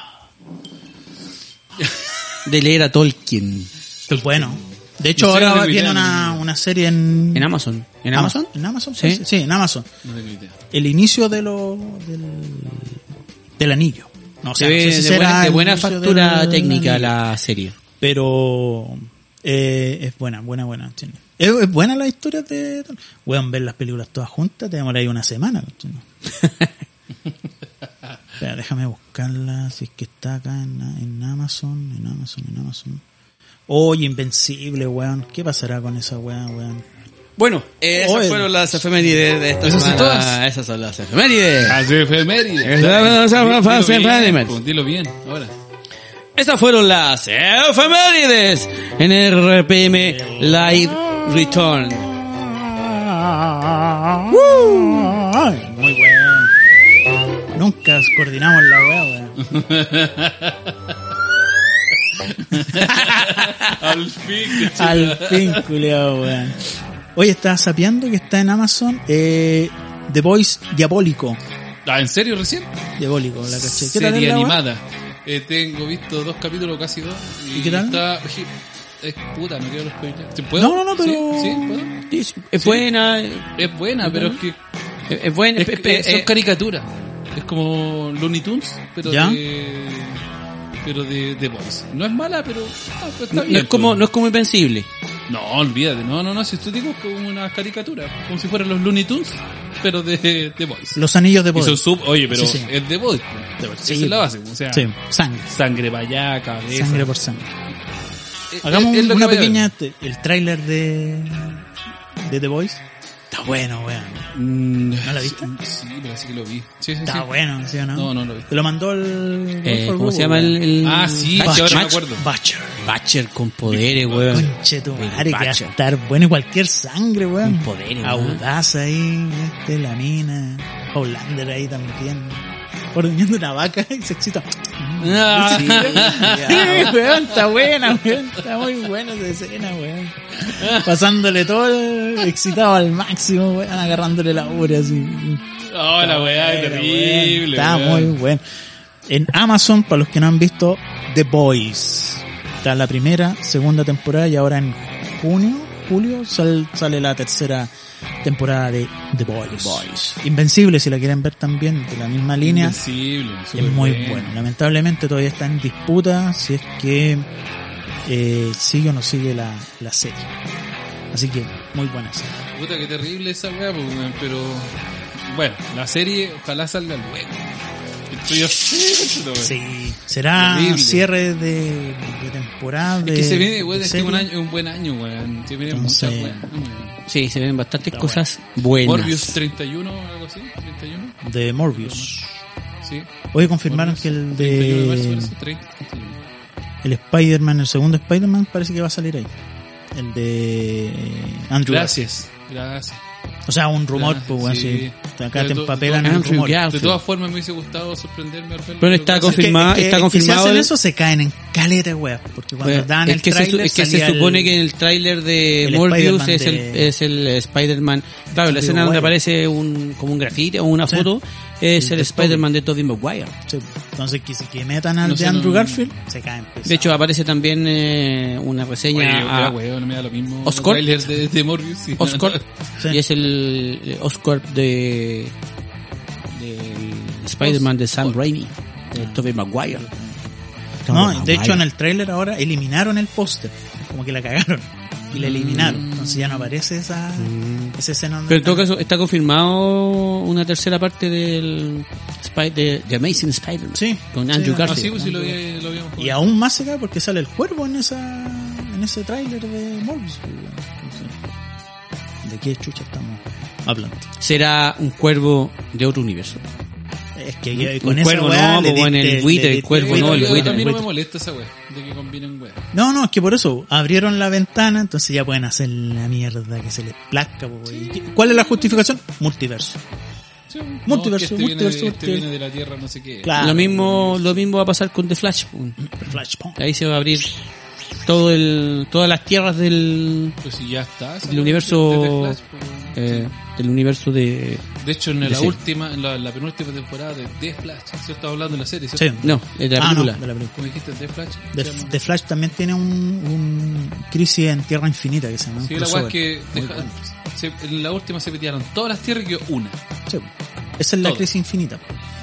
Speaker 3: De leer a Tolkien.
Speaker 2: Es bueno. De hecho,
Speaker 1: No sé, no
Speaker 2: ahora
Speaker 1: tengo
Speaker 2: viene
Speaker 1: idea, no
Speaker 2: una,
Speaker 1: tengo idea.
Speaker 2: una serie en...
Speaker 3: ¿En Amazon? ¿En Amazon?
Speaker 2: En Amazon,
Speaker 3: Sí.
Speaker 2: sí. Sí, en Amazon.
Speaker 1: No tengo idea.
Speaker 2: El inicio de lo, del, del anillo. No, o sea,
Speaker 3: Se
Speaker 2: no
Speaker 3: ve
Speaker 2: sé si
Speaker 3: de
Speaker 2: será
Speaker 3: buena, de
Speaker 2: el
Speaker 3: buena
Speaker 2: inicio
Speaker 3: factura
Speaker 2: del
Speaker 3: técnica
Speaker 2: anillo.
Speaker 3: la serie.
Speaker 2: Pero eh, es buena, buena, buena. sí. Es, es buena la historia de... Weón, ver las películas todas juntas te demora ahí una semana. ¿sí? Espera, déjame buscarla, si es que está acá en, en Amazon, en Amazon, en Amazon. Oye, Invencible, weón. ¿Qué pasará con esa weón, weón?
Speaker 3: Bueno, eh, esas
Speaker 2: Oye.
Speaker 3: fueron las efemérides de esta
Speaker 1: ¿Esas son
Speaker 3: semana.
Speaker 1: todas?
Speaker 3: Esas son las efemérides.
Speaker 1: Así efemérides.
Speaker 3: Esas son las
Speaker 1: Dilo bien,
Speaker 3: efemérides.
Speaker 1: pues, Dilo bien, ahora.
Speaker 3: Esas fueron las efemérides en R P M Live Return.
Speaker 2: Ay, muy bueno. Nunca coordinamos la weá, weón.
Speaker 1: Al fin, que
Speaker 2: Al fin, culiao, weón. Oye, estaba sapeando que está en Amazon eh, The Voice Diabólico.
Speaker 1: Ah, ¿en serio recién?
Speaker 2: Diabólico, la caché. ¿Qué tal es
Speaker 1: Serie
Speaker 2: la weá?
Speaker 1: animada. Eh, tengo visto dos capítulos, casi dos.
Speaker 2: ¿Y qué tal?
Speaker 1: Está... Es puta, no quiero spoiler. ¿Se puede?
Speaker 2: No, no, no, pero-
Speaker 1: Sí, sí, puedo.
Speaker 3: Sí, sí, es buena.
Speaker 1: Es buena, pero es que...
Speaker 3: Es, es buena.
Speaker 1: Es,
Speaker 3: es-
Speaker 1: que
Speaker 3: es-
Speaker 1: son
Speaker 3: es-
Speaker 1: caricaturas. Es como Looney Tunes, pero
Speaker 2: ¿Ya?
Speaker 1: de... Pero de, de voice. No es mala, pero... ah, pues está
Speaker 3: no,
Speaker 1: bien,
Speaker 3: no es como,
Speaker 1: pues.
Speaker 3: no es como Invencible.
Speaker 1: No, olvídate. No, no, no. Si tú digo como una caricatura. Como si fueran los Looney Tunes, pero de, de voice.
Speaker 2: Los anillos de
Speaker 1: Y
Speaker 2: poder.
Speaker 1: son sub... Oye, pero
Speaker 2: Sí, sí.
Speaker 1: es de voice.
Speaker 2: De voice,
Speaker 1: Esa
Speaker 2: sí,
Speaker 1: es la
Speaker 2: pues.
Speaker 1: base. O sea,
Speaker 2: Sí, sangre.
Speaker 1: sangre para allá, cabeza.
Speaker 2: Sangre por sangre.
Speaker 1: Eh,
Speaker 2: Hagamos
Speaker 1: es- es lo
Speaker 2: una
Speaker 1: que voy a
Speaker 2: pequeña... El tráiler de... De The Voice. Está bueno, weón.
Speaker 1: Mm,
Speaker 2: ¿No la viste?
Speaker 1: Sí, pero sí que lo vi. Sí, sí,
Speaker 2: Está
Speaker 1: sí.
Speaker 2: bueno, ¿sí o no?
Speaker 1: No, no lo vi.
Speaker 2: Te lo mandó el...
Speaker 3: Eh,
Speaker 2: Rodolfo
Speaker 3: ¿Cómo se
Speaker 2: Hugo,
Speaker 3: llama el,
Speaker 2: weón.
Speaker 3: el-
Speaker 1: Ah, sí,
Speaker 3: Batch-
Speaker 1: que ahora me
Speaker 3: Batch-
Speaker 1: acuerdo.
Speaker 2: Butcher.
Speaker 3: Batcher con poderes, weón.
Speaker 2: Conche tu madre, que va a
Speaker 3: Butcher.
Speaker 2: estar bueno y cualquier sangre, weón.
Speaker 3: Con poderes, weón.
Speaker 2: Audaz ahí, este, la mina. Hollander ahí también. Ordeñando una vaca y se excita.
Speaker 1: Ah,
Speaker 2: Sí, weón, está buena, weón. Está muy buena esa escena, weón. Pasándole todo el- excitado al máximo, weón. Agarrándole la ubre así.
Speaker 1: Oh, la weá,
Speaker 2: Está
Speaker 1: terrible.
Speaker 2: weón, Está
Speaker 1: weón.
Speaker 2: muy bueno. En Amazon, para los que no han visto, The Boys. Está la primera, segunda temporada y ahora en junio, julio, sal- sale la tercera temporada de The Boys.
Speaker 3: The Boys.
Speaker 2: Invencible, si la quieren ver también, de la misma línea.
Speaker 1: Invencible,
Speaker 2: Es
Speaker 1: súper
Speaker 2: muy
Speaker 1: bueno.
Speaker 2: bueno. Lamentablemente todavía está en disputa si es que eh, sigue o no sigue la, la serie. Así que muy buena serie.
Speaker 1: Puta, qué terrible esa weá, pues, weón, pero bueno, la serie ojalá salga luego. Estoy así, no, weón.
Speaker 2: Sí, será
Speaker 1: Terrible.
Speaker 2: cierre de, de temporada. De,
Speaker 1: Es que se viene, weón,
Speaker 2: de
Speaker 1: este es un,
Speaker 2: serie.
Speaker 1: año, un buen año, weón. Se vienen
Speaker 2: Entonces,
Speaker 1: muchas weas, weón.
Speaker 3: Sí, se ven bastantes
Speaker 2: Está
Speaker 3: cosas buenas.
Speaker 1: Morbius treinta y uno, algo así, treinta y uno.
Speaker 2: De Morbius.
Speaker 1: Sí.
Speaker 2: Hoy confirmaron
Speaker 1: Morbius,
Speaker 2: que el
Speaker 1: treinta y uno marzo,
Speaker 2: de
Speaker 1: parece, treinta, treinta y uno.
Speaker 2: el Spider-Man, el segundo Spider-Man parece que va a salir ahí. El de Andrew.
Speaker 1: Gracias, gracias.
Speaker 2: O sea, un rumor,
Speaker 1: Gracias,
Speaker 2: pues, weón,
Speaker 1: sí.
Speaker 2: si acá te
Speaker 1: Pero to-
Speaker 2: empapelan
Speaker 3: to-
Speaker 2: el
Speaker 3: Andrew
Speaker 2: rumor.
Speaker 3: Garfield.
Speaker 1: De todas formas me hubiese gustado sorprenderme al verlo,
Speaker 3: Pero está
Speaker 1: gracias.
Speaker 3: confirmado.
Speaker 2: Es que-
Speaker 3: está
Speaker 2: es que
Speaker 3: confirmado
Speaker 2: si hacen
Speaker 3: el-
Speaker 2: eso se caen en caleta, weón. Porque cuando
Speaker 3: Pues,
Speaker 2: dan
Speaker 3: es
Speaker 2: el
Speaker 3: que, se, su-
Speaker 2: tráiler
Speaker 3: es que se
Speaker 2: salía el-
Speaker 3: supone que en el tráiler de
Speaker 2: el
Speaker 3: Morbius
Speaker 2: Spider-Man
Speaker 3: es el,
Speaker 2: de-
Speaker 3: es el Spider-Man. Claro, la
Speaker 2: Tobey
Speaker 3: escena donde
Speaker 2: Maguire.
Speaker 3: aparece un, como un grafiti o una
Speaker 2: Sí.
Speaker 3: foto es
Speaker 2: El
Speaker 3: el
Speaker 2: de
Speaker 3: Spider-Man de Tobey Maguire.
Speaker 2: Sí, entonces que, si- que metan al
Speaker 1: No
Speaker 2: de
Speaker 1: sé,
Speaker 2: Andrew
Speaker 1: no-
Speaker 2: Garfield, se caen pesados.
Speaker 3: De hecho, aparece también eh, una reseña
Speaker 1: Oye,
Speaker 3: a
Speaker 1: ya, weón, no me da lo mismo.
Speaker 3: Oscorp.
Speaker 1: El tráiler de, de Morbius. Sí.
Speaker 3: Oscorp,
Speaker 2: Sí.
Speaker 3: y es el eh, Oscorp de, de Spider-Man de Sam Raimi, de Tobey Maguire.
Speaker 2: No,
Speaker 3: Tobey
Speaker 2: de hecho
Speaker 3: Maguire.
Speaker 2: en el tráiler ahora eliminaron el póster, como que la cagaron y la eliminaron, entonces ya no aparece esa, esa escena. donde
Speaker 3: Pero en todo
Speaker 2: están-
Speaker 3: caso, está confirmado una tercera parte del Spy- de, de Amazing Spider-Man.
Speaker 2: Sí,
Speaker 3: Con
Speaker 2: sí,
Speaker 3: Andrew
Speaker 2: ah,
Speaker 1: Ah,
Speaker 3: Garfield.
Speaker 1: sí, pues sí lo, vi, lo habíamos
Speaker 2: Y
Speaker 1: jugado.
Speaker 2: aún más se cae porque sale el cuervo en esa en ese tráiler de Morbius. Entonces, ¿de qué chucha estamos hablando?
Speaker 3: Será un cuervo de otro universo.
Speaker 2: Es que ya
Speaker 3: Un
Speaker 2: con esa
Speaker 3: cuervo
Speaker 2: weá
Speaker 3: no,
Speaker 2: le
Speaker 3: pues, en el
Speaker 2: diste-
Speaker 3: buitre,
Speaker 2: le
Speaker 3: el
Speaker 2: diste-
Speaker 3: cuervo
Speaker 1: Oye,
Speaker 3: no, el
Speaker 1: yo-
Speaker 3: buitre,
Speaker 1: a mí
Speaker 3: el
Speaker 1: no me
Speaker 3: buitre.
Speaker 1: molesta esa weá, de que combinen weá.
Speaker 2: No, no, es que por eso abrieron la ventana, entonces ya pueden hacer la mierda que se les plazca. po, y- ¿Cuál es la justificación? Multiverso.
Speaker 1: Sí,
Speaker 2: Multiverso,
Speaker 1: no, que este
Speaker 2: multiverso,
Speaker 1: Viene, este
Speaker 2: multiverso.
Speaker 1: viene de la Tierra, no sé qué.
Speaker 2: Claro.
Speaker 3: Lo mismo, lo mismo va a pasar con The Flash. pues.
Speaker 2: Flashpoint.
Speaker 3: Ahí se va a abrir todo el, todas las tierras del,
Speaker 1: Pues si ya está. esa
Speaker 3: del
Speaker 1: weá,
Speaker 3: universo,
Speaker 1: de- de Flash, pues.
Speaker 3: eh, del universo de,
Speaker 1: De hecho, en la
Speaker 3: de serie.
Speaker 1: última, en la, la penúltima temporada de The Flash, ¿sí estaba hablando de la serie? ¿cierto?
Speaker 2: Sí.
Speaker 3: no, de la
Speaker 2: Ah, no,
Speaker 3: película.
Speaker 2: de la película.
Speaker 1: ¿Cómo dijiste? The Flash.
Speaker 2: The,
Speaker 1: Se llama-
Speaker 2: The Flash también tiene un, un crisis en Tierra Infinita que se llama. un
Speaker 1: Sí, la weá es
Speaker 2: crossover.
Speaker 1: que
Speaker 2: Muy
Speaker 1: deja-
Speaker 2: bueno.
Speaker 1: se- en la última se pitearon todas las tierras y quedó una.
Speaker 2: Sí. Esa es la
Speaker 1: Todo.
Speaker 2: crisis infinita.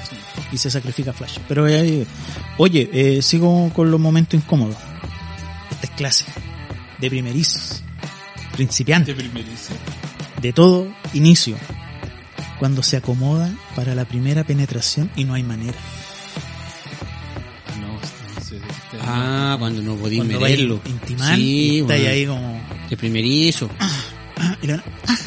Speaker 2: Y se sacrifica Flash. Pero ahí, oye, eh, sigo con los momentos incómodos. Esta es clásica. De primerizos. Principiante.
Speaker 1: De primerizo.
Speaker 2: De todo inicio. Cuando se acomoda para la primera penetración y no hay manera.
Speaker 1: Ah, no, no sé, este-
Speaker 3: Ah, cuando no podí
Speaker 2: Cuando vais
Speaker 3: meterlo.
Speaker 2: a intimar
Speaker 3: Sí,
Speaker 2: y estáis
Speaker 3: bueno.
Speaker 2: ahí como...
Speaker 3: De primerizo.
Speaker 2: ah, y le-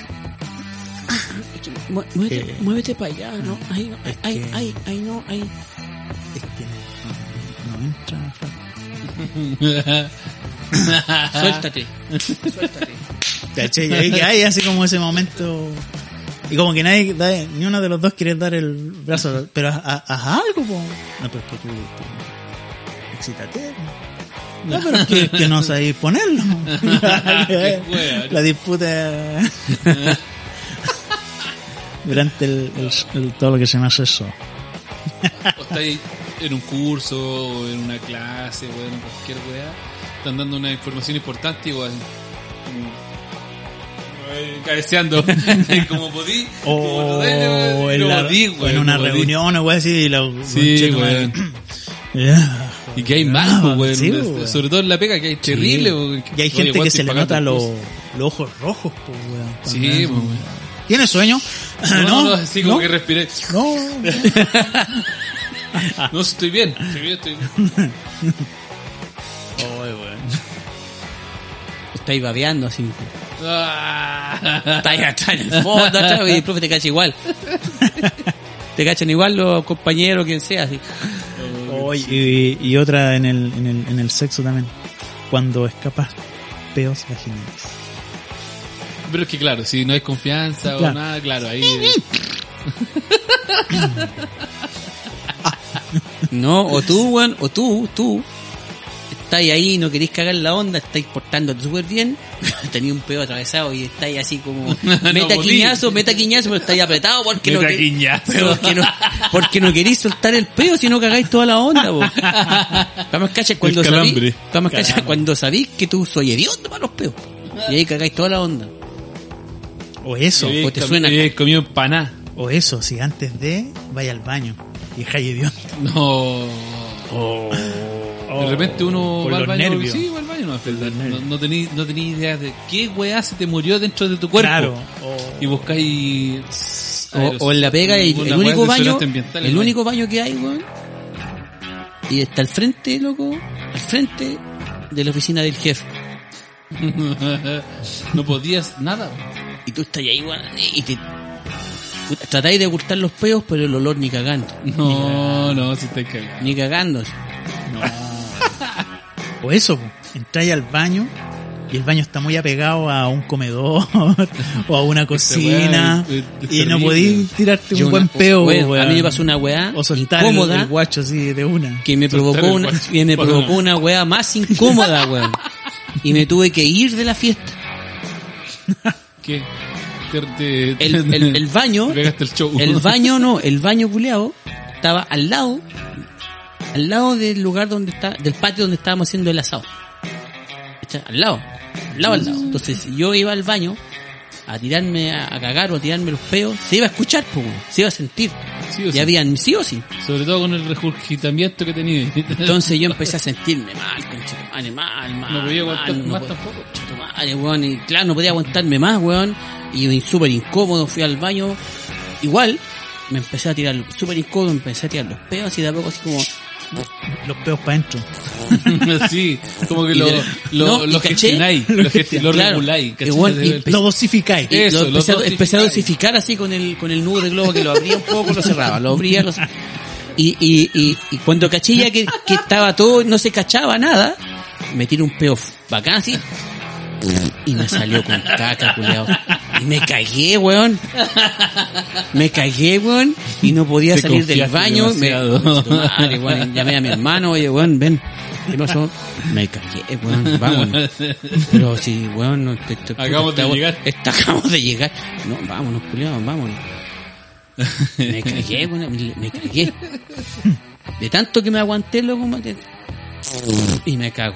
Speaker 3: Mu- Muévete,
Speaker 2: Eh,
Speaker 3: muévete para allá, ¿no? Ahí, no,
Speaker 2: es
Speaker 3: ahí,
Speaker 2: que-
Speaker 3: ahí, ahí, no, ahí.
Speaker 2: es que no, no entra. Flash.
Speaker 3: Suéltate. Suéltate.
Speaker 2: ¿Cachai? Y ahí que hay así como ese momento. Y como que nadie, da- ni uno de los dos quiere dar el brazo. Pero haz, haz- haz algo, po. No, pero es que tú. tú excítate. No, pero es que, que no sabéis ponerlo.
Speaker 1: Qué wea.
Speaker 2: La disputa. Durante el, el- el- todo lo que se llama eso.
Speaker 1: O estáis en un curso, o en una clase, o en cualquier weá. Están dando una información importante, igual. Como. Ay, cabeceando. Como podí.
Speaker 2: O,
Speaker 1: como podí,
Speaker 2: en,
Speaker 1: no
Speaker 2: la-
Speaker 1: podí,
Speaker 2: o
Speaker 1: weón,
Speaker 2: en una
Speaker 1: no podí.
Speaker 2: reunión o algo así. Y la,
Speaker 1: Sí,
Speaker 2: conche tu
Speaker 1: weón.
Speaker 2: madre. Ya.
Speaker 1: Y que hay más,
Speaker 2: Ah,
Speaker 1: weón.
Speaker 2: sí, weón.
Speaker 1: Sobre todo en la pega, que hay terrible, weón.
Speaker 2: Y hay
Speaker 1: Oye,
Speaker 2: gente
Speaker 1: weón,
Speaker 2: que
Speaker 1: estoy
Speaker 2: se le
Speaker 1: pagando
Speaker 2: nota
Speaker 1: el
Speaker 2: los,
Speaker 1: curso.
Speaker 2: los ojos rojos, po, weón.
Speaker 1: Sí,
Speaker 2: Cuando-
Speaker 1: pues, weón.
Speaker 2: ¿Tiene sueño?
Speaker 1: No, no, no, así como
Speaker 2: no,
Speaker 1: que respiré.
Speaker 2: no.
Speaker 1: No, estoy bien. Estoy bien, estoy bien.
Speaker 3: Estáis babeando así.
Speaker 1: Ah.
Speaker 3: Estáis atrás en el fondo, atrás, y el profe te cacha igual. Te cachan igual los compañeros, quien sea, así.
Speaker 2: Oye, y, y otra en el, en, el, en el sexo también. Cuando escapas peos vaginales.
Speaker 1: Pero es que claro, si no hay confianza
Speaker 2: Claro.
Speaker 1: o nada, claro, ahí...
Speaker 3: No, o tú, weón, o tú, tú, estáis ahí, no queréis cagar la onda, estáis portándote súper bien, tenéis un pedo atravesado y estáis así como, meta
Speaker 1: podí.
Speaker 3: quiñazo, meta quiñazo, pero estáis apretado porque no,
Speaker 1: Meta
Speaker 3: quer-
Speaker 1: quiñazo.
Speaker 3: pero porque no, porque no queréis soltar el peo si no cagáis toda la onda, po. Vamos, cacha, cuando
Speaker 1: El
Speaker 3: sabéis,
Speaker 1: calambre.
Speaker 3: vamos, cacha,
Speaker 2: Calambre.
Speaker 3: cuando sabéis que tú soy hediondo para los peos, y ahí cagáis toda la onda.
Speaker 2: O eso,
Speaker 1: Y
Speaker 3: o te
Speaker 1: com-
Speaker 3: suena-
Speaker 1: y he comido empaná.
Speaker 2: o eso, si antes de vaya al baño y dejáis hediondo.
Speaker 1: No.
Speaker 2: Oh.
Speaker 1: De repente uno
Speaker 2: Por
Speaker 1: va al
Speaker 2: los
Speaker 1: baño.
Speaker 2: nervios.
Speaker 1: Sí, va al baño. No,
Speaker 2: Por los
Speaker 1: no,
Speaker 2: nervios.
Speaker 1: no tení, no tení idea de qué weá se te murió dentro de tu cuerpo.
Speaker 2: Claro.
Speaker 1: Y buscáis.
Speaker 3: O, o en la pega, el,
Speaker 1: una
Speaker 3: el
Speaker 1: weá
Speaker 3: único
Speaker 1: de
Speaker 3: baño,
Speaker 1: desodorante ambiental,
Speaker 3: el
Speaker 1: baño.
Speaker 3: único baño que hay, weón. Y está al frente, loco, al frente de la oficina del jefe.
Speaker 1: No podías nada.
Speaker 3: Y tú estás ahí, weón, y te puta, tratáis de ocultar los peos, pero el olor ni cagando.
Speaker 1: No, no, si estáis cagando.
Speaker 3: Ni cagando.
Speaker 2: O eso, po, entráis al baño y el baño está muy apegado a un comedor o a una cocina
Speaker 1: weá es- es
Speaker 2: y no
Speaker 1: terrible.
Speaker 2: podís tirarte
Speaker 3: Yo
Speaker 2: un
Speaker 3: una-
Speaker 2: buen peo,
Speaker 3: weón, a
Speaker 2: weón.
Speaker 3: mí me pasó una weá
Speaker 2: o soltar el,
Speaker 3: incómoda
Speaker 2: el guacho así de una.
Speaker 3: que me
Speaker 1: soltar
Speaker 3: provocó
Speaker 1: el
Speaker 3: una,
Speaker 1: guacho.
Speaker 3: que me
Speaker 1: Pasa
Speaker 3: provocó
Speaker 1: nada.
Speaker 3: una weá más incómoda, weón. Y me tuve que ir de la fiesta.
Speaker 1: ¿Qué? Te, te-
Speaker 3: El, el, el baño,
Speaker 1: te pegaste el show.
Speaker 3: el baño no, el baño culeado estaba al lado, al lado del lugar donde está, del patio donde estábamos haciendo el asado. ¿Cachai? Al lado, al lado, al lado. Entonces, si yo iba al baño a tirarme a, a cagar o a tirarme los peos, se iba a escuchar, pues, weón, se iba a sentir.
Speaker 1: Sí o
Speaker 3: Y
Speaker 1: sí.
Speaker 3: habían sí o sí.
Speaker 1: Sobre todo con el regurgitamiento que tenía.
Speaker 3: Entonces yo empecé a sentirme mal, conchetumare, mal, mal.
Speaker 1: No podía aguantar
Speaker 3: mal,
Speaker 1: más
Speaker 3: po-
Speaker 1: tampoco.
Speaker 3: conchetumare, weón, y claro, no podía aguantarme más, weón. Y súper incómodo, fui al baño. Igual, me empecé a tirar, súper incómodo, me empecé a tirar los peos y de a poco así como...
Speaker 2: Los peos para adentro.
Speaker 1: Sí, como que
Speaker 3: Y
Speaker 1: lo,
Speaker 3: de-
Speaker 1: lo,
Speaker 3: no, y
Speaker 1: lo
Speaker 3: caché-
Speaker 1: gestionáis, lo, gesti- lo
Speaker 3: Claro.
Speaker 1: reguláis. ¿cachai?
Speaker 3: Igual, y
Speaker 1: De-
Speaker 3: empe-
Speaker 2: Lo dosificáis.
Speaker 3: y
Speaker 1: Eso,
Speaker 3: lo
Speaker 1: lo
Speaker 3: empecé, a,
Speaker 1: dosificáis.
Speaker 3: empecé a dosificar así con el con el nudo de globo que lo abría un poco, lo cerraba, lo abría, lo cerraba. Y, y, y, y cuando caché ya que, que estaba todo, no se cachaba nada, me tiré un peo bacán así y me salió con caca, culeado. Y me cagué, weón. Me cagué, weón. Y no podía
Speaker 1: Te
Speaker 3: salir del
Speaker 1: confiaste
Speaker 3: baño. Me,
Speaker 1: demasiado.
Speaker 3: madre, weón. Llamé a mi hermano, oye, weón, ven. ¿Qué pasó? Me cagué, weón, vámonos. Pero sí, weón, no, te, te-
Speaker 1: Acabamos de
Speaker 3: está-
Speaker 1: llegar.
Speaker 3: está- acabamos de llegar. No, vámonos, culiao, vámonos. Me cagué, weón, me, me cagué. De tanto que me aguanté, loco, mate. Y me cago.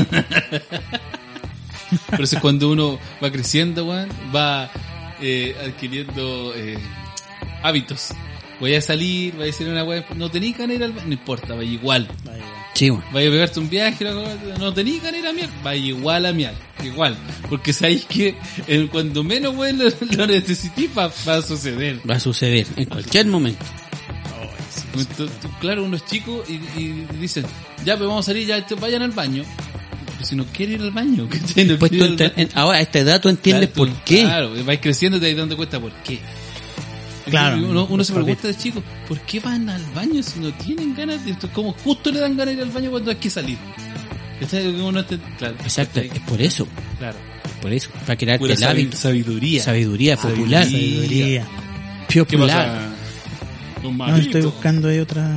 Speaker 1: Pero eso es cuando uno va creciendo, weón, va eh, adquiriendo eh, hábitos. Voy a salir, voy a hacer una weá, no tenéis ganas de ir al baño, no importa, vaya igual.
Speaker 3: Sí, weón.
Speaker 1: Vaya a pegarte un viaje, la cosa, no tenéis ganas de ir a miar, vaya igual a miar, igual. Porque sabéis que eh, cuando menos weón lo, lo necesitís va, va a suceder.
Speaker 3: Va a suceder en cualquier momento.
Speaker 1: Entonces, tú, claro, uno es chico y, y dicen, ya, pues vamos a salir, ya te- vayan al baño. Pero si no quiere ir al baño, ¿cachai? No
Speaker 3: Pues
Speaker 1: quiere
Speaker 3: tú
Speaker 1: ir al
Speaker 3: ent-
Speaker 1: baño.
Speaker 3: en- ahora a esta edad tú entiendes
Speaker 1: Claro,
Speaker 3: por
Speaker 1: tú-
Speaker 3: qué.
Speaker 1: Claro, vais creciendo y te vas dando cuenta por qué.
Speaker 2: Claro,
Speaker 1: Uno, uno
Speaker 2: los
Speaker 1: se pregunta de chico, ¿por qué van al baño si no tienen ganas de esto? Como justo le dan ganas de ir al baño cuando hay que salir. ¿Cachai? Uno te- claro,
Speaker 3: Exacto,
Speaker 1: ¿cachai?
Speaker 3: es por eso,
Speaker 1: Claro.
Speaker 3: por eso, para crearte
Speaker 1: Pura
Speaker 3: el hábito.
Speaker 1: sabiduría.
Speaker 3: Sabiduría popular.
Speaker 2: Sabiduría.
Speaker 1: ¿Qué
Speaker 3: Popular.
Speaker 1: pasa? Don
Speaker 2: No,
Speaker 1: Marito?
Speaker 2: estoy buscando ahí otra,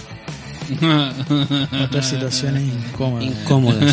Speaker 2: otras situaciones incómodas.
Speaker 3: Incómodas.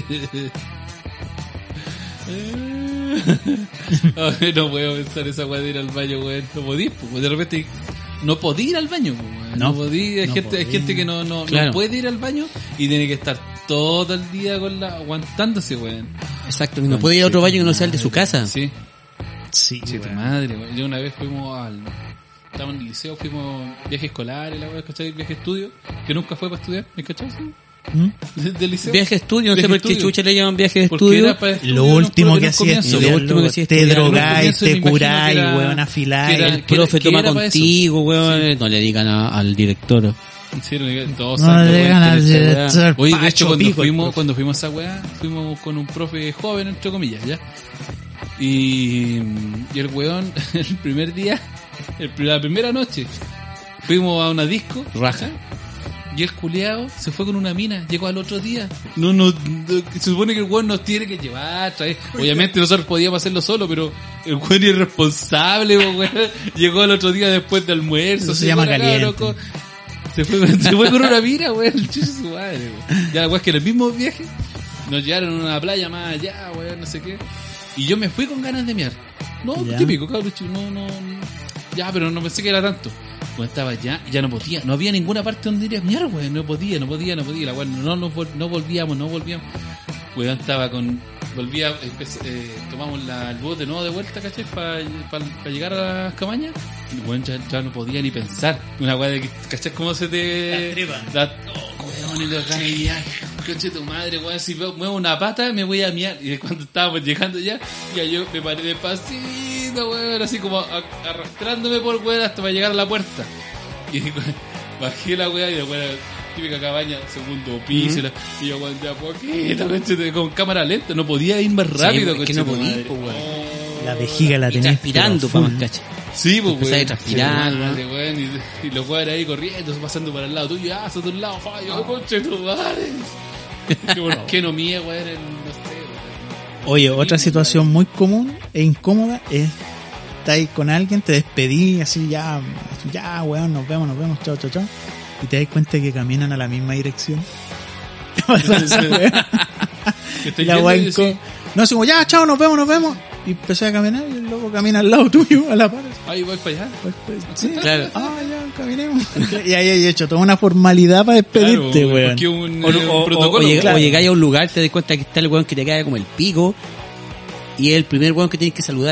Speaker 1: Ay, no puedo pensar esa weá de ir al baño, weón. No podís, pues, de repente no podí ir al baño, pues, weón. No,
Speaker 2: No,
Speaker 1: podí. Hay,
Speaker 2: no
Speaker 1: gente, hay
Speaker 2: podí.
Speaker 1: gente que no, no,
Speaker 3: Claro.
Speaker 1: no puede ir al baño y tiene que estar todo el día con la aguantándose, weón.
Speaker 3: Exacto, no puede ir a otro baño que no sea el de su casa.
Speaker 1: Sí,
Speaker 2: Sí,
Speaker 1: sí, tu
Speaker 2: weón.
Speaker 1: madre, weón. Yo una vez fuimos al. Estábamos en el liceo, fuimos viaje escolar, y la weá, ¿cachai? Viaje estudio, que nunca fue para estudiar, ¿me cachai? Sí.
Speaker 2: ¿Mm?
Speaker 1: De- Del liceo.
Speaker 3: Viaje de estudio, no sé
Speaker 1: Viaje
Speaker 3: por qué
Speaker 1: estudio.
Speaker 3: chucha le llaman viaje de
Speaker 1: Porque
Speaker 3: estudio.
Speaker 1: era para estudio,
Speaker 2: Lo
Speaker 1: no,
Speaker 2: último
Speaker 1: pero
Speaker 2: que
Speaker 1: en un
Speaker 2: hacía
Speaker 1: comienzo.
Speaker 3: Lo
Speaker 2: estudiar,
Speaker 3: último que
Speaker 2: loco,
Speaker 3: hacía
Speaker 2: te
Speaker 3: estudiar.
Speaker 2: drogáis,
Speaker 1: Comienzo me
Speaker 2: te
Speaker 1: imagino
Speaker 2: curáis,
Speaker 1: que era-
Speaker 2: weón,
Speaker 1: que era-
Speaker 2: afiláis.
Speaker 3: El
Speaker 1: que
Speaker 3: profe
Speaker 1: que
Speaker 3: toma
Speaker 1: era para eso.
Speaker 3: contigo, weón. No le digan a- al director.
Speaker 1: Sí, no digan, todos
Speaker 2: No
Speaker 1: saben,
Speaker 2: le
Speaker 1: weón,
Speaker 2: digan al
Speaker 1: que esa weá.
Speaker 2: director,
Speaker 1: Oye, de hecho,
Speaker 2: Pacho
Speaker 1: cuando
Speaker 2: Pico, el
Speaker 1: fuimos,
Speaker 2: profe.
Speaker 1: cuando fuimos a esa weá, fuimos con un profe joven, entre comillas, ¿ya? Y, y el weón, el primer día, el, la primera noche, fuimos a una disco,
Speaker 3: Raja.
Speaker 1: y el culeado se fue con una mina, llegó al otro día. No, no, no, se supone que el weón nos tiene que llevar, traer. Obviamente nosotros podíamos hacerlo solo, pero el weón irresponsable, weón, llegó al otro día después de almuerzo.
Speaker 2: Eso se
Speaker 1: así,
Speaker 2: llama
Speaker 1: por acá,
Speaker 2: caliente.
Speaker 1: loco. Se fue, se fue con una mina, weón, el chucho su madre, weón. Ya la weón es que en el mismo viaje nos llevaron a una playa más allá, weón, no sé qué. Y yo me fui con ganas de miar. No,
Speaker 2: Ya.
Speaker 1: típico, cabrón, chico, no, no, no. Ya, pero no pensé que era tanto. Cuando estaba allá, ya no podía, no había ninguna parte donde ir a miar, weón, no podía, no podía, no podía, la weón, no, no, vol- no volvíamos, no volvíamos. Weón, estaba con volví a, empecé, eh, tomamos la, el bus de nuevo de vuelta, ¿cachai? Para pa, pa llegar a las cabañas. Y bueno, ya, ya no podía ni pensar. Una weá de que, ¿cachai? ¿Cómo se te...
Speaker 2: La tripa.
Speaker 1: La, oh, weón, y los ganas de miar. Coche tu madre, weón, si veo, muevo una pata me voy a miar. Y cuando estábamos llegando ya, ya yo me paré despacito, weón, así como a, arrastrándome por weón hasta para llegar a la puerta. Y bajé la weá y la weá, típica cabaña, segundo piso, mm-hmm. y, la, y yo weón, ya poquito, coche, con cámara lenta, no podía ir más rápido,
Speaker 3: sí,
Speaker 1: coche,
Speaker 3: que no
Speaker 1: tu
Speaker 3: podía,
Speaker 1: madre.
Speaker 3: pues, weón.
Speaker 1: Oh.
Speaker 2: La vejiga la
Speaker 3: Y
Speaker 2: tenés
Speaker 3: transpirando,
Speaker 2: pero
Speaker 3: pa'
Speaker 2: full.
Speaker 3: más cacha.
Speaker 1: Sí, pues,
Speaker 3: Empezás a
Speaker 1: weón.
Speaker 3: transpirar,
Speaker 1: Sí,
Speaker 3: weón.
Speaker 1: madre, weón, y, y los weones ahí corriendo, pasando para el lado tuyo, ah, son de un lado, fa, yo, coche, tu madre. ¿Por qué no mía, weón? No sé, weón.
Speaker 2: Oye, otra situación muy común e incómoda es estáis con alguien, te despedí así ya, ya weón, nos vemos, nos vemos, chao, chao, chao. Y te das cuenta que caminan a la misma dirección. ¿Qué pasa esa weá? La weá inco- No, así como, ya, chao, nos vemos, nos vemos. Y empecé a caminar y el loco camina al lado tuyo, a la par.
Speaker 1: Ahí voy para allá.
Speaker 2: Pues, pues, sí,
Speaker 3: Claro.
Speaker 2: ah, ya, caminemos. Y ahí hay hecho toda una formalidad para despedirte,
Speaker 1: Claro,
Speaker 2: weón.
Speaker 1: porque un,
Speaker 3: O,
Speaker 1: eh, un
Speaker 3: o, o,
Speaker 1: protocolo.
Speaker 3: o lleg-
Speaker 2: claro.
Speaker 3: o llegáis a un lugar, te das cuenta que está el weón que te cae como el pico y es el primer weón que tienes que saludar.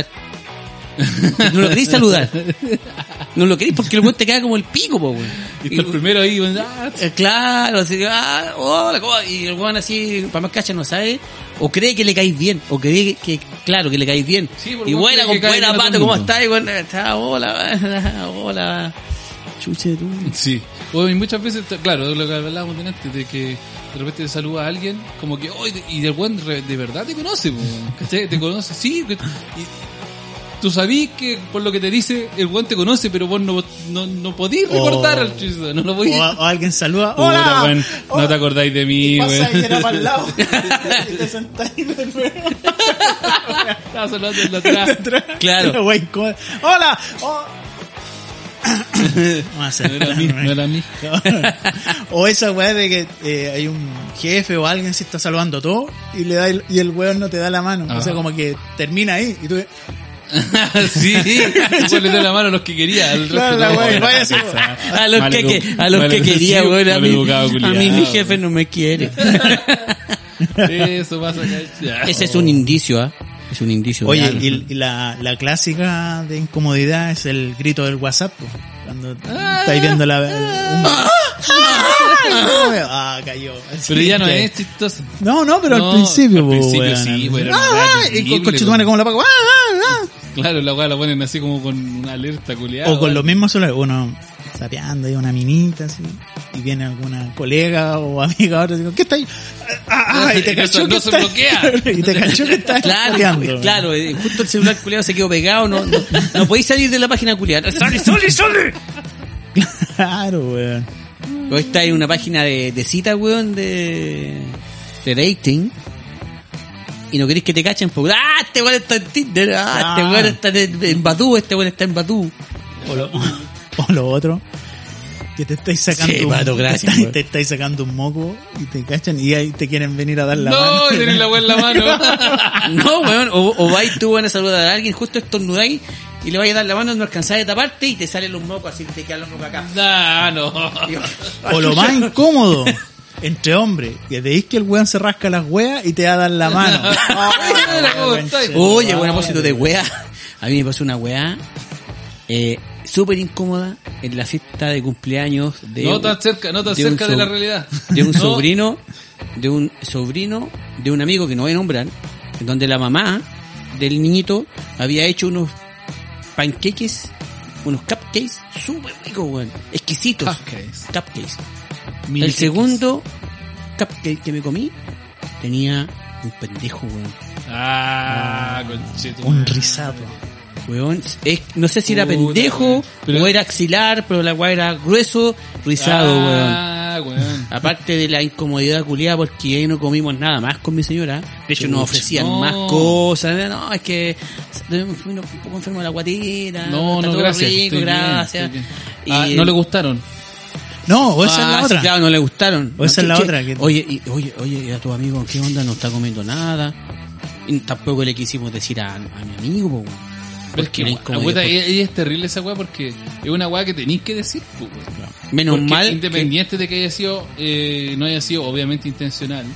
Speaker 3: No lo queréis saludar. No lo queréis porque el weón te cae como el pico, po, weón.
Speaker 1: Y está el primero ahí, weón, ah,
Speaker 3: Eh, Claro, así, ah, hola, ¿cómo? Y el weón así, para más cacha, no sabe, o cree que le caís bien, o cree que, que claro, que le caís bien.
Speaker 1: Sí, porque
Speaker 3: Y
Speaker 1: vos
Speaker 3: buena,
Speaker 1: crees que cae
Speaker 3: buena,
Speaker 1: bien a todo
Speaker 3: pato,
Speaker 1: el
Speaker 3: ¿cómo
Speaker 1: mundo.
Speaker 3: estás? Y bueno, está, hola, hola, chuche tú.
Speaker 1: Sí. O, y muchas veces, t- claro, lo que hablábamos antes, de que de repente te saluda a alguien, como que, oh, y de- y el buen re- de verdad te conoce, po, ¿cachai? Te conoce, sí. que- y tú sabís que por lo que te dice, el buen te conoce, pero vos no, no, no podís recordar
Speaker 2: O-
Speaker 1: al chiste, no lo
Speaker 2: O,
Speaker 1: podís.
Speaker 2: o alguien saluda,
Speaker 1: Puta,
Speaker 2: ¡hola!
Speaker 1: weón,
Speaker 2: hola.
Speaker 1: no te acordáis de mí,
Speaker 2: Y pasa
Speaker 1: weón.
Speaker 2: y era para el lado. Y te sentás ahí de nuevo.
Speaker 1: Estaba saludando en la atrás.
Speaker 3: Claro.
Speaker 2: Pero, güey, ¿cómo? ¡Hola! Oh. Vamos a hacer-
Speaker 1: No era mí, no era mí.
Speaker 2: O esa weá de que eh, hay un jefe o alguien se está saludando todo y le da el, y el weón no te da la mano.
Speaker 1: Ajá.
Speaker 2: O sea, como que termina ahí y tú
Speaker 1: Sí, después le da la mano a los que quería. Al
Speaker 2: Claro,
Speaker 1: resto
Speaker 2: la
Speaker 1: no.
Speaker 2: weá, vaya así.
Speaker 3: A los
Speaker 1: Mal
Speaker 3: que,
Speaker 1: edu-
Speaker 3: que- a los
Speaker 1: mal
Speaker 3: que quería,
Speaker 1: educado,
Speaker 3: weón, a
Speaker 1: mal
Speaker 3: mí,
Speaker 1: educado,
Speaker 3: a mí
Speaker 1: culiao.
Speaker 3: mi jefe no me quiere.
Speaker 1: Eso pasa acá.
Speaker 3: Ese es un indicio, ¿ah? Es un indicio.
Speaker 2: Oye,
Speaker 3: real.
Speaker 2: y, y la, la clásica de incomodidad es el grito del WhatsApp. po. Cuando estáis viendo la... Un... Ah, cayó. Así
Speaker 1: Pero ya no
Speaker 2: que-
Speaker 1: es chistoso.
Speaker 2: No, no, pero
Speaker 1: No,
Speaker 2: al principio,
Speaker 1: al
Speaker 2: po,
Speaker 1: principio
Speaker 2: weón.
Speaker 1: sí, weón, era
Speaker 2: Ah,
Speaker 1: una weá
Speaker 2: y con
Speaker 1: terrible,
Speaker 2: conchetumare
Speaker 1: weón.
Speaker 2: como la pago. Ah, ah, ah.
Speaker 1: Claro, la weá la ponen así como con una alerta culiada.
Speaker 2: O con los mismos celulares, uno sapeando ahí una minita así, y viene alguna colega o amiga ahora, digo, ¿qué está ahí? Ah, ah, y te
Speaker 1: No
Speaker 2: cachó
Speaker 1: se-
Speaker 2: que
Speaker 1: no se
Speaker 2: está-
Speaker 1: bloquea.
Speaker 2: y te cachó que está
Speaker 3: Claro,
Speaker 2: coleando.
Speaker 3: claro, eh, justo el celular culiado se quedó pegado, no, no, no podéis salir de la página culiada. ¡Sale, sale, sale!
Speaker 2: Claro, weón.
Speaker 3: Hoy está en una página de, de cita, weón, de, de dating. Y no queréis que te cachen porque, ¡ah! Este weón está en Tinder, ¡ah!
Speaker 2: Ah.
Speaker 3: Este weón está en, en Badoo, este weón está en Badoo.
Speaker 2: O lo, o lo otro, que te estáis sacando
Speaker 3: Sí,
Speaker 2: un,
Speaker 3: Pato,
Speaker 2: te,
Speaker 3: gracias,
Speaker 2: estáis,
Speaker 3: weón.
Speaker 2: te estáis sacando un moco y te cachan y ahí te quieren venir a dar la
Speaker 1: No,
Speaker 2: mano.
Speaker 1: y tenés la weá en la mano.
Speaker 3: No, weón, o, o vais tú, van a saludar a alguien, justo estornudáis y le vais a dar la mano, no alcanzáis de taparte y te salen los mocos así, te quedan los mocos acá.
Speaker 1: Nah, no.
Speaker 2: O lo más incómodo, entre hombres, que veis que el weón se rasca las weas y te va a dar la mano.
Speaker 1: Mira cómo estáis.
Speaker 3: Oye, buen propósito de weá. A mí me pasó una weá eh, súper incómoda en la fiesta de cumpleaños de,
Speaker 1: No tan cerca, no tan
Speaker 3: de un
Speaker 1: cerca de
Speaker 3: so-
Speaker 1: la realidad.
Speaker 3: de un
Speaker 1: No.
Speaker 3: sobrino, de un sobrino de un amigo que no voy a nombrar, en donde la mamá del niñito había hecho unos panqueques, unos cupcakes súper ricos, weón, exquisitos.
Speaker 1: Cupcakes.
Speaker 3: Cupcakes.
Speaker 1: Mini
Speaker 3: El
Speaker 1: cakes.
Speaker 3: segundo cupcake que me comí tenía un pendejo, weón.
Speaker 1: Ah, conchetu.
Speaker 2: Un risato.
Speaker 3: Weón, es, no sé si era
Speaker 1: Puta,
Speaker 3: pendejo
Speaker 1: weón. Pero-
Speaker 3: o era axilar, pero la weá era grueso, rizado, weón.
Speaker 1: Ah, weón.
Speaker 3: Aparte de la incomodidad culiada porque ahí no comimos nada más con mi señora. De hecho nos
Speaker 1: Chucha,
Speaker 3: ofrecían
Speaker 1: no.
Speaker 3: más cosas. No, es que me fui un poco enfermo de la guatera.
Speaker 1: No,
Speaker 3: está
Speaker 1: no,
Speaker 3: todo
Speaker 1: gracias.
Speaker 3: rico,
Speaker 1: estoy bien,
Speaker 3: gracias.
Speaker 1: estoy bien.
Speaker 3: Y-
Speaker 1: Ah, no le gustaron.
Speaker 2: No, o esa es
Speaker 3: Ah,
Speaker 2: la
Speaker 3: sí,
Speaker 2: otra.
Speaker 3: claro, no le gustaron.
Speaker 2: O esa
Speaker 3: No,
Speaker 2: es la
Speaker 3: ¿qué-
Speaker 2: otra,
Speaker 3: qué?
Speaker 2: que-
Speaker 3: Oye, y, oye, oye, ¿y a tu amigo qué onda? No está comiendo nada. Y tampoco le quisimos decir a, a mi amigo, po, weón.
Speaker 1: Pero es
Speaker 3: Porque
Speaker 1: que,
Speaker 3: era
Speaker 1: la
Speaker 3: incomodidad,
Speaker 1: weá,
Speaker 3: porque-
Speaker 1: ella ella es terrible esa weá porque es una weá que tenéis que decir, pues, weón.
Speaker 3: Menos
Speaker 1: Porque
Speaker 3: mal. que-
Speaker 1: independiente de que haya sido, eh, no haya sido obviamente intencional,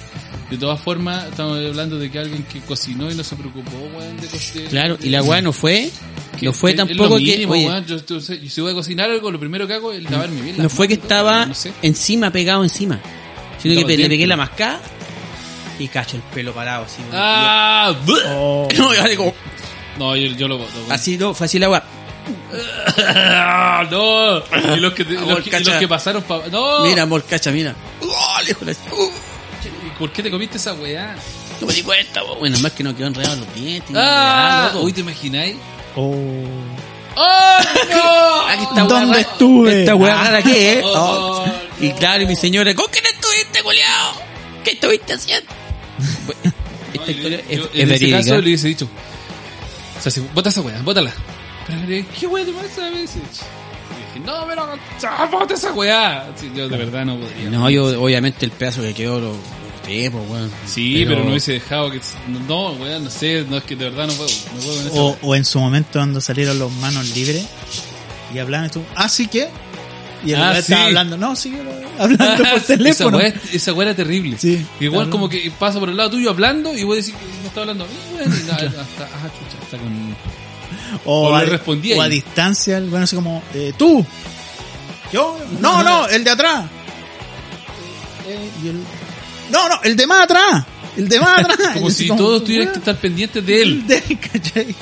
Speaker 1: de todas formas, estamos hablando de que alguien que cocinó y no se preocupó, weón, de cocinar.
Speaker 3: Claro, y la weá no fue, no fue
Speaker 1: Es-
Speaker 3: tampoco
Speaker 1: es lo
Speaker 3: que,
Speaker 1: mínimo,
Speaker 3: oye,
Speaker 1: weón. Yo, yo sé- yo si voy a cocinar algo, lo primero que hago es lavarme bien las
Speaker 3: no fue que
Speaker 1: manos, todo,
Speaker 3: estaba
Speaker 1: no sé.
Speaker 3: encima, pegado encima, sino que
Speaker 1: Estaba
Speaker 3: pe- le
Speaker 1: dentro.
Speaker 3: pegué la mascada y cacho el pelo parado así. weón.
Speaker 1: ¡Ah!
Speaker 2: Oh,
Speaker 3: Y yo- no, yo así como,
Speaker 1: No, yo, yo lo voto. weón.
Speaker 3: así no, fue así la weá.
Speaker 1: ¡Ah! ¡No! Y los que, te-
Speaker 3: Amor,
Speaker 1: los que, y
Speaker 3: cacha.
Speaker 1: los que pasaron pa... ¡No!
Speaker 3: Mira, amor, cacha, mira. Oh, lejos la- uh,
Speaker 1: ¿Y ¿Por qué te comiste esa weá?
Speaker 3: no me di cuenta, weón. Bueno, más que no quedó enredado en los dientes. ni
Speaker 1: ¡Ah!
Speaker 3: nada, loco.
Speaker 1: Uy, ¿te imagináis?
Speaker 2: oh.
Speaker 1: ¡Oh, no!
Speaker 3: Aquí está
Speaker 2: ¿Dónde
Speaker 3: weá rara.
Speaker 2: estuve?
Speaker 3: Esta weá
Speaker 2: Ah.
Speaker 3: rara que es.
Speaker 1: Oh,
Speaker 3: Oh.
Speaker 1: no.
Speaker 3: Y claro, y mi señora, ¿con quién estuviste, culiao? ¿Qué estuviste haciendo? Esta
Speaker 1: No,
Speaker 3: historia
Speaker 1: yo-
Speaker 3: es,
Speaker 1: yo
Speaker 3: es
Speaker 1: en ese
Speaker 3: verídica.
Speaker 1: caso le hubiese dicho, o sea, si, bota esa weá, bótala. Pero le- ¿qué weá te pasa a veces? Y dije, no, pero ah, bota esa weá. Sí, yo de verdad no podría.
Speaker 3: No, yo obviamente el pedazo que quedó lo, lo boté, pues, weón.
Speaker 1: Sí, pero, no hubiese dejado que... No, weá, no sé, no es que de verdad no puedo. No puedo con esa
Speaker 2: O,
Speaker 1: weá.
Speaker 2: o en su momento cuando salieron los manos libres y hablaban y tú, ah, sí que. Y el
Speaker 1: Ah,
Speaker 2: weón estaba
Speaker 1: sí.
Speaker 2: hablando, no, sigue hablando por
Speaker 1: esa
Speaker 2: teléfono.
Speaker 1: weá, esa weá era terrible.
Speaker 2: Sí.
Speaker 1: Igual
Speaker 2: Claro.
Speaker 1: como que pasa por el lado tuyo hablando y vos decís que no está hablando a mí, weón. Y nada, hasta, ah, chucha, está con...
Speaker 2: O,
Speaker 1: o
Speaker 2: a,
Speaker 1: le respondía
Speaker 2: o a
Speaker 1: ahí.
Speaker 2: distancia, el bueno así como, eh, tú. Yo, no, no, el de atrás. Eh, y el, no, no, el de más atrás. El de más atrás.
Speaker 1: Como
Speaker 2: Y así
Speaker 1: si todos
Speaker 2: weón,
Speaker 1: tuvieran que estar pendientes de él.
Speaker 2: de él, ¿cachai?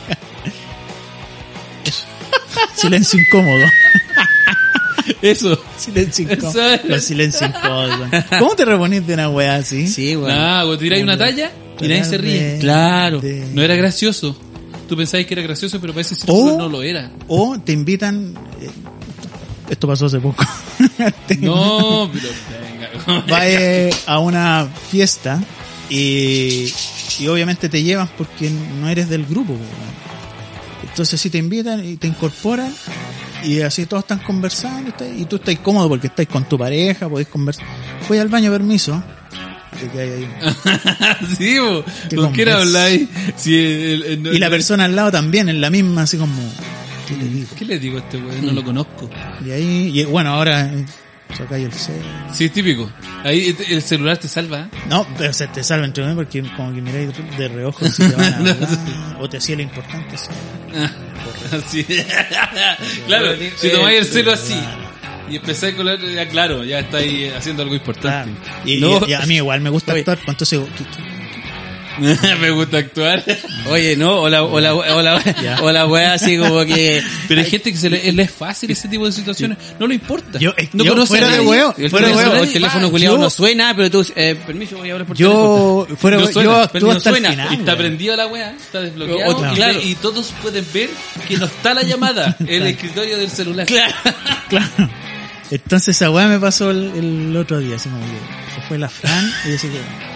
Speaker 2: Silencio incómodo.
Speaker 1: Eso.
Speaker 2: Silencio incómodo.
Speaker 1: Eso es.
Speaker 2: Los silencios incómodos. weón. ¿Cómo te reponís de una wea así?
Speaker 3: Sí, weón.
Speaker 1: Ah, vos tiráis una talla y nadie se ríe.
Speaker 2: De-
Speaker 3: Claro.
Speaker 2: de-
Speaker 1: No era gracioso. Tú pensabas que era gracioso, pero parece ser
Speaker 2: O-
Speaker 1: no lo era.
Speaker 2: O te invitan. eh, esto pasó hace poco. Te-
Speaker 1: No, pero venga.
Speaker 2: vas eh, a una fiesta y, y obviamente te llevan porque no eres del grupo. po, weón. Entonces si te invitan y te incorporan y así todos están conversando está- y tú estás cómodo porque estás con tu pareja, podés conversar. Voy al baño, permiso. Te quedas ahí.
Speaker 1: Sí, vos.
Speaker 2: Qué
Speaker 1: ¿Con quién
Speaker 2: conversa.
Speaker 1: habláis? Si el- el- no-
Speaker 2: Y la
Speaker 1: no-
Speaker 2: persona al lado también, en la misma, así como... ¿qué te digo?
Speaker 1: ¿Qué le digo a este weón? No lo conozco.
Speaker 2: Y ahí, y bueno, ahora eh, sacáis el cel.
Speaker 1: Sí, es típico. Ahí el celular te salva. ¿eh?
Speaker 2: No, pero se te salva entre medio porque como que miráis de reojo si te van a hablar, o te hacía lo importante. sí.
Speaker 1: Así. Claro, si tomáis el celo así y empezáis con la... Ya, claro, ya estáis haciendo algo importante.
Speaker 2: Claro. Y,
Speaker 3: No.
Speaker 2: y- y a mí igual me gusta
Speaker 3: Oye.
Speaker 2: actuar, pues entonces digo, ¿qué- qué?
Speaker 1: Me gusta actuar.
Speaker 3: Oye, no, o la, o la, o la,
Speaker 2: Ya.
Speaker 3: o la weá así como que...
Speaker 1: Pero hay gente que se le, le es fácil ese tipo de situaciones. No le importa.
Speaker 2: Yo- eh,
Speaker 1: no
Speaker 2: yo
Speaker 1: conoce
Speaker 2: fuera
Speaker 1: a
Speaker 2: de
Speaker 1: nadie.
Speaker 2: huevo,
Speaker 3: El
Speaker 2: fuera de
Speaker 3: teléfono,
Speaker 2: huevo.
Speaker 3: el teléfono
Speaker 1: Ah,
Speaker 3: culiado
Speaker 2: yo-
Speaker 3: no suena, pero tú, eh, permiso, voy a hablar por teléfono.
Speaker 2: Yo, fuera
Speaker 1: No
Speaker 2: de-
Speaker 1: suena,
Speaker 2: yo
Speaker 1: pero
Speaker 2: actúo
Speaker 3: no
Speaker 2: hasta
Speaker 3: suena.
Speaker 2: el final.
Speaker 1: Y está
Speaker 2: weón.
Speaker 1: prendida la weá, está desbloqueado.
Speaker 3: O-
Speaker 1: y,
Speaker 2: claro.
Speaker 1: y todos pueden ver que no está la llamada en el escritorio del celular.
Speaker 3: Claro.
Speaker 2: Claro. Entonces esa weá me pasó el, el otro día, así como que se fue la Fran y yo así que...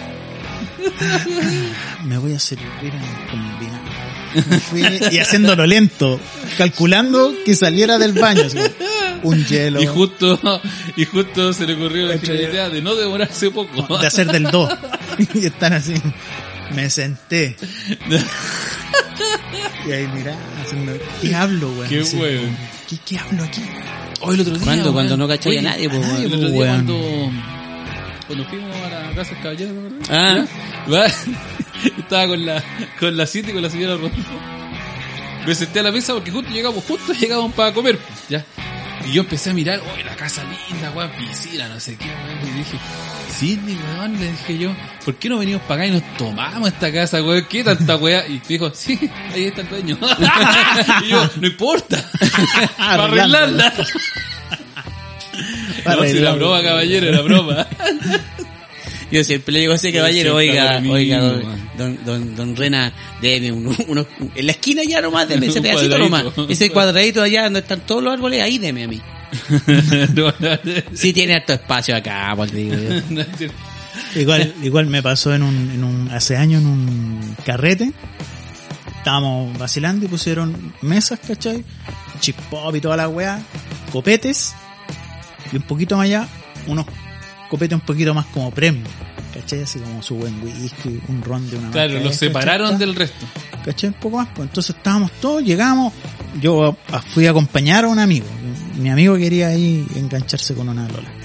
Speaker 2: Me voy a servir un combinado. Me fui- y haciéndolo lento, calculando que saliera del baño, así como, un hielo,
Speaker 1: Y justo, y justo se le ocurrió la genial idea de no demorarse poco.
Speaker 2: de hacer del dos. Y están así. Me senté. Y ahí mirá, haciendo, ¿qué hablo, weón?
Speaker 1: Qué
Speaker 2: Así,
Speaker 1: weón.
Speaker 2: ¿Qué, ¿Qué hablo aquí?
Speaker 1: Hoy el otro día.
Speaker 3: ¿Cuándo?
Speaker 1: weón.
Speaker 3: Cuando no cachai a
Speaker 1: Oye,
Speaker 3: nadie, pues,
Speaker 1: ah,
Speaker 3: weón.
Speaker 1: El otro día
Speaker 2: Weón.
Speaker 1: cuando, cuando fuimos a la casa del caballero, ¿te acuerdas?
Speaker 3: Ah.
Speaker 1: ¿Ya? Va. Estaba con la, con la Cita y con la señora Rodolfo. Me senté a la mesa porque justo llegamos, justo llegamos para comer, ya. Y yo empecé a mirar, uy, la casa linda, weón, piscina, no sé qué, weón. Y dije, Sidney, weón, le dije yo, ¿por qué no venimos para acá y nos tomamos esta casa, weón? ¿Qué tanta weá? Y dijo, sí, ahí está el dueño. Y yo, no importa, para arreglarla.
Speaker 2: Para
Speaker 1: No, si la
Speaker 2: arreglarla.
Speaker 1: broma, caballero, era broma.
Speaker 3: Yo siempre le digo a ese
Speaker 1: Yo
Speaker 3: caballero,
Speaker 1: siempre
Speaker 3: oiga,
Speaker 1: hago lo
Speaker 3: oiga,
Speaker 1: mismo,
Speaker 3: don,
Speaker 1: man.
Speaker 3: don, don, don Rena, deme uno, uno, en la esquina ya nomás, deme ese
Speaker 1: Un
Speaker 3: pedacito nomás.
Speaker 1: cuadradito.
Speaker 3: Ese cuadradito allá donde están todos los árboles, ahí deme a mí.
Speaker 1: No, no,
Speaker 3: Sí tiene harto espacio acá, pues te digo yo.
Speaker 1: no es cierto.
Speaker 2: Igual, igual me pasó en un, en un, hace años en un carrete. Estábamos vacilando y pusieron mesas, ¿cachai? Chip pop y toda la weá, copetes, y un poquito más allá, unos copetes un poquito más como premium, ¿cachai? Así como su buen whisky, un ron de una
Speaker 1: Claro,
Speaker 2: marca,
Speaker 1: los
Speaker 2: ¿cachai?
Speaker 1: separaron del resto.
Speaker 2: ¿Cachai? Un poco más, pues entonces estábamos todos, llegamos, yo a- fui a acompañar a un amigo, mi amigo quería ahí engancharse con una lola.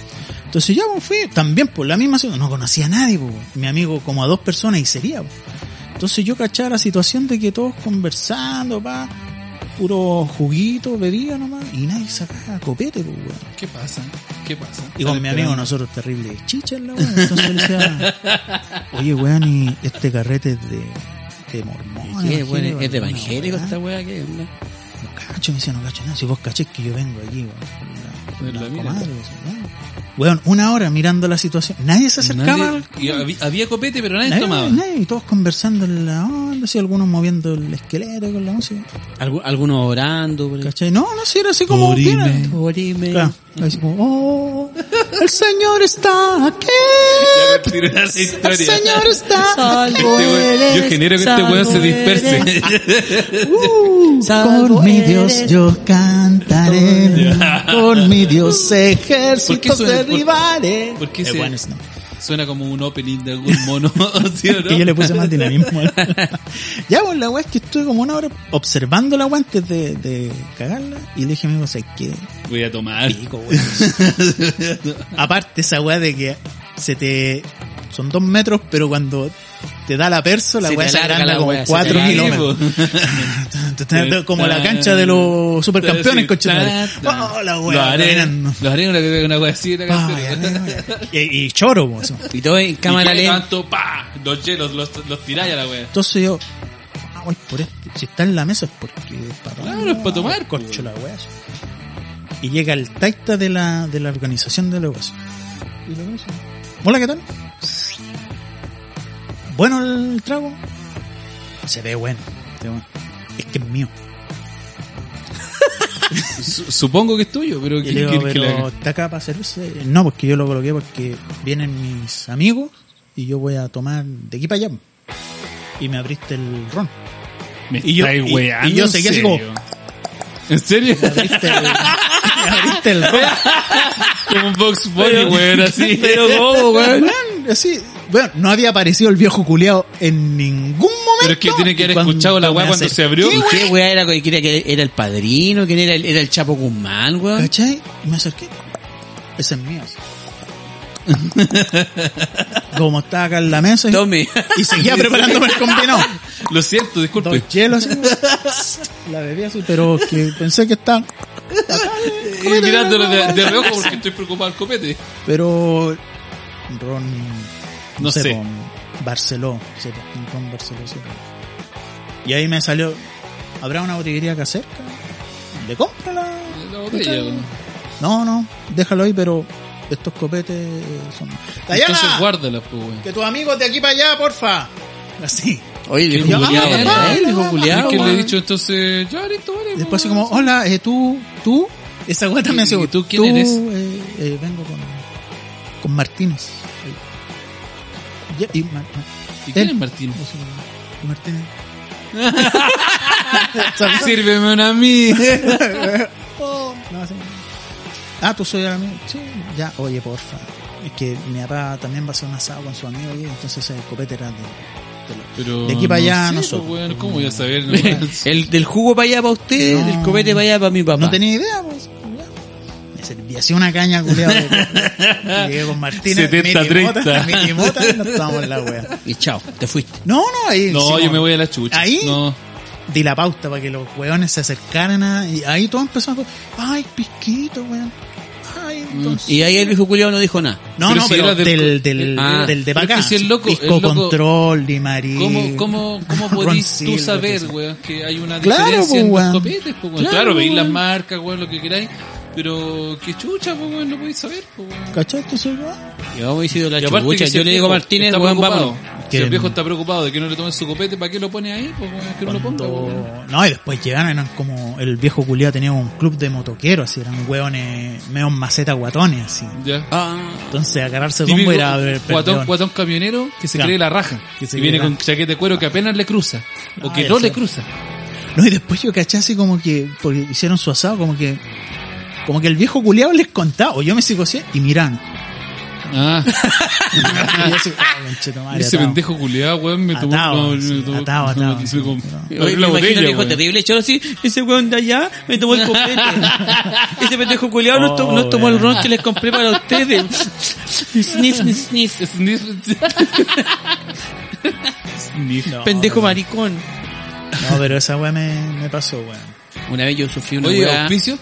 Speaker 2: Entonces ya pues, fui, también por la misma situación, no conocía a nadie, pues, mi amigo como a dos personas y sería. Pues. Entonces yo cachaba la situación de que todos conversando, pa, puro juguito, bebida nomás, y nadie sacaba copete, pues, weón.
Speaker 1: ¿Qué pasa? ¿Qué pasa?
Speaker 2: Y con mi amigo nosotros terribles chichas, la weón. Entonces le decía, oye weón, y este carrete es de, de mormón.
Speaker 3: ¿Qué, weón? ¿Es de evangélico esta weá? ¿Qué?
Speaker 2: No cacho, me decía, no cacho nada. Si vos cachés que yo vengo aquí, weón.
Speaker 1: La
Speaker 2: La
Speaker 1: mira.
Speaker 2: comadre, weón. Weón, una hora mirando la situación. Nadie se acercaba.
Speaker 1: Nadie- y había, había copete, pero nadie,
Speaker 2: Nadie,
Speaker 1: tomaba.
Speaker 2: nadie, y todos conversando en la onda, así, algunos moviendo el esqueleto con la música.
Speaker 3: Algu- Algunos orando. Por
Speaker 2: ¿Cachai? No, no, si era así como...
Speaker 1: Orime.
Speaker 2: ¿qué era?
Speaker 3: Orime.
Speaker 2: Claro, así como, oh, el Señor está aquí.
Speaker 1: Ya continuar la
Speaker 2: El
Speaker 1: historia.
Speaker 2: Señor está
Speaker 3: Salvo
Speaker 1: Este weón-
Speaker 3: eres,
Speaker 1: yo genero que este weón se
Speaker 3: salvo
Speaker 1: disperse.
Speaker 3: eres.
Speaker 2: Uh,
Speaker 3: Salvo
Speaker 2: con mi Dios
Speaker 3: eres.
Speaker 2: yo cantaré, con mi Dios
Speaker 1: ¿Por qué
Speaker 2: ejércitos
Speaker 1: suena- por-
Speaker 2: derribaré.
Speaker 1: por qué
Speaker 2: Eh,
Speaker 1: se-
Speaker 2: bueno, es no.
Speaker 1: Suena como un opening de algún mono, ¿sí o no?
Speaker 2: Que yo le puse más dinamismo. Ya, pues la weá es que estuve como una hora observando la weá antes de, de cagarla y le dije a mi amigo, ¿sabes qué?
Speaker 1: Voy a tomar.
Speaker 2: Pico, weón. Aparte esa weá de que se te... Son dos metros, pero cuando te da la perso, la
Speaker 3: Se
Speaker 2: weá
Speaker 3: te
Speaker 2: se
Speaker 3: alarga
Speaker 2: agranda
Speaker 3: la
Speaker 2: como
Speaker 3: weá, se
Speaker 2: cuatro
Speaker 3: te alarga.
Speaker 2: kilómetros. Como la cancha de los supercampeones,
Speaker 1: Sí,
Speaker 2: conchetumare.
Speaker 1: ta, ta.
Speaker 2: Oh, la
Speaker 1: Los
Speaker 2: weá.
Speaker 1: arenas, los arenas que ve una wea así en la
Speaker 2: Ay,
Speaker 1: canción.
Speaker 2: ay, ay. Y, y choro, pues.
Speaker 3: Y todo en cámara
Speaker 1: Y que
Speaker 3: lenta.
Speaker 1: tanto, pa, los hielos, los, los tiráis a la wea.
Speaker 2: Entonces yo, ah, voy por esto. Si está en la mesa es porque es para tomar.
Speaker 1: Claro, es para tomar,
Speaker 2: Corcho
Speaker 1: pues.
Speaker 2: la weá. Y llega el taita de la, de la organización del negocio. Y le dice, hola, ¿qué tal? Bueno el trago. Se ve bueno. se ve bueno. Es que es mío.
Speaker 1: Su- Supongo que es tuyo, pero
Speaker 2: Y
Speaker 1: ¿qué
Speaker 2: le digo,
Speaker 1: quieres que le
Speaker 2: pero
Speaker 1: haga?
Speaker 2: está acá para servirse. No, porque yo lo coloqué porque vienen mis amigos y yo voy a tomar de aquí para allá. Y me abriste el ron.
Speaker 1: Me
Speaker 2: y yo-
Speaker 1: estáis
Speaker 2: y-
Speaker 1: weando,
Speaker 2: y yo
Speaker 1: ¿en
Speaker 2: seguí así
Speaker 1: serio?
Speaker 2: como-
Speaker 1: ¿En serio?
Speaker 2: Me abriste el, me abriste el ron.
Speaker 1: Como un Box Bunny, weón, así.
Speaker 3: Pero cómo, weón.
Speaker 2: Weón, así, bueno, no había aparecido el viejo culiao en ningún momento.
Speaker 1: Pero es que tiene que
Speaker 2: Y
Speaker 1: haber
Speaker 2: cuando
Speaker 1: escuchado la weá
Speaker 2: me
Speaker 1: cuando
Speaker 2: acerqué,
Speaker 1: se abrió.
Speaker 3: ¿Y qué weá era? ¿Quién era, que era el padrino? ¿Quién era? el- ¿Era el Chapo Guzmán, weón?
Speaker 2: ¿Cachai? Y me acerqué. Ese es mío. así. Como estaba acá en la mesa y,
Speaker 3: Tome.
Speaker 2: y seguía preparándome el combinado.
Speaker 1: Lo siento, disculpe.
Speaker 2: Dos hielos así. La bebí así, pero que pensé que estaba...
Speaker 1: Y mirándolo de, de reojo porque estoy preocupado al copete.
Speaker 2: Pero... Ron...
Speaker 1: No sé.
Speaker 2: con Barceló. Sí, un ron Barceló, sí. Y ahí me salió... ¿Habrá una botillería acá cerca? ¿Le compra la...?
Speaker 1: La botella, weón.
Speaker 2: No, no, déjalo ahí, pero estos copetes son... ¡Dayana!
Speaker 1: Entonces guárdala, pues, weón.
Speaker 2: Que tus amigos de aquí para allá, porfa. Así.
Speaker 3: Oye, el viejo
Speaker 2: Ya,
Speaker 3: culiao,
Speaker 2: ah,
Speaker 3: ¿verdad?
Speaker 2: ah,
Speaker 3: El viejo
Speaker 2: ah,
Speaker 3: culiao,
Speaker 1: Es que le he
Speaker 3: weón.
Speaker 1: dicho entonces, ya listo, vale.
Speaker 2: Después
Speaker 1: pues,
Speaker 2: así como, hola, eh, tú, tú. Esa güey también
Speaker 1: ¿Y-
Speaker 2: se
Speaker 1: y tú quién eres?
Speaker 2: Eh, eh, vengo con, con Martínez. Ya, y, Mar- Mar-
Speaker 1: ¿Y quién
Speaker 2: él.
Speaker 1: es Martín?
Speaker 2: y Martínez.
Speaker 1: Sírveme una a mí.
Speaker 2: Oh, no, sí. Ah, tú soy el amigo. Sí, ya, oye, porfa. Es que mi papá también va a hacer un asado con su amigo y entonces el copete era de, de los-
Speaker 1: Pero
Speaker 2: De aquí para allá,
Speaker 1: no sé,
Speaker 2: nosotros.
Speaker 1: pues, weón, ¿cómo voy a saber? No, weón?
Speaker 3: El del jugo para allá para usted,
Speaker 2: No.
Speaker 3: del copete para allá para mi papá.
Speaker 2: No tenía idea, pues. Ya. Me serví así una caña, culiado. Llegué con Martínez.
Speaker 1: setenta treinta.
Speaker 2: Mi mota y nos tomamos la wea.
Speaker 3: Y chao, te fuiste.
Speaker 2: No, no, ahí.
Speaker 1: No,
Speaker 2: hicimos-
Speaker 1: yo me voy a la chucha.
Speaker 2: Ahí.
Speaker 1: No.
Speaker 2: Di la pauta para que los weones se acercaran a. Y ahí todo empezó a. Ay, pisquito, weón. Ay, entonces.
Speaker 3: Y ahí el viejo culiao no dijo nada.
Speaker 2: No,
Speaker 1: Pero
Speaker 2: no,
Speaker 1: si
Speaker 2: pero
Speaker 1: era del
Speaker 2: del,
Speaker 1: co-
Speaker 2: del,
Speaker 3: Ah,
Speaker 2: del de
Speaker 1: pero
Speaker 2: para
Speaker 1: es
Speaker 2: acá.
Speaker 1: que si el loco-
Speaker 2: Pisco
Speaker 1: el loco-
Speaker 2: Control, Di María.
Speaker 1: ¿Cómo, cómo, cómo
Speaker 2: Ron
Speaker 1: podís tú
Speaker 2: Silver,
Speaker 1: saber,
Speaker 2: que sea.
Speaker 1: weón, que hay una
Speaker 2: Claro,
Speaker 1: diferencia
Speaker 2: pues,
Speaker 1: en los
Speaker 2: weón.
Speaker 1: copetes? Pues, weón.
Speaker 2: Claro,
Speaker 1: Claro, veis
Speaker 2: weón.
Speaker 1: las marcas, weón, lo que queráis. Pero qué chucha, pues, weón, no podéis saber, pues, weón.
Speaker 2: ¿Cachai? Entonces, weón.
Speaker 3: Y vamos a decir la
Speaker 1: Y aparte
Speaker 3: chubucha.
Speaker 1: que si
Speaker 3: Yo
Speaker 1: el
Speaker 3: le digo a
Speaker 1: viejo
Speaker 3: Martínez,
Speaker 1: está
Speaker 3: weón,
Speaker 1: preocupado,
Speaker 3: vámonos.
Speaker 1: Si
Speaker 2: Que-
Speaker 1: el viejo está preocupado de que no le tomen su copete, ¿para qué lo pone ahí? Pues, weón, que no lo ponga,
Speaker 2: Cuando-
Speaker 1: pues, weón.
Speaker 2: No, y después llegaron, eran como el viejo culiado tenía un club de motoqueros, así eran hueones, meos maceta guatones, así.
Speaker 1: Ya.
Speaker 3: Ah,
Speaker 2: Entonces agarrarse
Speaker 1: Típico
Speaker 2: combo era ver
Speaker 1: guatón,
Speaker 2: perdedor.
Speaker 1: guatón camionero que se
Speaker 2: Claro.
Speaker 1: cree la raja.
Speaker 2: Que se
Speaker 1: y viene
Speaker 2: cree
Speaker 1: con chaqueta de cuero que apenas le cruza. O
Speaker 2: Ah,
Speaker 1: que
Speaker 2: ya
Speaker 1: no
Speaker 2: sé.
Speaker 1: le cruza.
Speaker 2: No, y después yo caché así como que, porque hicieron su asado, como que, como que el viejo culiado les contaba, o yo me psicoseé, y miran.
Speaker 1: Ah,
Speaker 2: Y yo así, ah, conchetumare,
Speaker 1: ese
Speaker 2: atado.
Speaker 1: pendejo culiado, weón, me tomó...
Speaker 2: Atado,
Speaker 1: no,
Speaker 2: sí,
Speaker 1: me tomó-
Speaker 2: atado,
Speaker 1: me
Speaker 2: atado,
Speaker 1: tomó-
Speaker 2: sí,
Speaker 1: me tomó-
Speaker 2: pero-
Speaker 1: me
Speaker 3: Oye,
Speaker 1: abrió
Speaker 3: me
Speaker 1: la
Speaker 3: imagino
Speaker 1: botella,
Speaker 3: el viejo
Speaker 1: weón.
Speaker 3: terrible choro así, ese weón de allá me tomó el copete. Ese pendejo culiado nos, to-
Speaker 2: Oh,
Speaker 3: nos tomó el
Speaker 2: weón.
Speaker 3: ron que les compré para ustedes. Sniff, sniff, sniff.
Speaker 1: Sniff. Sniff.
Speaker 2: No,
Speaker 3: Pendejo
Speaker 2: weón.
Speaker 3: maricón.
Speaker 2: No, pero esa weá me, me pasó, weón.
Speaker 3: Una vez yo sufrí una
Speaker 1: Oye,
Speaker 3: weá.
Speaker 1: ¿auspicio?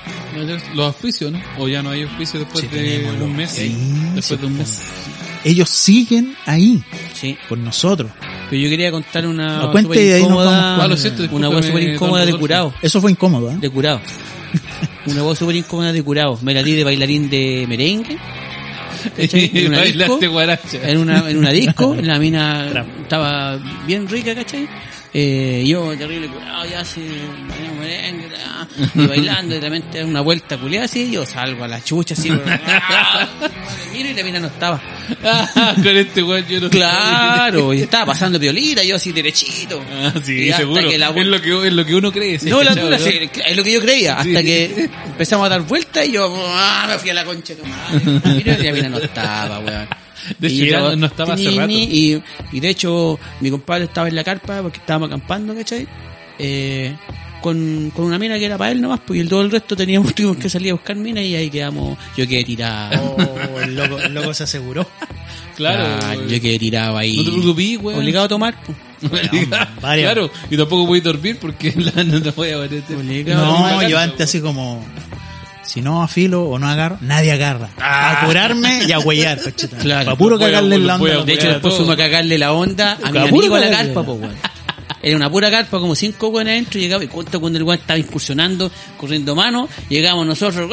Speaker 1: Los auspicios, ¿no? O ya no hay auspicio después
Speaker 2: Sí,
Speaker 1: de
Speaker 2: tenemos
Speaker 1: un
Speaker 2: los
Speaker 1: mes.
Speaker 2: auspicios,
Speaker 1: Después de un mes.
Speaker 2: Ellos siguen ahí,
Speaker 3: Sí.
Speaker 2: con nosotros.
Speaker 3: Pero yo quería contar una
Speaker 2: No, cuente
Speaker 3: súper
Speaker 2: y de ahí nos
Speaker 3: incómoda,
Speaker 2: vamos con-
Speaker 1: Ah, lo siento,
Speaker 3: una
Speaker 1: discúlpame,
Speaker 3: weá súper incómoda
Speaker 1: don
Speaker 3: de
Speaker 1: Rodolfo.
Speaker 3: curado.
Speaker 2: Eso fue incómodo, ¿eh?
Speaker 3: De curado. Una voz súper incómoda de curado. Me la di de bailarín de merengue. ¿Cachai? En una disco.
Speaker 1: Bailaste guaracha.
Speaker 3: En una, en una disco, la mina estaba bien rica, ¿cachai? Eh, yo terrible curado, ya así, bailando merengue, ta, y bailando, y de repente una vuelta culiada así, yo salgo a la chucha así, ¡ah! Me miro y la mina no estaba.
Speaker 1: Con este weón yo no
Speaker 3: Claro, y estaba pasando violita, yo así derechito.
Speaker 1: Ah, sí,
Speaker 3: Y hasta
Speaker 1: seguro.
Speaker 3: que la
Speaker 1: es, lo que, es lo que uno cree. ¿sí?
Speaker 3: No, la
Speaker 1: ¿Cachai,
Speaker 3: dura,
Speaker 1: no?
Speaker 3: sí, es lo que yo creía, hasta
Speaker 1: Sí.
Speaker 3: que empezamos a dar vueltas y yo ah, me fui a la concha de tu madre. Mira, y la mina no estaba, weón.
Speaker 1: De
Speaker 3: Y
Speaker 1: hecho, ya
Speaker 3: yo,
Speaker 1: no- no estaba hace
Speaker 3: ni,
Speaker 1: rato.
Speaker 3: ni, Y, y de hecho, mi compadre estaba en la carpa porque estábamos acampando, ¿cachai? Eh, con, con una mina que era para él nomás, pues y el todo el resto teníamos, tuvimos que salir a buscar mina y ahí quedamos, yo quedé tirado.
Speaker 2: Oh, el loco, el loco se aseguró.
Speaker 1: Claro.
Speaker 3: Ah, yo quedé tirado ahí.
Speaker 1: No te preocupes, weón.
Speaker 3: Obligado a tomar, pues.
Speaker 2: varias.
Speaker 1: Claro, y tampoco voy a dormir porque la, no te voy a meter.
Speaker 3: Obligado.
Speaker 2: No,
Speaker 1: me
Speaker 2: yo
Speaker 1: encanta,
Speaker 2: antes
Speaker 1: weón.
Speaker 2: así como, si no afilo o no agarro, nadie agarra. A curarme y a huellar, cocheta.
Speaker 3: Claro.
Speaker 2: Para puro
Speaker 1: Voy a-
Speaker 2: cagarle en la
Speaker 1: voy a-
Speaker 2: onda.
Speaker 3: De hecho,
Speaker 1: Era
Speaker 3: después
Speaker 1: todo.
Speaker 3: fuimos a cagarle la onda a mi
Speaker 2: Puro
Speaker 3: amigo a la
Speaker 2: cagarle.
Speaker 3: carpa, pues, weón. Era una pura carpa, como cinco weones adentro, llegaba y cuenta cuando el weón estaba incursionando, corriendo mano, llegamos nosotros,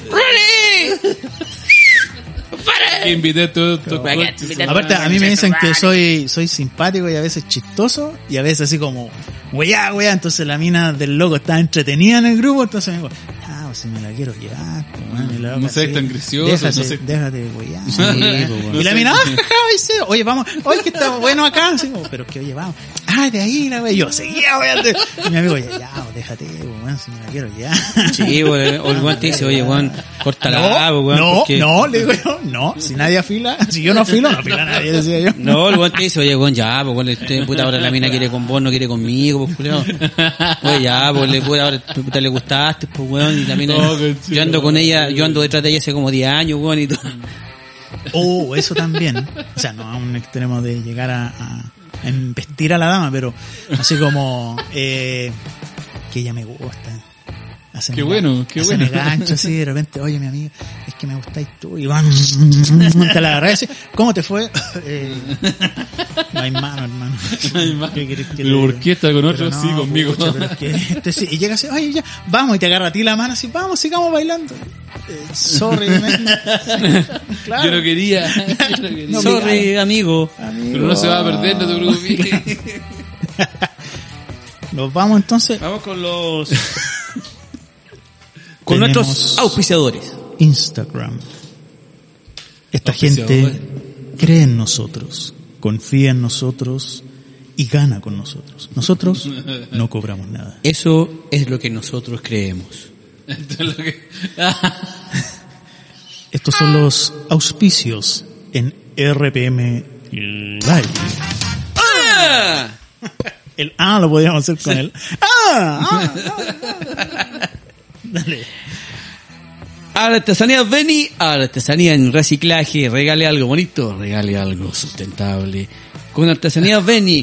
Speaker 3: ¡Ready!
Speaker 1: Que
Speaker 3: ¡Para!
Speaker 1: invité a todos estos
Speaker 3: Para que-
Speaker 1: coches.
Speaker 3: invité-
Speaker 2: Aparte, a mí me dicen que soy, soy simpático y a veces chistoso y a veces así como, weyá, weyá. Entonces la mina del loco está entretenida en el grupo, entonces me digo, ah, pues si me la quiero llevar, pues, man, y la loca
Speaker 1: No seas
Speaker 2: así,
Speaker 1: tan gracioso,
Speaker 2: Déjate,
Speaker 1: no sé.
Speaker 2: déjate, weyá.
Speaker 3: Sí, pues, weón.
Speaker 2: Y la
Speaker 1: sé.
Speaker 2: mina, ah, jaja, oye, sí, oye, vamos, oye, que está bueno acá, así como, pero que oye, vamos, ah, de ahí, la wea, yo seguía, wea, y mi amigo, ya, ya, pues, déjate, pues, weón, si me la quiero llevar.
Speaker 3: Sí, weón, o el weón te dice, oye, weón, córtala,
Speaker 2: No,
Speaker 3: weón,
Speaker 2: no,
Speaker 3: porque...
Speaker 2: no, le digo yo, no, si nadie afila, si yo no afilo, no afila nadie, decía yo.
Speaker 3: No, el weón te dice, oye, weón, ya, pues, weón, este, puta, ahora la mina quiere con vos, no quiere conmigo, pues, culiao. Oye, ya, pues, le, puta, ahora, puta, le gustaste, pues, weón, y la mina,
Speaker 1: No, conchito.
Speaker 3: yo ando con ella, yo ando detrás de ella hace como diez años, weón, y todo.
Speaker 2: Oh, eso también. O sea, no a un extremo de llegar a, a, a embestir a la dama, pero así como eh, que ella me gusta. Hace
Speaker 1: Qué bueno, qué
Speaker 2: hace
Speaker 1: bueno.
Speaker 2: me gancho así, de repente, oye, mi amiga, es que me gustáis tú. Y van, te la agarré así, ¿cómo te fue? Eh, no hay mano, hermano.
Speaker 1: No hay mano.
Speaker 2: ¿Qué querés que te
Speaker 1: Pero ¿por
Speaker 2: diga?
Speaker 1: qué está con
Speaker 2: Pero
Speaker 1: otro? Sí, conmigo.
Speaker 2: pucha, pero es que este sí, y llega así, oye, ya, vamos, y te agarra a ti la mano así, vamos, sigamos bailando. Eh, sorry, man. Claro.
Speaker 1: Yo no quería. Yo no quería.
Speaker 2: No,
Speaker 3: Sorry, amigo.
Speaker 2: Amigo.
Speaker 1: Pero no se va a perder, no te preocupes.
Speaker 2: Nos vamos entonces.
Speaker 3: Vamos con los... con
Speaker 2: Tenemos
Speaker 3: nuestros auspiciadores.
Speaker 2: Instagram. Esta
Speaker 1: Auspiciadores.
Speaker 2: gente cree en nosotros, confía en nosotros y gana con nosotros. Nosotros no cobramos nada.
Speaker 3: Eso es lo que nosotros creemos.
Speaker 1: Esto es lo que...
Speaker 2: Estos son los auspicios en R P M Live.
Speaker 3: ¡Ah!
Speaker 2: El ah lo podríamos hacer con el ah, ah, ah. Dale.
Speaker 3: Artesanía Beni, artesanía en reciclaje, regale algo bonito, regale algo sustentable. Con Artesanía Beni,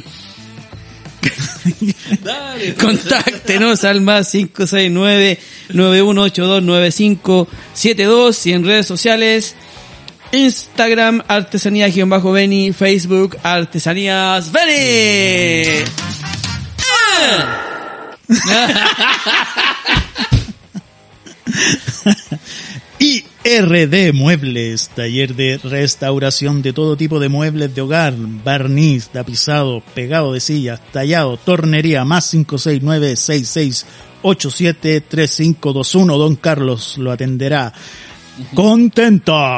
Speaker 1: Dale.
Speaker 3: contáctenos al más cinco seis nueve, nueve uno ocho dos, nueve cinco siete dos y en redes sociales, Instagram, artesanía-beni, Facebook, artesanías Beni. ¡Ah!
Speaker 2: I R D Muebles, taller de restauración de todo tipo de muebles de hogar, barniz, tapizado, pegado de sillas, tallado, tornería, más cinco seis nueve, seis seis ocho siete, tres cinco dos uno. Don Carlos lo atenderá. ¡Contenta!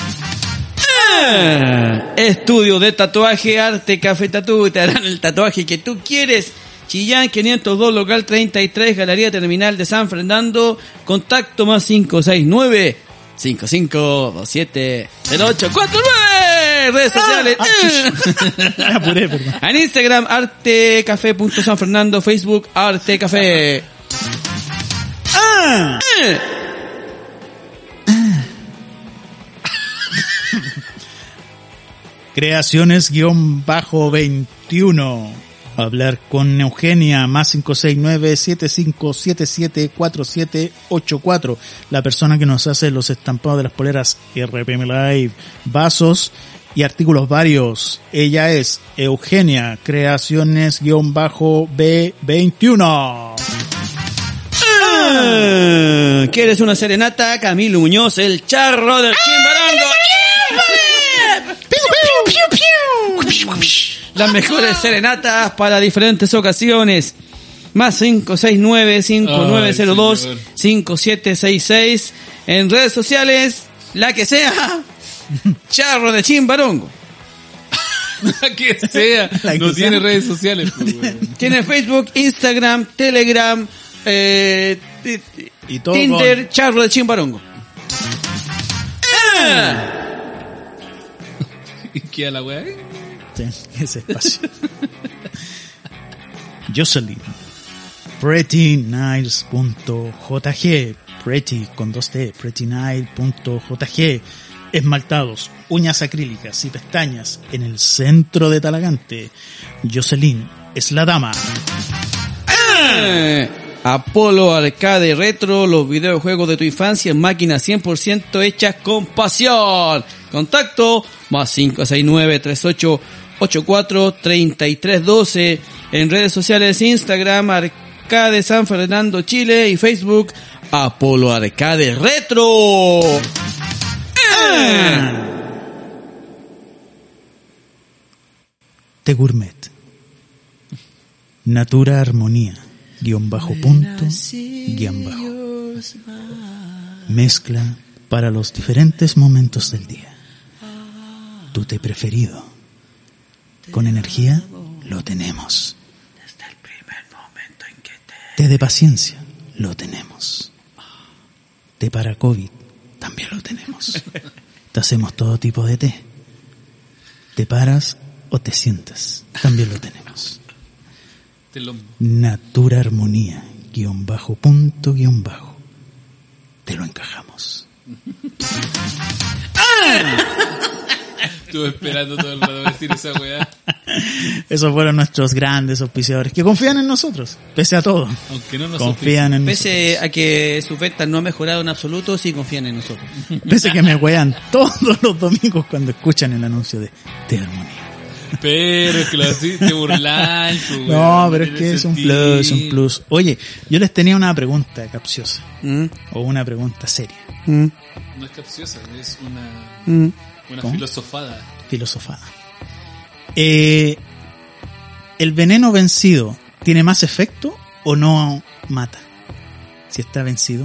Speaker 3: Ah, Estudio de tatuaje, arte, café tatú, te harán el tatuaje que tú quieres. Chillán quinientos dos, local treinta y tres, Galería Terminal de San Fernando. Contacto más cinco seis nueve, cinco cinco dos siete cero ocho cuatro nueve. Redes sociales.
Speaker 2: Me apuré, perdón.
Speaker 3: En Instagram, artecafé.sanfernando. Facebook, artecafé.
Speaker 2: ¡Ah!
Speaker 3: Eh.
Speaker 2: Creaciones-veintiuno. Hablar con Eugenia, más cinco seis nueve siete cinco siete siete cuatro siete ocho cuatro. La persona que nos hace los estampados de las poleras R P M Live, vasos y artículos varios. Ella es Eugenia, Creaciones-B veintiuno.
Speaker 3: Ah, ¿quieres una serenata? Camilo Muñoz, el charro del Chimbarongo. Las mejores serenatas para diferentes ocasiones. Más cinco seis nueve cinco nueve cero dos cinco siete seis seis. En redes sociales, la que sea, charro de Chimbarongo.
Speaker 1: La que sea.
Speaker 2: La que
Speaker 1: No
Speaker 2: sea.
Speaker 1: tiene redes sociales. Pues, güey.
Speaker 3: Tiene Facebook, Instagram, Telegram, eh, t- t-
Speaker 2: Y todo
Speaker 3: Tinder, charro de Chimbarongo. Ah.
Speaker 1: ¿Y qué a la weá?
Speaker 2: Sí, ese espacio. Jocelyn. prettynails.jg. Pretty con dos T. prettynail.jg. Esmaltados, uñas acrílicas y pestañas en el centro de Talagante. Jocelyn es la dama.
Speaker 3: Ah. Apolo Arcade Retro, los videojuegos de tu infancia en máquinas cien por ciento hechas con pasión. Contacto más cinco seis nueve tres ocho ocho cuatro tres tres uno dos. En redes sociales, Instagram Arcade San Fernando Chile y Facebook Apolo Arcade Retro. Ah.
Speaker 2: Te Gourmet. Natura Armonía. Guión bajo punto. Guión bajo. Mezcla para los diferentes momentos del día. Tu té preferido. Con energía lo tenemos.
Speaker 3: Desde el primer momento en que te...
Speaker 2: Té de paciencia lo tenemos. Té para COVID también lo tenemos. Te hacemos todo tipo de té. Te paras o te sientas, también lo tenemos.
Speaker 1: Te lo...
Speaker 2: Natura Armonía, guión bajo, punto, guión bajo. Te lo encajamos.
Speaker 1: Estuve esperando todo el rato decir esa weá.
Speaker 2: Esos fueron nuestros grandes auspiciadores que confían en nosotros, pese a todo.
Speaker 1: Aunque no nos
Speaker 2: Confían en
Speaker 3: Pese a que sus ventas no han mejorado en absoluto, sí confían en nosotros.
Speaker 2: nosotros. Pese a que me huean todos los domingos cuando escuchan el anuncio de Té Armonía.
Speaker 1: Pero es que lo así te burlan, pues, weón.
Speaker 2: No, pero es
Speaker 1: tiene
Speaker 2: que es un
Speaker 1: sentido.
Speaker 2: plus, un plus. Oye, yo les tenía una pregunta capciosa,
Speaker 3: ¿Mm?
Speaker 2: o una pregunta seria,
Speaker 3: ¿Mm?
Speaker 1: No es capciosa, es una,
Speaker 3: ¿Mm?
Speaker 1: una
Speaker 2: ¿Cómo?
Speaker 1: filosofada.
Speaker 2: filosofada. Eh, ¿El veneno vencido tiene más efecto o no mata? Si está vencido.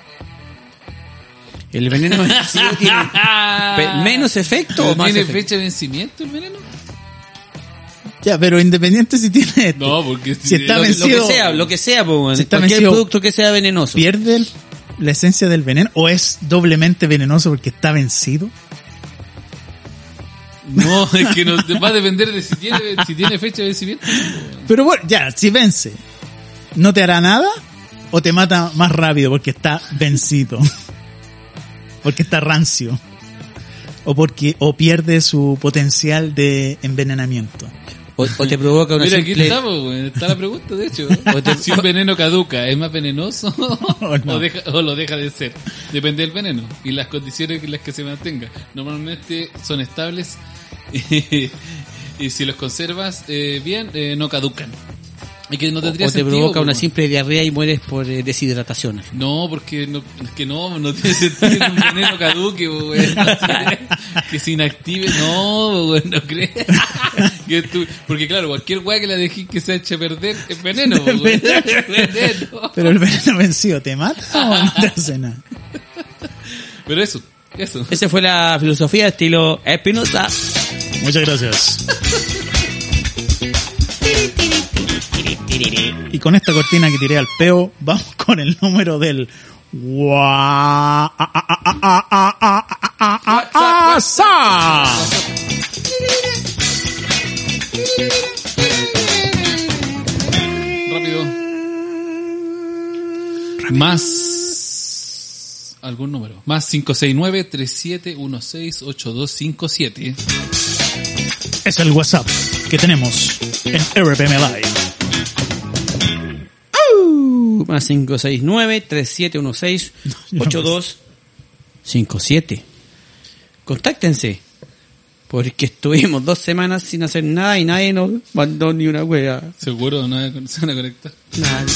Speaker 3: ¿El veneno vencido tiene pe- menos efecto o más
Speaker 1: ¿Tiene
Speaker 3: efecto?
Speaker 1: fecha de vencimiento el veneno?
Speaker 2: Ya, pero independiente si tiene este,
Speaker 1: No, porque
Speaker 2: si está
Speaker 3: Lo, lo
Speaker 2: vencido,
Speaker 3: que sea, lo que sea, po, weón.
Speaker 2: Si está
Speaker 3: Cualquier
Speaker 2: vencido,
Speaker 3: producto que sea venenoso.
Speaker 2: ¿pierde el- la esencia del veneno o es doblemente venenoso porque está vencido?
Speaker 1: No, es que no, va a depender de si tiene, si tiene fecha de vencimiento.
Speaker 2: Pero bueno, ya, si vence, ¿no te hará nada? ¿O te mata más rápido porque está vencido? Porque está rancio. O porque, o pierde su potencial de envenenamiento.
Speaker 3: O, o te provoca una
Speaker 1: Mira, aquí
Speaker 3: simple...
Speaker 1: estamos, güey. Está la pregunta, de hecho.
Speaker 3: O te-
Speaker 1: Si un veneno caduca, ¿es más venenoso
Speaker 2: O no.
Speaker 1: o, deja, o lo deja de ser? Depende del veneno y las condiciones en las que se mantenga. Normalmente son estables y, y si los conservas eh, bien, eh, no caducan. Y que no
Speaker 3: o
Speaker 1: tendría
Speaker 3: te
Speaker 1: sentido,
Speaker 3: provoca una
Speaker 1: pues,
Speaker 3: simple diarrea y mueres por eh, deshidratación.
Speaker 1: No, porque no, es que no, no tiene sentido que un veneno caduque, pues, güey. No tiene- que se inactive, no, güey, no crees. Que tú- porque claro, cualquier weá que la dejes que se eche a perder es veneno, pues, güey. Es veneno.
Speaker 2: Pero el veneno vencido, ¿te mata o no te hace nada?
Speaker 1: Pero eso, eso.
Speaker 3: Esa fue la filosofía estilo Espinosa.
Speaker 2: Muchas gracias. Y con esta cortina que tiré al peo, vamos con el número del WhatsApp. ah, ah, ah, ah, ah, ah, ah, sa.
Speaker 1: Rápido. Más algún número. Más cinco seis nueve, tres siete uno seis, ocho dos cinco siete.
Speaker 2: Es el WhatsApp que tenemos en R P M Live.
Speaker 3: Uh, más cinco seis nueve, tres siete uno seis, ocho dos cinco siete. Contáctense. Porque estuvimos dos semanas sin hacer nada y nadie nos mandó ni una wea.
Speaker 1: Seguro no se van a conectar.
Speaker 3: Nadie.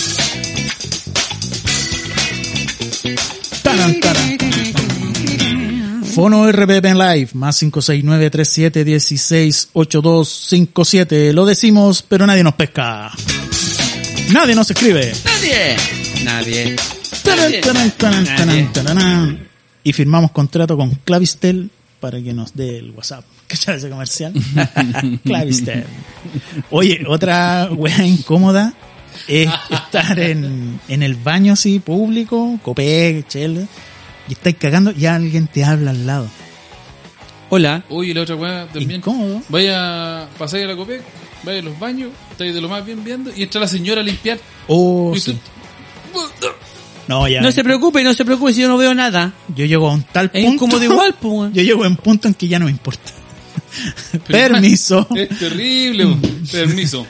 Speaker 2: Taran, taran. Fono R P M Live, más cinco seis nueve, tres siete uno seis, ocho dos cinco siete. Lo decimos, pero nadie nos pesca. Nadie nos escribe.
Speaker 3: Nadie. Nadie.
Speaker 2: Taran,
Speaker 3: Nadie.
Speaker 2: taran, taran,
Speaker 3: Nadie.
Speaker 2: taran, taran. Y firmamos contrato con Clavistel para que nos dé el WhatsApp. ¿Cachai ese comercial? Clavistel. Oye, otra wea incómoda es estar en, en el baño así, público, copé, chele, y estáis cagando y alguien te habla al lado.
Speaker 3: Hola.
Speaker 1: Uy, y la otra weá también.
Speaker 2: Incómodo.
Speaker 1: Vaya, pasáis a la Copec, vaya a los baños, estáis de lo más bien viendo, y entra la señora a limpiar.
Speaker 2: Oh,
Speaker 1: Y
Speaker 2: sí.
Speaker 1: tú-
Speaker 2: No, ya.
Speaker 3: No se preocupe, no se preocupe si yo no veo nada.
Speaker 2: Yo llego a un tal
Speaker 3: Es
Speaker 2: punto.
Speaker 3: incómodo igual, pues, weón.
Speaker 2: Yo llego a un punto en que ya no me importa. Permiso.
Speaker 1: Es terrible, po. Permiso.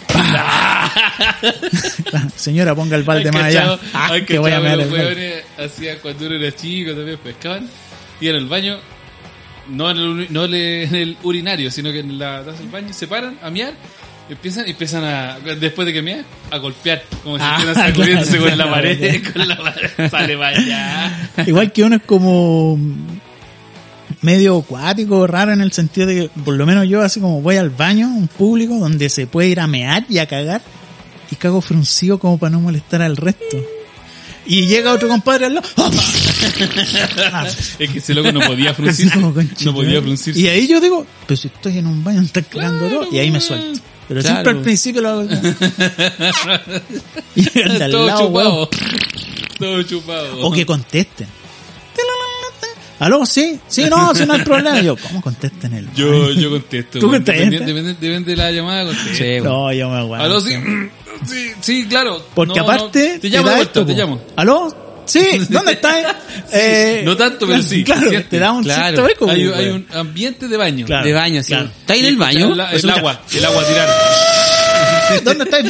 Speaker 2: Señora, ponga el balde
Speaker 1: Hay
Speaker 2: más allá.
Speaker 1: cachado-
Speaker 2: Ah,
Speaker 1: hay
Speaker 2: que voy a
Speaker 1: cachado
Speaker 2: mear
Speaker 1: que
Speaker 2: el
Speaker 1: los
Speaker 2: balde.
Speaker 1: hueones hacían cuando uno era chico, también pescaban, y en el baño, no en el, uri- no le- en el urinario, sino que en la taza del baño, se paran a miar, empiezan, empiezan a, después de que mean, a golpear, como si
Speaker 2: Ah,
Speaker 1: estuvieran sacudiéndose
Speaker 2: claro,
Speaker 1: con la
Speaker 2: claro,
Speaker 1: pared,
Speaker 2: ya.
Speaker 1: con la pared, sale para allá.
Speaker 2: Igual que uno es como medio acuático, raro en el sentido de que, por lo menos yo, así como voy al baño, un público donde se puede ir a mear y a cagar, y cago fruncido como para no molestar al resto. Y llega otro compadre al lado. ¡Ah!
Speaker 1: Es que ese loco no podía fruncir,
Speaker 2: Así como, concha,
Speaker 1: no podía
Speaker 2: ¿eh?
Speaker 1: fruncir.
Speaker 2: Y ahí yo digo, pero si estoy en un baño, me están cagando
Speaker 1: Claro,
Speaker 2: todo, y ahí me
Speaker 1: weón.
Speaker 2: suelto. Pero
Speaker 3: Claro.
Speaker 2: siempre al principio lo hago. Y llega el de al
Speaker 1: Todo
Speaker 2: lado, weón.
Speaker 1: chupado. Todo chupado.
Speaker 2: O que contesten. ¿Aló? Sí, sí, no, si no hay problema. Yo, ¿cómo contesten el
Speaker 1: Yo, yo contesto.
Speaker 2: ¿Tú
Speaker 1: weón.
Speaker 2: contestas?
Speaker 1: Depende, depende, depende de la llamada, contesto.
Speaker 3: Sí, weón.
Speaker 2: No, yo me aguanto.
Speaker 1: Aló, sí. Sí, sí, claro.
Speaker 2: Porque
Speaker 1: No,
Speaker 2: aparte...
Speaker 1: no. Te llamo
Speaker 2: da
Speaker 1: de vuelta,
Speaker 2: esto,
Speaker 1: te
Speaker 2: po.
Speaker 1: llamo.
Speaker 2: ¿Aló? Sí, ¿dónde estás? Eh,
Speaker 1: no tanto, pero sí,
Speaker 2: Claro,
Speaker 1: siente.
Speaker 2: te da un
Speaker 3: Claro.
Speaker 2: cierto eco.
Speaker 1: Hay,
Speaker 2: weón.
Speaker 1: hay un ambiente de baño.
Speaker 2: Claro.
Speaker 3: De baño, sí.
Speaker 2: Claro.
Speaker 3: ¿Está ahí en el baño?
Speaker 1: El, el
Speaker 2: Escucha.
Speaker 1: agua, el agua a tirar.
Speaker 2: ¿Dónde estás?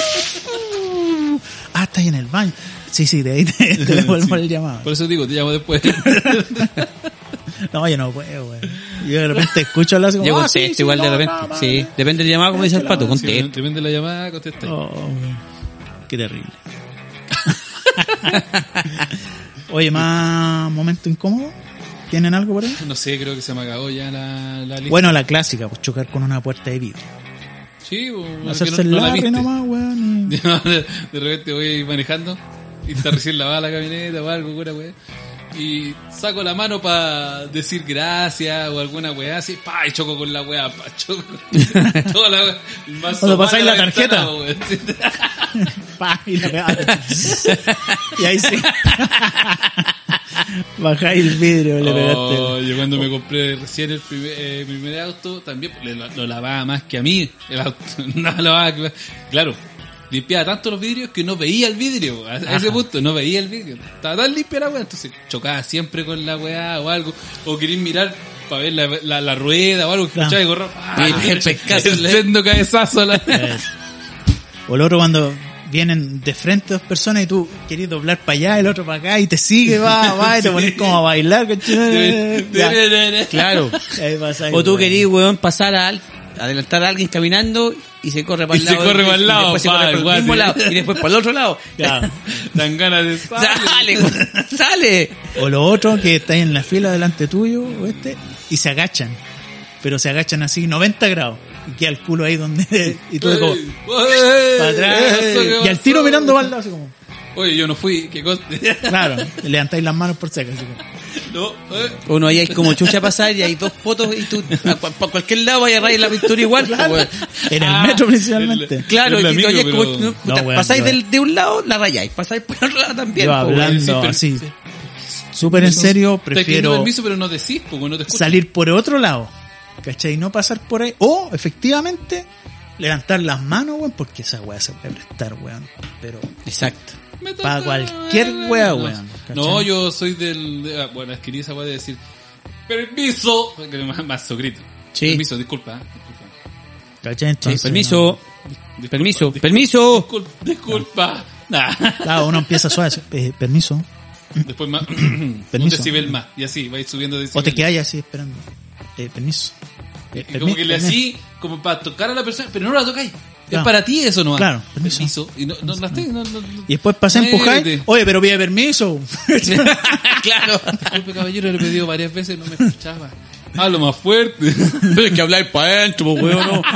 Speaker 2: Ah, estás en el baño. Sí, sí, de ahí te, te devuelvo
Speaker 1: Sí.
Speaker 2: el llamado.
Speaker 1: Por eso digo, te llamo después.
Speaker 2: No, yo no puedo, güey. Yo de repente escucho hablar así como,
Speaker 3: Yo
Speaker 2: ah,
Speaker 3: contesto
Speaker 2: sí, sí,
Speaker 3: igual de
Speaker 2: no,
Speaker 3: repente.
Speaker 2: no, no,
Speaker 3: Sí,
Speaker 2: no.
Speaker 3: depende del llamado, como dice el pato,
Speaker 1: Sí,
Speaker 3: contesto.
Speaker 1: depende de la llamada, contesta.
Speaker 2: Oh, güey. Qué terrible. Oye, más momento incómodo. ¿Tienen algo por ahí?
Speaker 1: No sé, creo que se me acabó ya la, la lista.
Speaker 2: Bueno, la clásica, pues chocar con una puerta de vidrio.
Speaker 1: Sí, o bueno,
Speaker 2: Hacerse
Speaker 1: que
Speaker 2: el
Speaker 1: no, no la
Speaker 2: larry
Speaker 1: viste.
Speaker 2: nomás, weón. y-
Speaker 1: De repente voy manejando y está recién lavada la camioneta o algo, pura weá. Y saco la mano para decir gracias o alguna weá así, pa, y choco con la weá, pa, choco con toda la weá. El mazo
Speaker 2: Cuando pasáis
Speaker 1: mal a
Speaker 2: la tarjeta.
Speaker 1: ventana, weón.
Speaker 2: Pa, y la pegaba. Y ahí sí. Bajáis el vidrio, le pegaste.
Speaker 1: Oh, yo cuando me compré recién el primer, eh, mi primer auto, también le- lo, lo lavaba más que a mí, el auto. No lo lavaba, que- claro. Limpiaba tanto los vidrios que no veía el vidrio. A, a ese
Speaker 2: Ajá.
Speaker 1: punto no veía el vidrio. Estaba tan limpia la weá, entonces chocaba siempre con la weá o algo. O querías mirar para ver la, la, la rueda o algo que
Speaker 2: Claro.
Speaker 1: escuchaba y correr. ¡Ah!
Speaker 3: Y el pescazo
Speaker 1: el
Speaker 3: le-
Speaker 1: sendo cabezazo. La...
Speaker 2: Eso. O el otro cuando vienen de frente dos personas y tú querés doblar para allá, el otro para acá y te sigue, va, va, y te pones como a bailar. ¿cachai? Ya.
Speaker 3: Claro.
Speaker 2: Ahí pasa ahí,
Speaker 3: O tú
Speaker 2: weón.
Speaker 3: querías, weón, pasar a al- adelantar a alguien caminando y se corre para
Speaker 1: Y
Speaker 3: el
Speaker 1: se
Speaker 3: lado.
Speaker 1: corre
Speaker 3: y-
Speaker 1: para el
Speaker 3: y
Speaker 1: lado,
Speaker 3: después se
Speaker 1: pa,
Speaker 3: corre para el
Speaker 1: igual,
Speaker 3: mismo
Speaker 1: sí.
Speaker 3: lado. Y después para el otro lado.
Speaker 2: Claro.
Speaker 1: Dan ganas de
Speaker 3: Sale, weón, sale.
Speaker 2: O lo otro que está en la fila delante tuyo, o este, y se agachan. Pero se agachan así noventa grados. Y queda el culo ahí donde... Y tú de como... Para atrás. Y al tiro mirando para el lado, así como...
Speaker 1: Oye, yo no fui, qué cosa.
Speaker 2: Claro, te levantáis las manos por seca, así como...
Speaker 1: No, eh.
Speaker 3: Uno ahí hay como chucha a pasar y hay dos fotos y tú a cua- para cualquier lado vaya a rayar la pintura igual. pues, weón.
Speaker 2: En el
Speaker 1: Ah,
Speaker 2: metro principalmente.
Speaker 1: el-
Speaker 3: Claro,
Speaker 1: Es
Speaker 3: y
Speaker 1: la
Speaker 3: tú
Speaker 1: micro,
Speaker 3: oyes como,
Speaker 1: pero-
Speaker 3: puta,
Speaker 2: No, weón,
Speaker 3: pasáis
Speaker 2: yo-
Speaker 3: del, de un lado, la rayáis, pasáis por el otro lado también.
Speaker 2: Yo
Speaker 3: pues, weón.
Speaker 2: hablando
Speaker 1: sí, pero-
Speaker 2: así... súper en serio,
Speaker 1: Estás pidiendo
Speaker 2: prefiero
Speaker 1: permiso, pero no decís, porque no te escuchan.
Speaker 2: salir por otro lado, ¿cachai? No pasar por ahí, o efectivamente levantar las manos, weón, porque esa weá se puede prestar, weón, pero
Speaker 3: Exacto.
Speaker 1: Me toca-
Speaker 2: para cualquier weá,
Speaker 1: No,
Speaker 2: weón, ¿cachai?
Speaker 1: No, yo soy del... de- ah, bueno, adquirí esa weá de decir... Permiso. Que más, más socrito.
Speaker 3: Sí.
Speaker 1: Permiso, disculpa. ¿eh? disculpa.
Speaker 2: ¿Cachai? Entonces,
Speaker 3: Sí, permiso,
Speaker 1: Disculpa,
Speaker 3: permiso,
Speaker 1: disculpa,
Speaker 3: permiso.
Speaker 1: Disculpa. disculpa. Nah.
Speaker 2: no. Claro, uno empieza suave, eh, permiso,
Speaker 1: Después más... un
Speaker 2: Permiso.
Speaker 1: decibel más. Y así, vais subiendo decibel.
Speaker 2: o te quedas así esperando, eh, permiso. Eh,
Speaker 1: Y como
Speaker 2: permi-
Speaker 1: que le
Speaker 2: permi-
Speaker 1: así, como para tocar a la persona, pero no la tocáis.
Speaker 2: Claro.
Speaker 1: Es para ti eso nomás.
Speaker 2: Claro, permiso.
Speaker 1: permiso. Y no, no la estés- no, no, no.
Speaker 2: Y después pasé a empujar,
Speaker 1: Muévete.
Speaker 2: oye, pero pide permiso.
Speaker 3: Claro.
Speaker 1: Disculpe, caballero, le he pedido varias veces, no me escuchaba. Hablo más fuerte.
Speaker 3: Tienes que hablar para adentro, pues, weón, no.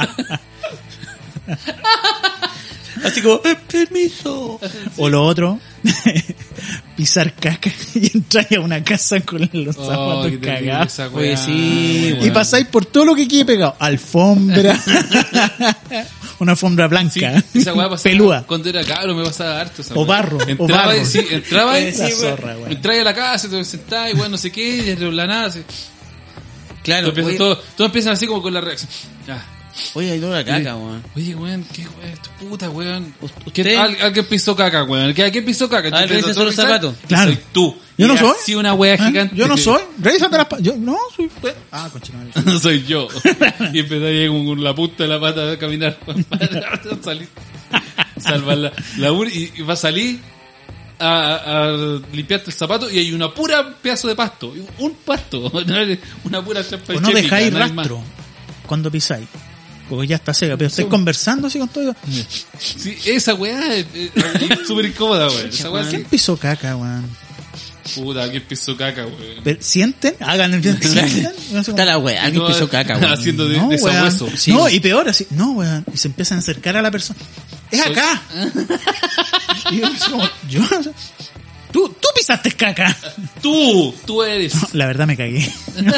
Speaker 3: Así como, eh, permiso.
Speaker 2: O lo otro, pisar caca y entrar a una casa con los
Speaker 1: Oh,
Speaker 2: zapatos
Speaker 1: qué terrible
Speaker 2: cagados.
Speaker 1: esa
Speaker 3: Oye,
Speaker 1: weá,
Speaker 3: sí,
Speaker 1: weón.
Speaker 2: Y pasáis por todo lo que quede pegado. Alfombra. Una alfombra blanca.
Speaker 1: Sí, esa weá pasaba
Speaker 2: Pelúa.
Speaker 1: cuando era cabro, me pasaba harto esa
Speaker 2: O
Speaker 1: weá.
Speaker 2: barro, o
Speaker 1: Entraba,
Speaker 2: barro.
Speaker 1: y- sí, entraba y
Speaker 2: La
Speaker 1: sí, weón.
Speaker 2: zorra, weón.
Speaker 1: Entraba a la casa, te sentás y weón, no sé qué, y de la nada, así.
Speaker 3: Claro,
Speaker 1: Todo, empieza-
Speaker 3: oye,
Speaker 1: todo, todo empiezan así como con la reacción. Ah.
Speaker 3: oye, hay toda la caca, weón.
Speaker 1: Oye, weón, qué weón, esto puta, weón.
Speaker 3: ¿Usted?
Speaker 1: ¿Qué- al- Alguien pisó caca, weón. ¿Qué- ¿Quién pisó caca?
Speaker 3: A ver,
Speaker 1: Empieza
Speaker 3: revisa
Speaker 1: todo a
Speaker 3: los
Speaker 1: revisar,
Speaker 3: zapatos.
Speaker 1: y
Speaker 2: Claro.
Speaker 1: Soy tú.
Speaker 2: Yo no
Speaker 1: Y
Speaker 2: soy.
Speaker 1: así una wea
Speaker 2: ¿Eh?
Speaker 1: gigante.
Speaker 2: Yo no soy. Revísate las pa- Yo no soy. Ah, conchetumare.
Speaker 1: No soy yo. Y empecé ahí con la punta de la pata a caminar para salir. Salvar la, la ur- y, y va a salir a, a limpiarte el zapato y hay una pura pedazo de pasto. Un pasto. Una pura chapa
Speaker 2: O no
Speaker 1: chépica,
Speaker 2: dejáis
Speaker 1: no hay más.
Speaker 2: rastro cuando pisáis. Porque ya está seca. Pero estáis conversando así con todo.
Speaker 1: Sí, esa weá es, es- es súper incómoda, weón. Esa weá
Speaker 2: ¿Quién
Speaker 1: sí.
Speaker 2: pisó caca, weón?
Speaker 1: Puta, ¿quién pisó caca, weón?
Speaker 2: Pero, ¿sienten? Hagan el ¿sienten? No sé cómo-
Speaker 3: Está la weá, alguien
Speaker 1: No,
Speaker 3: pisó caca, weón.
Speaker 1: Haciendo de,
Speaker 2: No,
Speaker 1: de
Speaker 2: weón.
Speaker 1: sabueso.
Speaker 3: Sí.
Speaker 2: No, y peor así. No, weón. Y se empiezan a acercar a la persona. ¡Es
Speaker 1: Soy-
Speaker 2: acá! Y yo, así como, yo no sé. Tú, tú pisaste caca.
Speaker 1: Tú, tú eres.
Speaker 2: La verdad me cagué.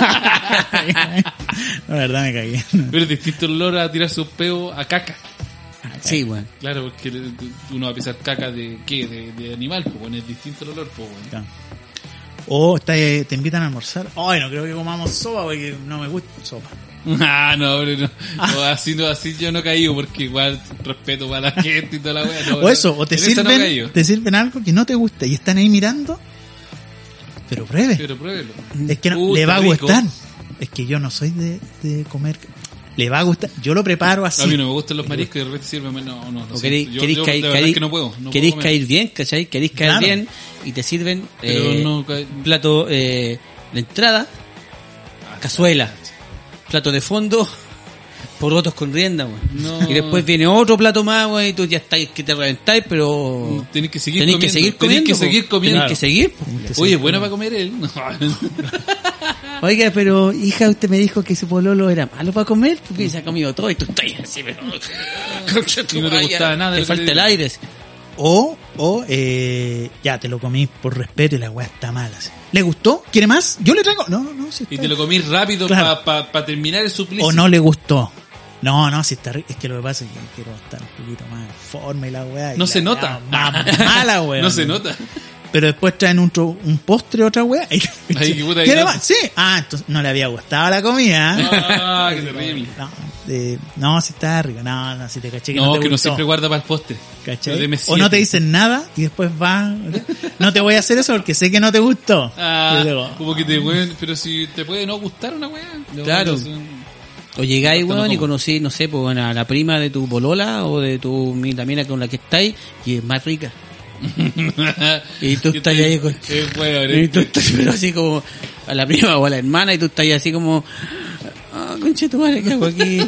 Speaker 2: La verdad me cagué.
Speaker 1: Pero es distinto el olor a tirarse un peo a caca.
Speaker 3: Sí, weón.
Speaker 1: Claro, porque le- tú- uno va a pisar caca de ¿qué? De, de animal, pues bueno, es distinto el olor, pues bueno.
Speaker 2: Ya. O está- te invitan a almorzar. Ay, no creo que comamos sopa porque no me gusta sopa.
Speaker 1: Ah, no, pero no, no, así no, así yo no caí porque igual respeto para la gente y toda la wea. No,
Speaker 2: O eso, o te
Speaker 1: en esa no
Speaker 2: sirven,
Speaker 1: caí yo.
Speaker 2: te sirven algo que no te gusta y están ahí mirando. Pero pruebe.
Speaker 1: Pero pruébelo.
Speaker 2: Es que no,
Speaker 1: Uh,
Speaker 2: le va a
Speaker 1: está rico.
Speaker 2: gustar. Es que yo no soy de, de comer. Le va a gustar. Yo lo preparo así.
Speaker 1: A mí no me gustan los mariscos y de repente sirve, no, no, no.
Speaker 3: O
Speaker 1: sé.
Speaker 3: queréis,
Speaker 1: yo,
Speaker 3: queréis
Speaker 1: yo
Speaker 3: caer,
Speaker 1: de verdad
Speaker 3: caer-
Speaker 1: que no puedo. No
Speaker 3: queréis
Speaker 1: puedo comer.
Speaker 3: caer bien, ¿cachai? Queréis caer
Speaker 2: Claro.
Speaker 3: bien y te sirven
Speaker 1: Pero
Speaker 3: eh,
Speaker 1: no cae-
Speaker 3: un plato eh, de entrada, cazuela, plato de fondo, porotos con rienda, weón.
Speaker 1: No.
Speaker 3: Y después viene otro plato más, weón, y tú ya estáis que te reventáis, pero
Speaker 1: Tenéis que seguir
Speaker 3: tenéis
Speaker 1: comiendo.
Speaker 3: que seguir
Speaker 1: Tenéis
Speaker 3: comiendo.
Speaker 1: que
Speaker 3: po.
Speaker 1: seguir comiendo.
Speaker 3: Tenéis que seguir. po.
Speaker 2: Que
Speaker 1: Oye,
Speaker 2: sí.
Speaker 1: es buena para comer él. No.
Speaker 3: Oiga, pero hija, usted me dijo que su pololo era malo para comer, porque se ha comido todo y tú estás así, pero... Concha tu
Speaker 1: Y no te
Speaker 3: madre,
Speaker 1: gustaba nada de
Speaker 3: Te
Speaker 1: lo que
Speaker 3: falta
Speaker 1: te
Speaker 3: el
Speaker 1: digo.
Speaker 3: aire.
Speaker 2: O, o eh, ya te lo comí por respeto y la weá está mala. así. ¿Le gustó? ¿Quiere más? Yo le traigo. No, no, si está
Speaker 1: Y te lo comís rápido
Speaker 2: Claro.
Speaker 1: para pa, pa terminar el suplicio.
Speaker 2: O no le gustó. No, no, si está rico. Es que lo que pasa es que quiero estar un poquito más en forma y la weá. y
Speaker 1: No
Speaker 2: la
Speaker 1: se
Speaker 2: weá
Speaker 1: nota.
Speaker 2: Más mala, weá.
Speaker 1: No se nota.
Speaker 2: Pero después traen un, tro- un postre, otra weá. y-
Speaker 1: Ay, qué puta
Speaker 2: ¿Quiere
Speaker 1: idea.
Speaker 2: más? Sí. Ah, entonces no le había gustado la comida.
Speaker 1: Ah, qué terrible.
Speaker 2: No, eh, no, si está rico. No, no, si te caché que
Speaker 1: No,
Speaker 2: no, te
Speaker 1: que no
Speaker 2: gustó.
Speaker 1: siempre guarda para el postre.
Speaker 2: ¿Cachai?
Speaker 1: Pero deme
Speaker 2: O no te
Speaker 1: siete.
Speaker 2: dicen nada y después va. No te voy a hacer eso porque sé que no te gustó.
Speaker 1: Ah,
Speaker 2: Y luego,
Speaker 1: como que te pueden, pero si te puede no gustar una weá. No,
Speaker 3: Claro.
Speaker 1: no sé.
Speaker 3: O llegáis,
Speaker 1: Esto no
Speaker 3: weón, y
Speaker 1: como.
Speaker 3: conocí, no sé, pues, bueno, a la prima de tu polola o de tu mi- la mina con la que estáis y es más rica. Y tú
Speaker 1: ¿Qué
Speaker 3: estás
Speaker 1: te-
Speaker 3: ahí con...
Speaker 1: Es weón,
Speaker 3: Y
Speaker 1: es-
Speaker 3: tú estás pero así como a la prima o a la hermana y tú estás ahí así como... Ah, conche tu madre, ¿qué hago aquí?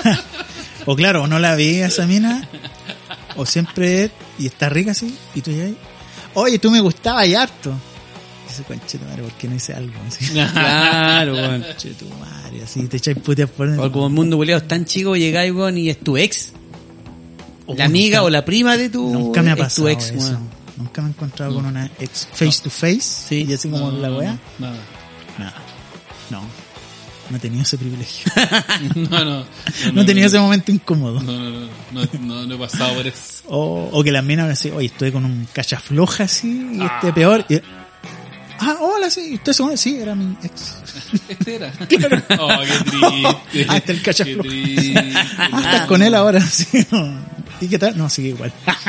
Speaker 2: o claro, o no la vi a esa mina. O siempre y está rica así. Y tú ya ahí. Oye, tú me gustabas y harto. Y dice, conche tu madre, ¿por qué no hice algo? Así.
Speaker 3: Claro, weón.
Speaker 2: Conche tu madre, así te echáis puteas por
Speaker 3: O como el mundo buleado es tan chico, llegáis, weón, y es tu ex.
Speaker 2: Oh,
Speaker 3: La amiga
Speaker 2: nunca-
Speaker 3: o la prima de tu...
Speaker 2: Nunca me ha
Speaker 3: es tu
Speaker 2: pasado
Speaker 3: ex,
Speaker 2: eso.
Speaker 3: weón.
Speaker 2: Nunca me he encontrado con una ex face to face. Sí. Y así como
Speaker 1: No,
Speaker 2: la
Speaker 1: no,
Speaker 2: weá.
Speaker 1: Nada.
Speaker 2: Nada. No. No he tenido ese privilegio.
Speaker 1: No, no.
Speaker 2: No he tenido ese momento incómodo.
Speaker 1: No, no, no. No, no, no he pasado por eso.
Speaker 2: O, o que las minas me decían, oye, estoy con un cachafloja así y
Speaker 1: Ah.
Speaker 2: este peor. Y, Ah, hola, sí, ¿usted se conoce? Sí, era mi ex.
Speaker 1: Este era. Oh, qué triste.
Speaker 2: Ah, está el
Speaker 1: Qué
Speaker 2: cachaflo.
Speaker 1: triste.
Speaker 2: Ah, estás con él ahora, sí. No. ¿Y qué tal? No, sigue igual.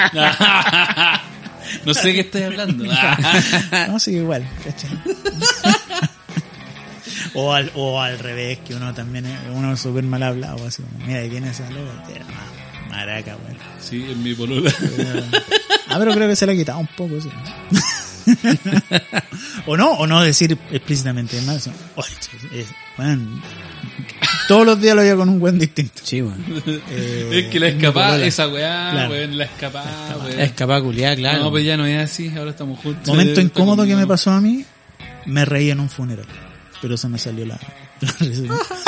Speaker 1: No sé qué estoy hablando.
Speaker 2: No, sigue igual, ¿cachai? O al, o al revés, que uno también es uno es súper mal hablado, así como, mira, ahí viene esa loca, tía, maraca, weón.
Speaker 1: Sí, en mi polola.
Speaker 2: Ah, pero creo que se la ha quitado un poco, sí. O no, o no decir explícitamente más. Oye, es, weón, todos los días lo veía con un buen distinto.
Speaker 3: Sí, bueno.
Speaker 2: Eh,
Speaker 1: Es que la escapada,
Speaker 2: polola.
Speaker 1: esa weá,
Speaker 2: Claro.
Speaker 1: weón, la escapada, weón.
Speaker 3: Es capaz culiar, claro.
Speaker 1: No, pues ya no es así, ahora estamos juntos.
Speaker 2: Momento
Speaker 1: Está
Speaker 2: incómodo que
Speaker 1: conmigo.
Speaker 2: me pasó a mí, me reí en un funeral. Pero se me salió la, la risa.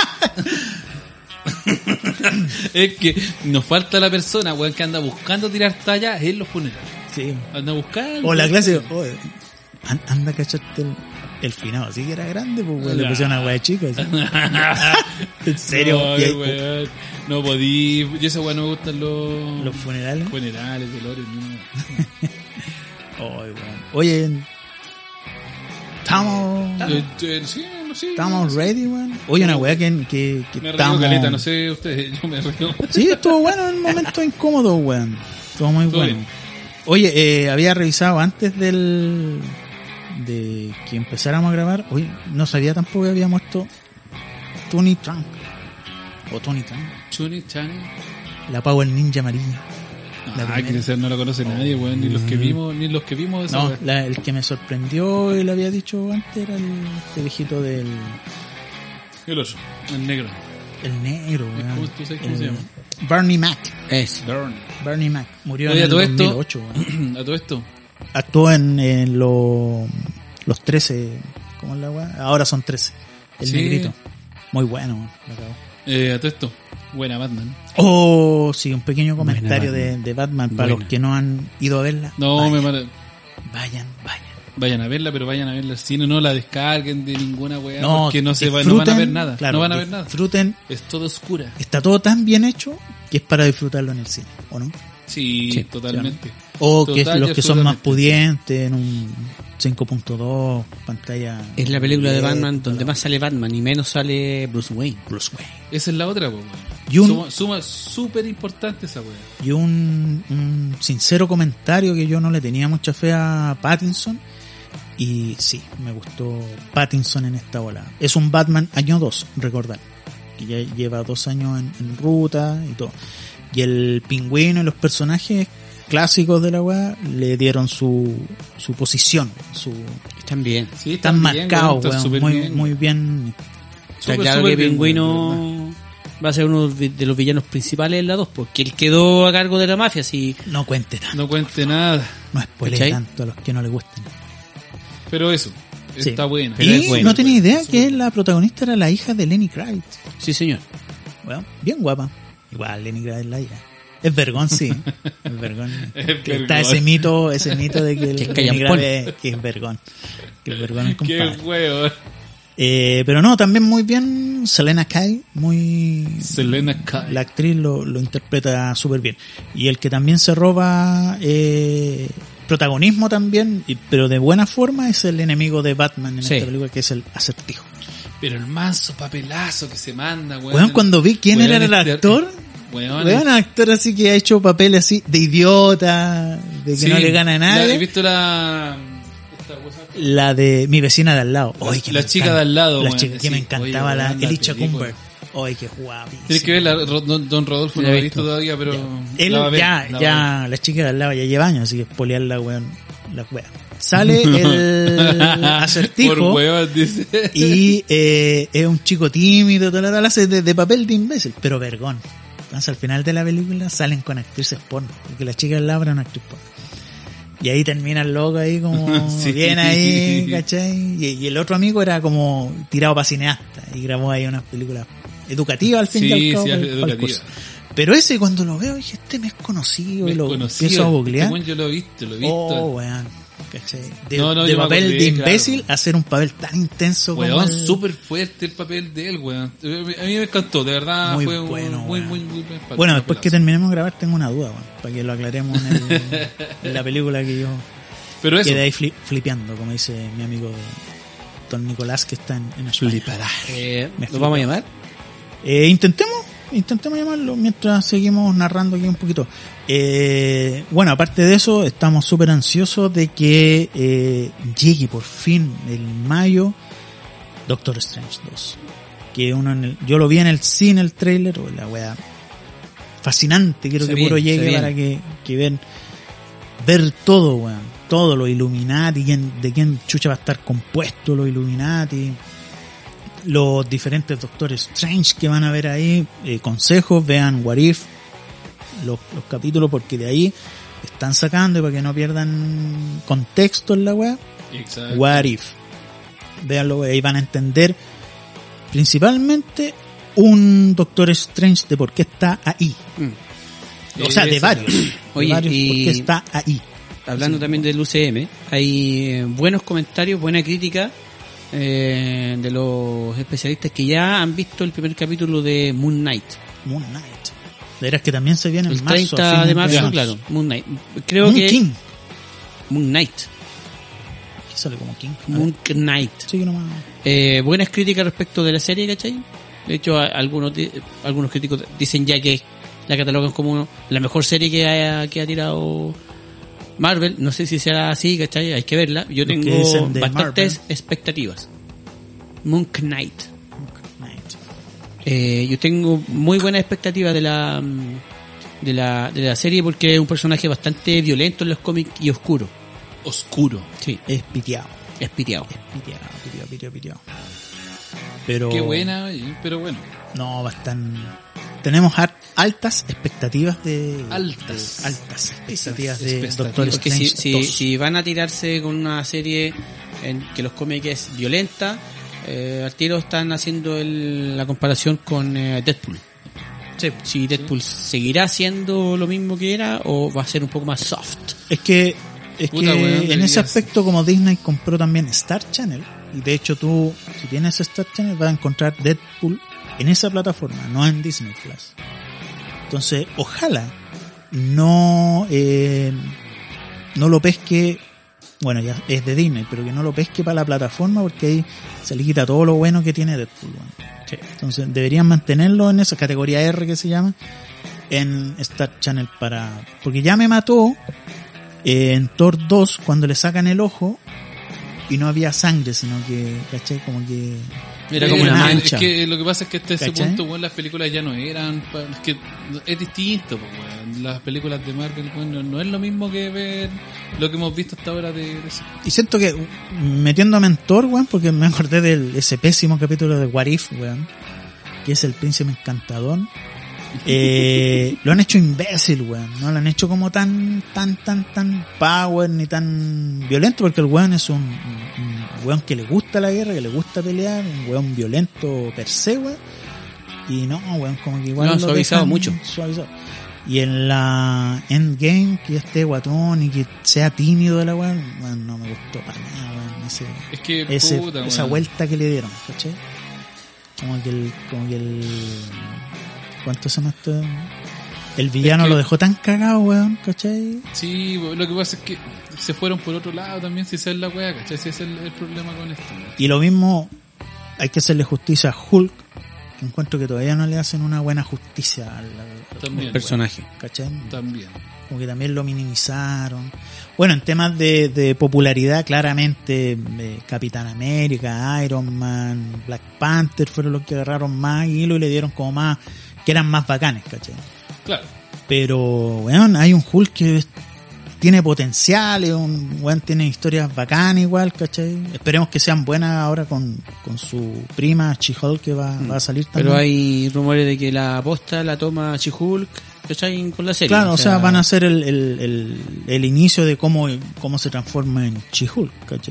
Speaker 1: Es que nos falta la persona, weón, que anda buscando tirar tallas en los funerales.
Speaker 2: Sí.
Speaker 1: Anda buscando.
Speaker 2: O la clase, oye, an- anda a cacharte el, el finado, así que era grande, pues weón, le
Speaker 1: Ya.
Speaker 2: pusieron una weá chica. así. En serio,
Speaker 1: No,
Speaker 2: y ahí,
Speaker 1: weón. No podí. Yo esa weón no me gustan los.
Speaker 2: los funerales.
Speaker 1: funerales, velorios, no.
Speaker 2: Oye, weón. Oye, estamos,
Speaker 1: Eh, eh, sí, no sé.
Speaker 2: estamos ready, weón. Oye, una weá que, que, que
Speaker 1: Me río
Speaker 2: estamos...
Speaker 1: caleta, no sé ustedes, yo me río.
Speaker 2: Sí, estuvo bueno en un momento incómodo, weón. Estuvo muy
Speaker 1: Estuvo
Speaker 2: bueno.
Speaker 1: bien.
Speaker 2: Oye, eh, había revisado antes del de que empezáramos a grabar. Oye, no sabía tampoco que había muerto Tony Trump. O Tony Trump.
Speaker 1: Chuni, Chani.
Speaker 2: La Power Ninja amarilla. La
Speaker 1: Ah,
Speaker 2: primera.
Speaker 1: que ese no lo conoce nadie, weón, ni los que vimos, ni los que vimos esa
Speaker 2: No,
Speaker 1: weá.
Speaker 2: la- el que me sorprendió y le había dicho antes era el este viejito del
Speaker 1: El otro, el negro.
Speaker 2: el negro, weón.
Speaker 1: ¿Cómo- tú sabes cómo
Speaker 2: El-
Speaker 1: se llama?
Speaker 2: Bernie Mac.
Speaker 3: Es.
Speaker 1: Bernie.
Speaker 2: Bernie Mac. Murió
Speaker 1: Oye,
Speaker 2: en
Speaker 1: a
Speaker 2: el
Speaker 1: todo
Speaker 2: dos mil
Speaker 1: esto-
Speaker 2: ocho, weón.
Speaker 1: A todo esto,
Speaker 2: Actuó en, en lo- los trece, ¿cómo es la weá? Ahora son trece. El
Speaker 1: Sí.
Speaker 2: negrito. Muy bueno, weón. La cagó.
Speaker 1: eh, a todo esto, buena Batman.
Speaker 2: Oh, sí, un pequeño
Speaker 3: Buena
Speaker 2: comentario de,
Speaker 3: Batman.
Speaker 2: de Batman para
Speaker 3: Buena.
Speaker 2: los que no han ido a verla.
Speaker 1: No,
Speaker 2: vayan,
Speaker 1: me mara...
Speaker 2: vayan, vayan.
Speaker 1: Vayan a verla, pero vayan a verla al cine, no la descarguen de ninguna weá,
Speaker 2: No,
Speaker 1: porque no se va, no
Speaker 2: disfruten,
Speaker 1: van a ver nada,
Speaker 2: claro,
Speaker 1: no van a ver nada.
Speaker 2: Disfruten.
Speaker 1: Es todo oscura.
Speaker 2: Está todo tan bien hecho que es para disfrutarlo en el cine, ¿o no?
Speaker 1: Sí,
Speaker 3: Sí,
Speaker 1: totalmente.
Speaker 2: O que
Speaker 1: Total y
Speaker 2: los que son más
Speaker 1: absolutamente.
Speaker 2: pudientes en un cinco punto dos pantalla.
Speaker 3: Es la película de
Speaker 2: O L E D,
Speaker 3: Batman donde
Speaker 2: toda
Speaker 3: más sale Batman y menos sale Bruce Wayne.
Speaker 2: la- Bruce Wayne.
Speaker 1: Esa es la otra, po, weón.
Speaker 2: Y un-
Speaker 1: Suma, suma súper importante esa weá.
Speaker 2: Y un, un sincero comentario que yo no le tenía mucha fe a Pattinson. Y sí, me gustó Pattinson en esta ola. Es un Batman año dos, recordar. Que ya lleva dos años en, en ruta y todo. Y el pingüino y los personajes clásicos de la weá le dieron su, su posición. Su,
Speaker 3: Están bien.
Speaker 1: Sí,
Speaker 2: están
Speaker 1: bien,
Speaker 2: marcados,
Speaker 1: weón, están
Speaker 2: weón,
Speaker 1: súper
Speaker 2: muy,
Speaker 1: bien.
Speaker 2: muy bien.
Speaker 3: Está
Speaker 1: Súper,
Speaker 3: claro
Speaker 1: súper
Speaker 3: que
Speaker 1: bien,
Speaker 3: Pingüino
Speaker 1: weón,
Speaker 3: va a ser uno de los villanos principales en la dos, porque él quedó a cargo de la mafia, así.
Speaker 2: No cuente tanto,
Speaker 1: No cuente nada,
Speaker 2: no spoilee
Speaker 3: ¿Cachai?
Speaker 2: tanto a los que no le gusten.
Speaker 1: pero eso,
Speaker 2: Sí.
Speaker 1: está buena.
Speaker 3: Pero
Speaker 2: Y
Speaker 3: es buena,
Speaker 2: no tenía
Speaker 1: buena,
Speaker 2: idea
Speaker 1: súper
Speaker 2: que
Speaker 1: buena.
Speaker 2: la protagonista era la hija de Lenny Kravitz.
Speaker 3: Sí, señor.
Speaker 2: Bueno, bien guapa. Igual Lenny Kravitz es la hija. Es vergón, sí. Es vergón.
Speaker 1: Es
Speaker 2: Que
Speaker 1: vergón.
Speaker 2: está ese mito, ese mito de que, el
Speaker 3: Que es
Speaker 2: Lenny
Speaker 3: callampón.
Speaker 2: Kravitz que es vergón. Que es vergón el
Speaker 1: Qué
Speaker 2: compadre.
Speaker 1: huevo.
Speaker 2: Eh, pero no, también muy bien Selena Kyle, muy...
Speaker 1: Selena Kyle.
Speaker 2: La actriz lo, lo interpreta súper bien. Y el que también se roba eh, protagonismo también, y- pero de buena forma, es el enemigo de Batman en
Speaker 3: Sí.
Speaker 2: esta película, que es el Acertijo.
Speaker 1: Pero el manso papelazo que se manda, weón.
Speaker 2: Weón, cuando vi quién
Speaker 1: Weón,
Speaker 2: era el
Speaker 1: este-
Speaker 2: actor,
Speaker 1: Weón,
Speaker 2: weón, actor así que ha hecho papeles así de idiota, de que
Speaker 1: sí,
Speaker 2: no le gana a
Speaker 1: la- ¿Has
Speaker 2: nadie.
Speaker 1: visto la... esta cosa?
Speaker 2: La de mi vecina de al lado.
Speaker 1: La-
Speaker 2: Ay, que
Speaker 1: la
Speaker 2: me
Speaker 1: chica
Speaker 2: encanta.
Speaker 1: de al lado,
Speaker 2: La
Speaker 1: weón,
Speaker 2: chica que
Speaker 1: sí.
Speaker 2: me encantaba,
Speaker 1: Oye,
Speaker 2: la
Speaker 1: weón, la
Speaker 2: Elicha
Speaker 1: película.
Speaker 2: Cumber. Ay, qué guapísima.
Speaker 1: Tienes que ver la don, don Rodolfo, no
Speaker 3: La
Speaker 1: la
Speaker 3: he
Speaker 1: he visto
Speaker 3: visto.
Speaker 1: todavía, pero...
Speaker 2: Él
Speaker 1: la va a ver,
Speaker 2: ya,
Speaker 1: la va a
Speaker 2: ya, la chica de al lado ya lleva años, así que spoilear la weón, la wea. Sale el
Speaker 1: ver.
Speaker 2: Acertijo.
Speaker 1: Por weón, dice.
Speaker 2: Y eh, es un chico tímido, toda la tal, hace de, de papel de imbécil, pero vergón. Entonces al final de la película salen con actrices porno, porque la chica del lado era una actriz porno. Y ahí termina el loco ahí como
Speaker 1: Sí.
Speaker 2: bien ahí, ¿cachai? Y, y el otro amigo era como tirado para cineasta y grabó ahí unas películas educativas al fin y
Speaker 1: Sí,
Speaker 2: al cabo.
Speaker 1: sí,
Speaker 2: para el- para el
Speaker 1: educativa.
Speaker 2: curso. Pero ese cuando lo veo dije, este me es conocido
Speaker 1: Me
Speaker 2: y lo
Speaker 1: conocido.
Speaker 2: empiezo a googlear.
Speaker 1: Este weón yo lo he visto, lo he visto.
Speaker 2: Oh, weón. ¿Cachai? De,
Speaker 1: No, no,
Speaker 2: de
Speaker 1: yo me
Speaker 2: papel
Speaker 1: acordé,
Speaker 2: de imbécil
Speaker 1: claro.
Speaker 2: a hacer un papel tan intenso como
Speaker 1: Weón,
Speaker 2: el-
Speaker 1: súper fuerte el papel de él, weón. A mí me encantó, de verdad.
Speaker 2: Muy
Speaker 1: fue
Speaker 2: bueno,
Speaker 1: muy,
Speaker 2: weón.
Speaker 1: muy, muy, buen papel.
Speaker 2: Bueno, después que
Speaker 1: Papelazo.
Speaker 2: terminemos de grabar tengo una duda, weón, para que lo aclaremos en, el- en la película que yo
Speaker 1: Pero eso.
Speaker 2: quedé ahí fli- flipeando, como dice mi amigo Don Nicolás, que está en, en España.
Speaker 3: Eh,
Speaker 2: Me
Speaker 3: ¿Lo vamos a llamar?
Speaker 2: Eh, intentemos, intentemos llamarlo mientras seguimos narrando aquí un poquito. Eh, bueno, aparte de eso, estamos súper ansiosos de que eh, llegue por fin en mayo Doctor Strange dos. Que uno en el, yo lo vi en el cine, el trailer, o la wea fascinante, quiero
Speaker 3: Se
Speaker 2: que
Speaker 3: viene,
Speaker 2: puro
Speaker 3: se
Speaker 2: llegue
Speaker 3: viene.
Speaker 2: para que, que ven, ver todo, weón, todo lo Illuminati, quién, de quién chucha va a estar compuesto los Illuminati, los diferentes Doctores Strange que van a ver ahí, eh, consejos, vean What If, los, los capítulos, porque de ahí están sacando, y para que no pierdan contexto en la wea,
Speaker 1: Exacto.
Speaker 2: What If. Véanlo, ahí van a entender principalmente un Doctor Strange de por qué está ahí.
Speaker 3: Mm.
Speaker 2: O sea, de
Speaker 1: Eso.
Speaker 2: varios. De
Speaker 3: Oye,
Speaker 2: varios
Speaker 3: y-
Speaker 2: por qué está ahí.
Speaker 3: Hablando
Speaker 2: Sí.
Speaker 3: también del U C M, hay eh, buenos comentarios, buena crítica eh, de los especialistas que ya han visto el primer capítulo de Moon Knight.
Speaker 2: Moon Knight. De veras que también se viene
Speaker 3: El
Speaker 2: en marzo. a
Speaker 3: treinta
Speaker 2: fines
Speaker 3: de marzo, claro. Moon Knight. Creo
Speaker 2: Moon
Speaker 3: que...
Speaker 2: King.
Speaker 3: Moon Knight.
Speaker 2: Que sale como King. A
Speaker 3: Moon
Speaker 2: ver,
Speaker 3: Knight.
Speaker 2: sigue nomás.
Speaker 3: Eh, buenas críticas respecto de la serie, ¿cachai? De hecho, a- algunos di- algunos críticos dicen ya que la catalogan como la mejor serie que ha, que ha tirado Marvel. No sé si será así, ¿cachai? Hay que verla. Yo
Speaker 2: Los que
Speaker 3: tengo
Speaker 2: dicen de
Speaker 3: bastantes
Speaker 2: Marvel.
Speaker 3: expectativas. Moon Knight.
Speaker 2: Moon Knight.
Speaker 3: Eh, yo tengo muy buenas expectativas de la mm, de la de la serie porque es un personaje bastante violento en los cómics y oscuro.
Speaker 1: Oscuro.
Speaker 3: Sí,
Speaker 2: Es piteado.
Speaker 3: es piteado.
Speaker 2: Piteado, piteado, piteado, piteado. Pero...
Speaker 1: Qué buena, y- pero bueno.
Speaker 2: No, bastan... Tenemos ar- altas expectativas de...
Speaker 1: Altas.
Speaker 2: de- altas expectativas de
Speaker 1: Expectativas.
Speaker 2: Doctor
Speaker 3: Porque si,
Speaker 2: Strange
Speaker 3: si,
Speaker 2: dos.
Speaker 3: si van a tirarse con una serie en que los cómics es violenta, eh, al tiro están haciendo el- la comparación con eh, Deadpool.
Speaker 2: Sí.
Speaker 3: Si Deadpool seguirá siendo lo mismo que era o va a ser un poco más soft.
Speaker 2: Es que, es
Speaker 1: Puta,
Speaker 2: que
Speaker 1: weón,
Speaker 2: en
Speaker 1: debería
Speaker 2: ese
Speaker 1: ser.
Speaker 2: aspecto, como Disney compró también Star Channel, y de hecho tú, si tienes Star Channel, vas a encontrar Deadpool en esa plataforma, no en Disney Plus. Entonces, ojalá no eh, no lo pesque, bueno, ya es de Disney, pero que no lo pesque para la plataforma, porque ahí se le quita todo lo bueno que tiene Deadpool, weón. Entonces deberían mantenerlo en esa categoría R que se llama, en Star Channel, para, porque ya me mató eh, en Thor dos cuando le sacan el ojo y no había sangre, sino que, ¿cachai? Como que...
Speaker 3: Era
Speaker 1: Eh,
Speaker 3: como una
Speaker 1: es-
Speaker 3: mancha.
Speaker 1: Es que lo que pasa es que hasta ese
Speaker 2: ¿Cachai?
Speaker 1: punto, bueno, las películas ya no eran. pa- Es que es distinto, pues, weón. Las películas de Marvel, bueno, no es lo mismo que ver lo que hemos visto hasta ahora de, de eso.
Speaker 2: Y siento que, uh, metiéndome en Thor, weón, porque me acordé de ese pésimo capítulo de What If, weón, que es el príncipe encantador. Eh, lo han hecho imbécil, weón. No lo han hecho como tan, tan, tan, tan power ni tan violento, porque el weón es un, un, un weón que le gusta la guerra, que le gusta pelear, un weón violento per se, weón. Y no, weón, como que igual
Speaker 3: Lo han
Speaker 2: lo
Speaker 3: suavizado
Speaker 2: dejan
Speaker 3: mucho.
Speaker 2: suavizado. Y en la Endgame, que esté guatón y que sea tímido de la weón, weón, no me gustó para nada, weón. Ese,
Speaker 1: Es que,
Speaker 2: ese,
Speaker 1: puta,
Speaker 2: esa
Speaker 1: weón.
Speaker 2: vuelta que le dieron, ¿cachai? Como que el, como que el, ¿cuánto se llama esto? El villano
Speaker 1: Es que-
Speaker 2: lo dejó tan cagado, weón, ¿cachai?
Speaker 1: Sí, lo que pasa es que se fueron por otro lado también, si esa es la weá, ¿cachai? Si ese es el, el problema con esto. weón.
Speaker 2: Y lo mismo, hay que hacerle justicia a Hulk, que encuentro que todavía no le hacen una buena justicia al, al-
Speaker 1: También.
Speaker 3: El personaje.
Speaker 2: ¿cachai?
Speaker 1: También.
Speaker 2: Como que también lo minimizaron. Bueno, en temas de, de popularidad, claramente eh, Capitán América, Iron Man, Black Panther fueron los que agarraron más hilo y le dieron como más, que eran más bacanes, ¿cachai?
Speaker 1: Claro.
Speaker 2: Pero, weón, hay un Hulk que es- tiene potencial, es un weón tiene historias bacanas igual, ¿cachai? Esperemos que sean buenas ahora con, con su prima She-Hulk, que va, va a salir también.
Speaker 3: Pero hay rumores de que la aposta la toma She-Hulk, ¿cachai? Con la serie.
Speaker 2: Claro, o sea, van a ser el, el, el, el inicio de cómo, cómo se transforma en She-Hulk, ¿cachai?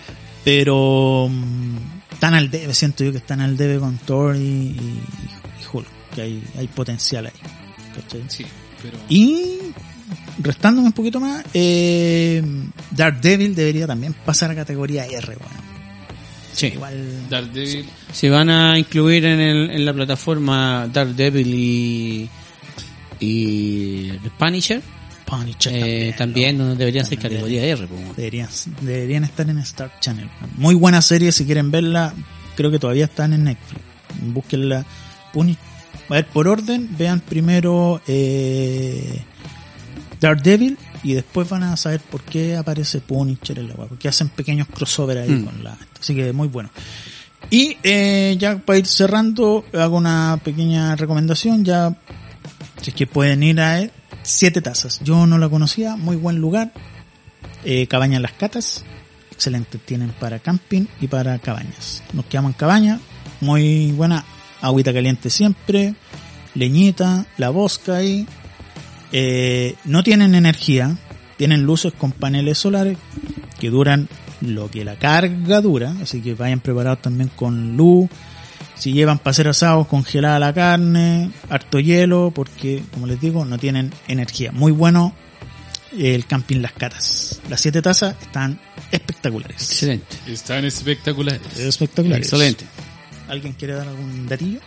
Speaker 2: Pero mm, están al debe, siento yo que están al debe con Thor y, y, y Hulk, que hay, hay potencial ahí, ¿cachai?
Speaker 1: Sí, pero...
Speaker 2: Y restándome un poquito más, eh, Daredevil debería también pasar a categoría R, weón.
Speaker 3: Sí.
Speaker 2: Igual,
Speaker 1: Daredevil,
Speaker 3: Se van a incluir en, el, en la plataforma Daredevil y, y The Punisher
Speaker 2: Punisher
Speaker 3: Eh, también no deberían ser categoría R. po.
Speaker 2: Deberían, deberían estar en Star Channel. Muy buena serie, si quieren verla, creo que todavía están en Netflix. Búsquenla. Puni- A ver, por orden, vean primero eh, Daredevil y después van a saber por qué aparece Punisher en la web, porque hacen pequeños crossover ahí
Speaker 3: Mm.
Speaker 2: con la... Así que muy bueno. Y eh, ya para ir cerrando, hago una pequeña recomendación, ya si es que pueden ir a él, Siete Tazas. Yo no la conocía, muy buen lugar. Eh, Cabaña en las Catas, excelente, tienen para camping y para cabañas. Nos quedamos en cabaña, muy buena, agüita caliente siempre, leñita, la bosca ahí. Eh, no tienen energía, tienen luces con paneles solares que duran lo que la carga dura, así que vayan preparados también con luz. Si llevan para hacer asados, congelada la carne, harto hielo, porque como les digo, no tienen energía. Muy bueno el camping Las Catas. Las Siete Tazas están espectaculares.
Speaker 3: Excelente.
Speaker 1: Están espectaculares.
Speaker 2: Espectaculares.
Speaker 3: Excelente.
Speaker 2: ¿Alguien quiere dar algún datillo?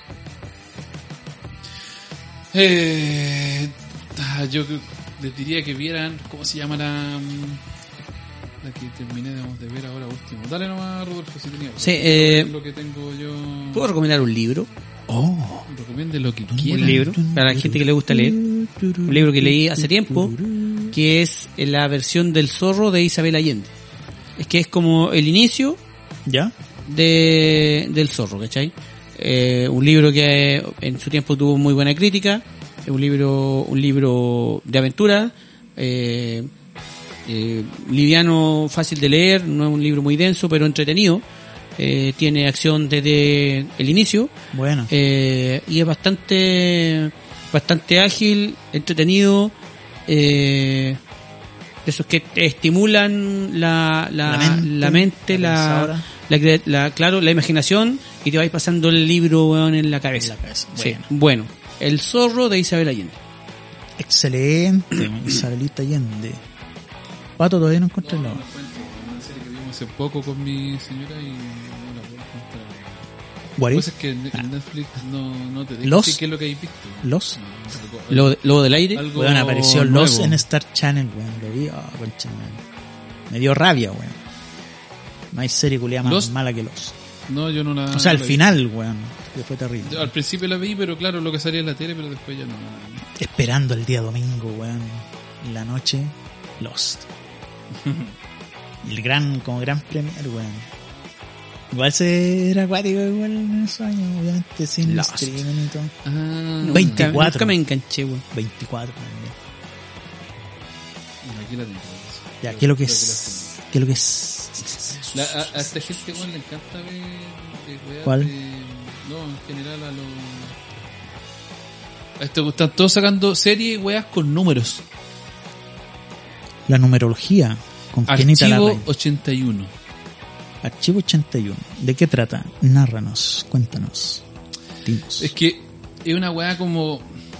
Speaker 1: Eh, ah, yo les diría que vieran, ¿cómo se llama la, la que terminé de, de ver ahora último? Dale nomás, Rodolfo, si tenía.
Speaker 3: Sí, eh,
Speaker 1: lo que tengo yo.
Speaker 3: ¿Puedo recomendar un libro?
Speaker 2: Oh,
Speaker 1: Recomiende lo que
Speaker 3: Un
Speaker 1: quieran.
Speaker 3: libro, para la gente que le gusta leer. Un libro que leí hace tiempo, que es la versión del Zorro de Isabel Allende. Es que es como el inicio
Speaker 2: ¿ya?
Speaker 3: de del Zorro, ¿cachai? Eh, un libro que en su tiempo tuvo muy buena crítica, es un libro un libro de aventura, eh, eh, liviano, fácil de leer, no es un libro muy denso, pero entretenido. Eh, tiene acción desde el inicio,
Speaker 2: Bueno,
Speaker 3: eh, y es bastante bastante ágil, entretenido, eh, de esos que te estimulan la, la,
Speaker 2: La mente,
Speaker 3: la, mente,
Speaker 2: la
Speaker 3: la,
Speaker 2: pensadora.
Speaker 3: la, cre- la- claro, la imaginación, y te vais pasando el libro, weón, en la cabeza.
Speaker 2: En la cabeza,
Speaker 3: Sí,
Speaker 2: bueno.
Speaker 3: bueno. El Zorro de Isabel Allende.
Speaker 2: excelente, Isabelita Allende. Pato, todavía no encontré el lado.
Speaker 1: Una serie que vimos hace poco con mi señora y no la puedo encontrar.
Speaker 2: What
Speaker 1: Lo que
Speaker 2: if?
Speaker 1: pasa es que en en Netflix no, no te deja
Speaker 2: Los-
Speaker 1: decir qué es lo que hay visto.
Speaker 2: Los.
Speaker 1: No,
Speaker 3: Lo, lo del aire.
Speaker 1: algo
Speaker 2: Weón, apareció
Speaker 1: nuevo.
Speaker 2: Los en Star Channel, weón. Lo vi, oh, concha, weón. Me dio rabia, weón. No hay serie culiada más
Speaker 1: Lost.
Speaker 2: mala que Los.
Speaker 1: No, yo no la.
Speaker 2: O sea, al
Speaker 1: no la vi.
Speaker 2: final, weón, que fue terrible.
Speaker 1: Yo al principio la vi, pero claro, lo que salía en la tele, pero después ya no.
Speaker 2: Esperando el día domingo, weón. En la noche, Lost. Y el gran, como gran premier, weón. Igual se era acuático igual en esos años, obviamente, sin
Speaker 3: Lost.
Speaker 2: streaming y todo.
Speaker 1: Ah,
Speaker 3: Nunca-
Speaker 2: veinticuatro.
Speaker 3: Nunca me enganché, weón.
Speaker 2: veinticuatro también.
Speaker 1: aquí la tengo.
Speaker 2: Ya,
Speaker 1: Creo-
Speaker 2: ¿qué es lo que
Speaker 1: creo
Speaker 2: es? ¿Qué es lo que es?
Speaker 1: La- a, a esta gente, weón, le encanta ver. ver weas
Speaker 2: ¿Cuál?
Speaker 1: de- no, en general a los. A esto, están todos sacando series y weas con números.
Speaker 2: La numerología. Con Kenita
Speaker 1: Archivo
Speaker 2: Larraín.
Speaker 1: ochenta y uno.
Speaker 2: Archivo ochenta y uno. ¿De qué trata? Nárranos, cuéntanos. Dinos.
Speaker 1: Es que es una weá como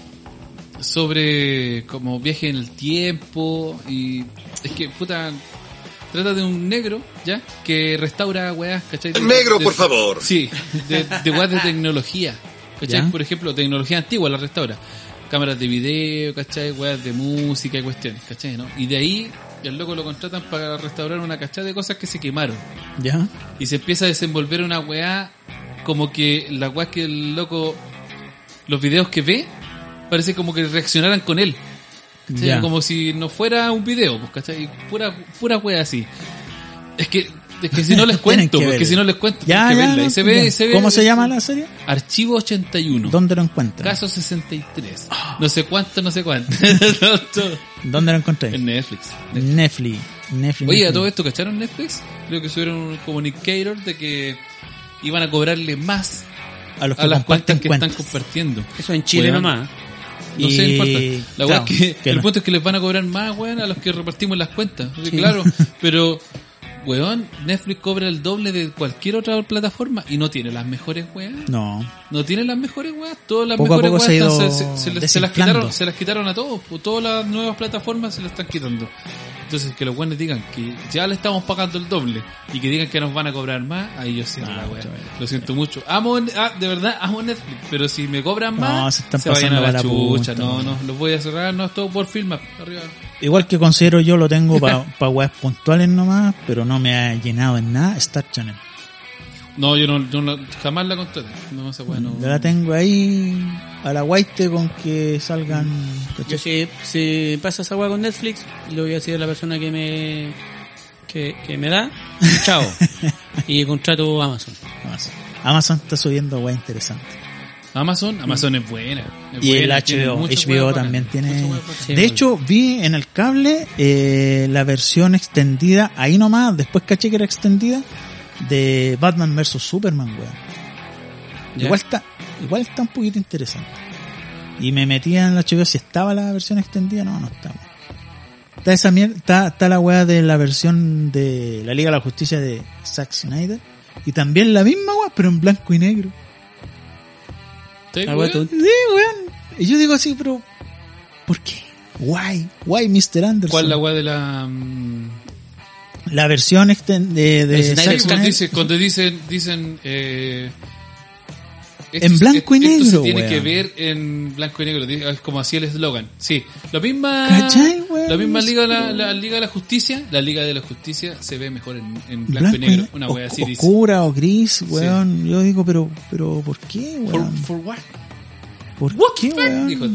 Speaker 1: sobre como viaje en el tiempo y es que puta trata de un negro, ¿ya? Que restaura weas, ¿cachai? De-
Speaker 4: Negro,
Speaker 1: de-
Speaker 4: por favor.
Speaker 1: Sí, de, de weas de tecnología, ¿cachai?
Speaker 2: ¿Ya?
Speaker 1: Por ejemplo, tecnología antigua la restaura. Cámaras de video, ¿cachai? Weas de música y cuestiones, ¿cachai? ¿No? Y de ahí el loco lo contratan para restaurar una cachada de cosas que se quemaron.
Speaker 2: ¿Ya?
Speaker 1: Y se empieza a desenvolver una weá como que la weá que el loco, los videos que ve, parece como que reaccionaran con él. ¿Cachai?
Speaker 2: Ya.
Speaker 1: Como si no fuera un video, pues, ¿cachai? Pura, pura weá así. Es que, es que si no les
Speaker 2: Tienen
Speaker 1: cuento,
Speaker 2: que
Speaker 1: porque
Speaker 2: verla.
Speaker 1: si no les cuento,
Speaker 2: Ya,
Speaker 1: tienen que
Speaker 2: ya,
Speaker 1: verla.
Speaker 2: no,
Speaker 1: Y se ve,
Speaker 2: ya.
Speaker 1: se ve,
Speaker 2: ¿Cómo se llama la serie?
Speaker 1: Archivo ochenta y uno.
Speaker 2: ¿Dónde lo encuentran?
Speaker 1: Caso sesenta y tres. No sé cuánto, no sé cuánto. Todo.
Speaker 2: ¿Dónde lo encontré?
Speaker 1: En Netflix.
Speaker 2: Netflix. Netflix.
Speaker 1: Oye, a
Speaker 2: Netflix.
Speaker 1: todo esto, ¿cacharon Netflix? Creo que subieron un comunicator de que iban a cobrarle más
Speaker 2: a los que
Speaker 1: a las
Speaker 2: comparten
Speaker 1: cuentas que
Speaker 2: cuentas.
Speaker 1: están compartiendo.
Speaker 3: Eso en Chile
Speaker 1: Weón.
Speaker 3: nomás.
Speaker 1: No
Speaker 2: Y-
Speaker 1: sé, no importa. La
Speaker 2: claro,
Speaker 1: weá es que,
Speaker 2: que
Speaker 1: el
Speaker 2: no.
Speaker 1: punto es que les van a cobrar más, weón, a los que repartimos las cuentas. Sí, claro, pero, weón, Netflix cobra el doble de cualquier otra plataforma y no tiene las mejores weas.
Speaker 2: No.
Speaker 1: No tiene las mejores weas. Todas las
Speaker 2: Poco a
Speaker 1: mejores
Speaker 2: poco
Speaker 1: weas
Speaker 2: se ha
Speaker 1: están-
Speaker 2: ido
Speaker 1: se, se- se les- se las
Speaker 2: desinflando.
Speaker 1: quitaron, se las quitaron a todos. Pues, todas las nuevas plataformas se las están quitando. Entonces que los buenos digan que ya le estamos pagando el doble y que digan que nos van a cobrar más, ahí yo cierro
Speaker 2: Ah,
Speaker 1: la weá.
Speaker 2: mucho bien.
Speaker 1: Lo siento mucho. Amo, ah, de verdad, amo Netflix, pero si me cobran
Speaker 2: No,
Speaker 1: más,
Speaker 2: se están
Speaker 1: vayan
Speaker 2: pasando
Speaker 1: a la,
Speaker 2: para la
Speaker 1: chucha.
Speaker 2: punta,
Speaker 1: No,
Speaker 2: weón.
Speaker 1: no, los voy a cerrar, no es todo por filmar. Arriba.
Speaker 2: Igual que considero yo lo tengo para pa weas puntuales nomás, pero no me ha llenado en nada Star Channel.
Speaker 1: No, yo no, yo no jamás la contraté. No, esa weá no.
Speaker 2: Yo la tengo ahí a la guaite con que salgan.
Speaker 3: Yo si, si pasa esa weá con Netflix, le voy a decir a la persona que me que, que me da, chao. Y contrato Amazon.
Speaker 2: Amazon. Amazon está subiendo weas interesantes.
Speaker 1: Amazon, Amazon es buena. Es
Speaker 2: Y
Speaker 1: buena,
Speaker 2: el
Speaker 1: tiene
Speaker 2: H B O,
Speaker 1: muchas
Speaker 2: H B O
Speaker 1: weas
Speaker 2: también
Speaker 1: bacanas,
Speaker 2: tiene.
Speaker 1: muchas weas bacanas.
Speaker 3: Sí,
Speaker 2: De
Speaker 3: bueno.
Speaker 2: hecho, vi en el cable eh, la versión extendida, ahí nomás, después caché que era extendida, de Batman versus Superman, weón.
Speaker 3: ¿Ya?
Speaker 2: Igual está, igual está un poquito interesante. Y me metía en la H B O si estaba la versión extendida, no, no estaba. Está esa mierda, está, está la weá de la versión de la Liga de la Justicia de Zack Snyder. Y también la misma weá, pero en blanco y negro.
Speaker 1: ¿Sí,
Speaker 3: Ah,
Speaker 1: weón?
Speaker 3: weón,
Speaker 2: Sí, weón. Y yo digo así, pero ¿por qué? Why? Why, mister Anderson?
Speaker 1: ¿Cuál es la weá de la... mm,
Speaker 2: La versión exten- de, de
Speaker 3: El Snyder
Speaker 2: Zack
Speaker 1: Sí, cuando,
Speaker 2: Snyder.
Speaker 1: dice, cuando dicen, dicen eh, esto
Speaker 2: En
Speaker 1: se-
Speaker 2: blanco y
Speaker 1: esto se
Speaker 2: negro,
Speaker 1: tiene
Speaker 2: weón.
Speaker 1: que ver en blanco y negro, dice- es como así el eslogan. Sí, la misma,
Speaker 2: ¿Cachai, weón?
Speaker 1: la misma liga, la,
Speaker 2: Sí.
Speaker 1: la Liga de la Justicia, la Liga de la Justicia se ve mejor en, en blanco,
Speaker 2: Blanco
Speaker 1: y negro,
Speaker 2: y-
Speaker 1: una
Speaker 2: o-
Speaker 1: wea así dice.
Speaker 2: oscura o gris, weón. Yo digo, pero, pero, ¿por qué,
Speaker 1: For,
Speaker 2: weón?
Speaker 1: for what?
Speaker 2: ¿Por qué, weón?
Speaker 1: Dijo,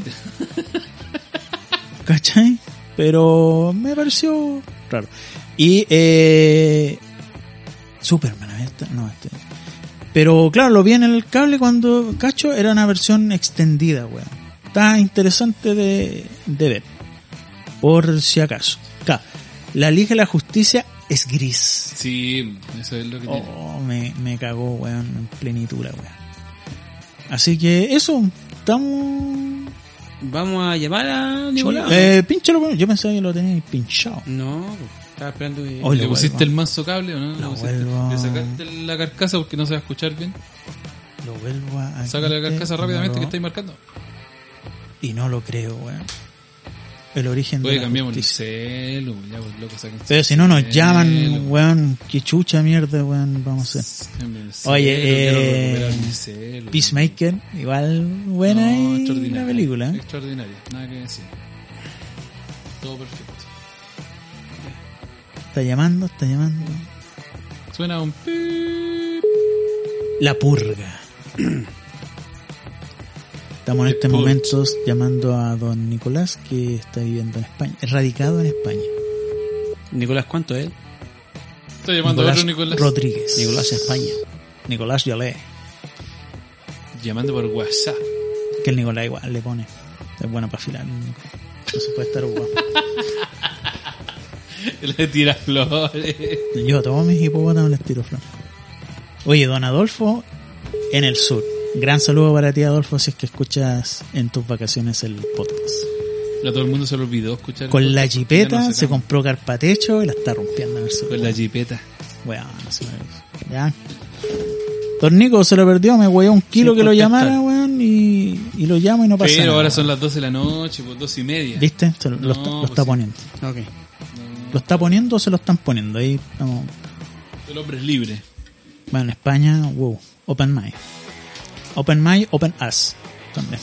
Speaker 2: ¿Cachai? Pero me pareció raro. Y, eh, Superman, esta, no, este. Pero claro, lo vi en el cable cuando cacho, era una versión extendida, weón. Está interesante de, de ver. Por si acaso. Claro, la Liga de la Justicia es gris.
Speaker 1: sí, eso es lo que tiene.
Speaker 2: Oh, me, me cagó, weón, en plenitud, la weón. Así que eso, estamos...
Speaker 3: Vamos a llamar a Nicolás.
Speaker 2: Eh, pínchalo, weón. Yo pensaba que lo tenía pinchado.
Speaker 3: No, pues, estaba esperando que...
Speaker 2: Oye,
Speaker 1: ¿Le
Speaker 2: lo
Speaker 1: pusiste
Speaker 2: vuelvo.
Speaker 1: el manso cable o no? ¿Le,
Speaker 2: Lo
Speaker 1: pusiste-
Speaker 2: vuelvo.
Speaker 1: ¿Le sacaste la carcasa porque no se va a escuchar bien?
Speaker 2: Lo vuelvo a...
Speaker 1: Sácale la carcasa
Speaker 2: y no
Speaker 1: rápidamente
Speaker 2: lo-
Speaker 1: que estáis marcando.
Speaker 2: Y no lo creo, weón. El origen de
Speaker 1: Oye,
Speaker 2: la
Speaker 1: cambiamos el
Speaker 2: justicia.
Speaker 1: celu, ya pues loco, saquen
Speaker 2: Pero si no nos
Speaker 1: celu.
Speaker 2: llaman, weón, qué chucha mierda, weón, vamos a hacer.
Speaker 1: Cámbiame el celu,
Speaker 2: Oye,
Speaker 1: quiero
Speaker 2: eh,
Speaker 1: recuperar mi celu.
Speaker 2: Peacemaker, igual buena
Speaker 1: No,
Speaker 2: ahí
Speaker 1: extraordinaria,
Speaker 2: la película, ¿eh?
Speaker 1: extraordinaria, nada que decir. Todo perfecto.
Speaker 2: Está llamando, está llamando.
Speaker 1: Suena un pip.
Speaker 2: La purga. Estamos en
Speaker 1: The
Speaker 2: este
Speaker 1: Purge.
Speaker 2: momento llamando a don Nicolás, que está viviendo en España, radicado en España.
Speaker 3: Nicolás, ¿cuánto es?
Speaker 1: Está llamando a otro Nicolás.
Speaker 2: Rodríguez.
Speaker 3: Nicolás España.
Speaker 2: Nicolás Yolé.
Speaker 1: Llamando por WhatsApp.
Speaker 2: Que el Nicolás igual le pone. Es bueno para afilar. No se puede estar guapo.
Speaker 1: Le tira flores.
Speaker 2: Yo a todos mis hipopótamos les tiro flor. Oye, don Adolfo, en el sur. Gran saludo para ti, Adolfo, si es que escuchas en tus vacaciones el podcast.
Speaker 1: A todo el mundo se le olvidó escuchar. el
Speaker 2: Con la
Speaker 1: podcast,
Speaker 2: jipeta
Speaker 1: ya no
Speaker 2: se
Speaker 1: sacamos.
Speaker 2: compró carpatecho y la está rompiendo en el sur.
Speaker 1: Con la jipeta.
Speaker 2: Weón, no se me lo- Ya. Don Nico se lo perdió, me hueó un kilo
Speaker 1: Sin
Speaker 2: que lo
Speaker 1: contestar.
Speaker 2: llamara, weón, y, y lo llamo y no pasa
Speaker 1: Pero
Speaker 2: nada.
Speaker 1: ahora son
Speaker 2: weón.
Speaker 1: las doce de la noche, pues dos y media.
Speaker 2: ¿Viste? Se lo, lo
Speaker 1: No,
Speaker 2: está, lo
Speaker 1: pues
Speaker 2: está
Speaker 1: sí.
Speaker 2: poniendo.
Speaker 3: Ok.
Speaker 2: ¿Lo está poniendo o se lo están poniendo? Ahí estamos.
Speaker 1: El hombre es libre.
Speaker 2: Bueno, en España, wow, Open Mind. Open Mind, Open Us. También.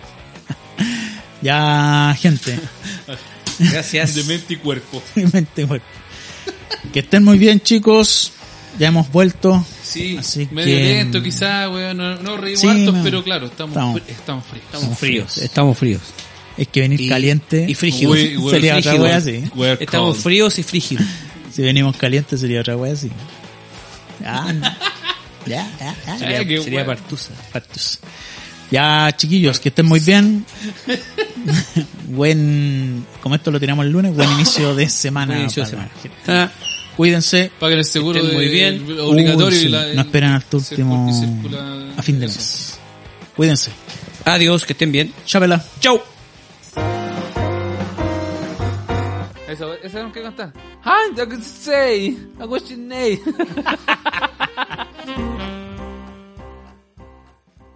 Speaker 2: Ya, gente.
Speaker 3: Gracias.
Speaker 1: De mente y cuerpo.
Speaker 2: Mente y cuerpo. Que estén muy bien, chicos. Ya hemos vuelto.
Speaker 1: Sí,
Speaker 2: Así
Speaker 1: medio
Speaker 2: que-
Speaker 1: lento quizás, weón. No, no reímos
Speaker 2: Sí,
Speaker 1: hartos,
Speaker 2: no.
Speaker 1: pero claro, estamos,
Speaker 2: Estamos-
Speaker 1: fri- estamos fríos.
Speaker 3: Estamos fríos. Estamos fríos.
Speaker 2: Es que venir
Speaker 3: Y-
Speaker 2: caliente
Speaker 3: y frígidos.
Speaker 1: Uy, weón,
Speaker 2: sería otra
Speaker 3: frígidos.
Speaker 2: wea así.
Speaker 1: We're
Speaker 3: Estamos
Speaker 1: cold.
Speaker 3: fríos y frígidos.
Speaker 2: Si venimos calientes sería otra wea así. Ya, ya, ya, ya.
Speaker 1: Sería- qué
Speaker 3: Sería
Speaker 1: bueno.
Speaker 3: partusa.
Speaker 2: Partos. Ya, chiquillos, que estén muy bien. Buen, como esto lo tiramos el lunes, buen inicio de semana.
Speaker 3: Buen inicio de
Speaker 2: para
Speaker 3: semana.
Speaker 2: la gente.
Speaker 3: Ah,
Speaker 2: Cuídense.
Speaker 1: Paguen el seguro
Speaker 3: Estén muy
Speaker 1: de-
Speaker 3: bien.
Speaker 1: el obligatorio
Speaker 2: Uy, sí,
Speaker 1: y la-
Speaker 2: no esperen hasta
Speaker 1: circul-
Speaker 2: último
Speaker 1: y circula-
Speaker 2: a fin de
Speaker 1: eso.
Speaker 2: mes. Cuídense.
Speaker 3: adiós, que estén bien.
Speaker 2: Chápela. Chau.
Speaker 1: Eso, ¿esa es lo que canta? Hi, I could say, I wish your name.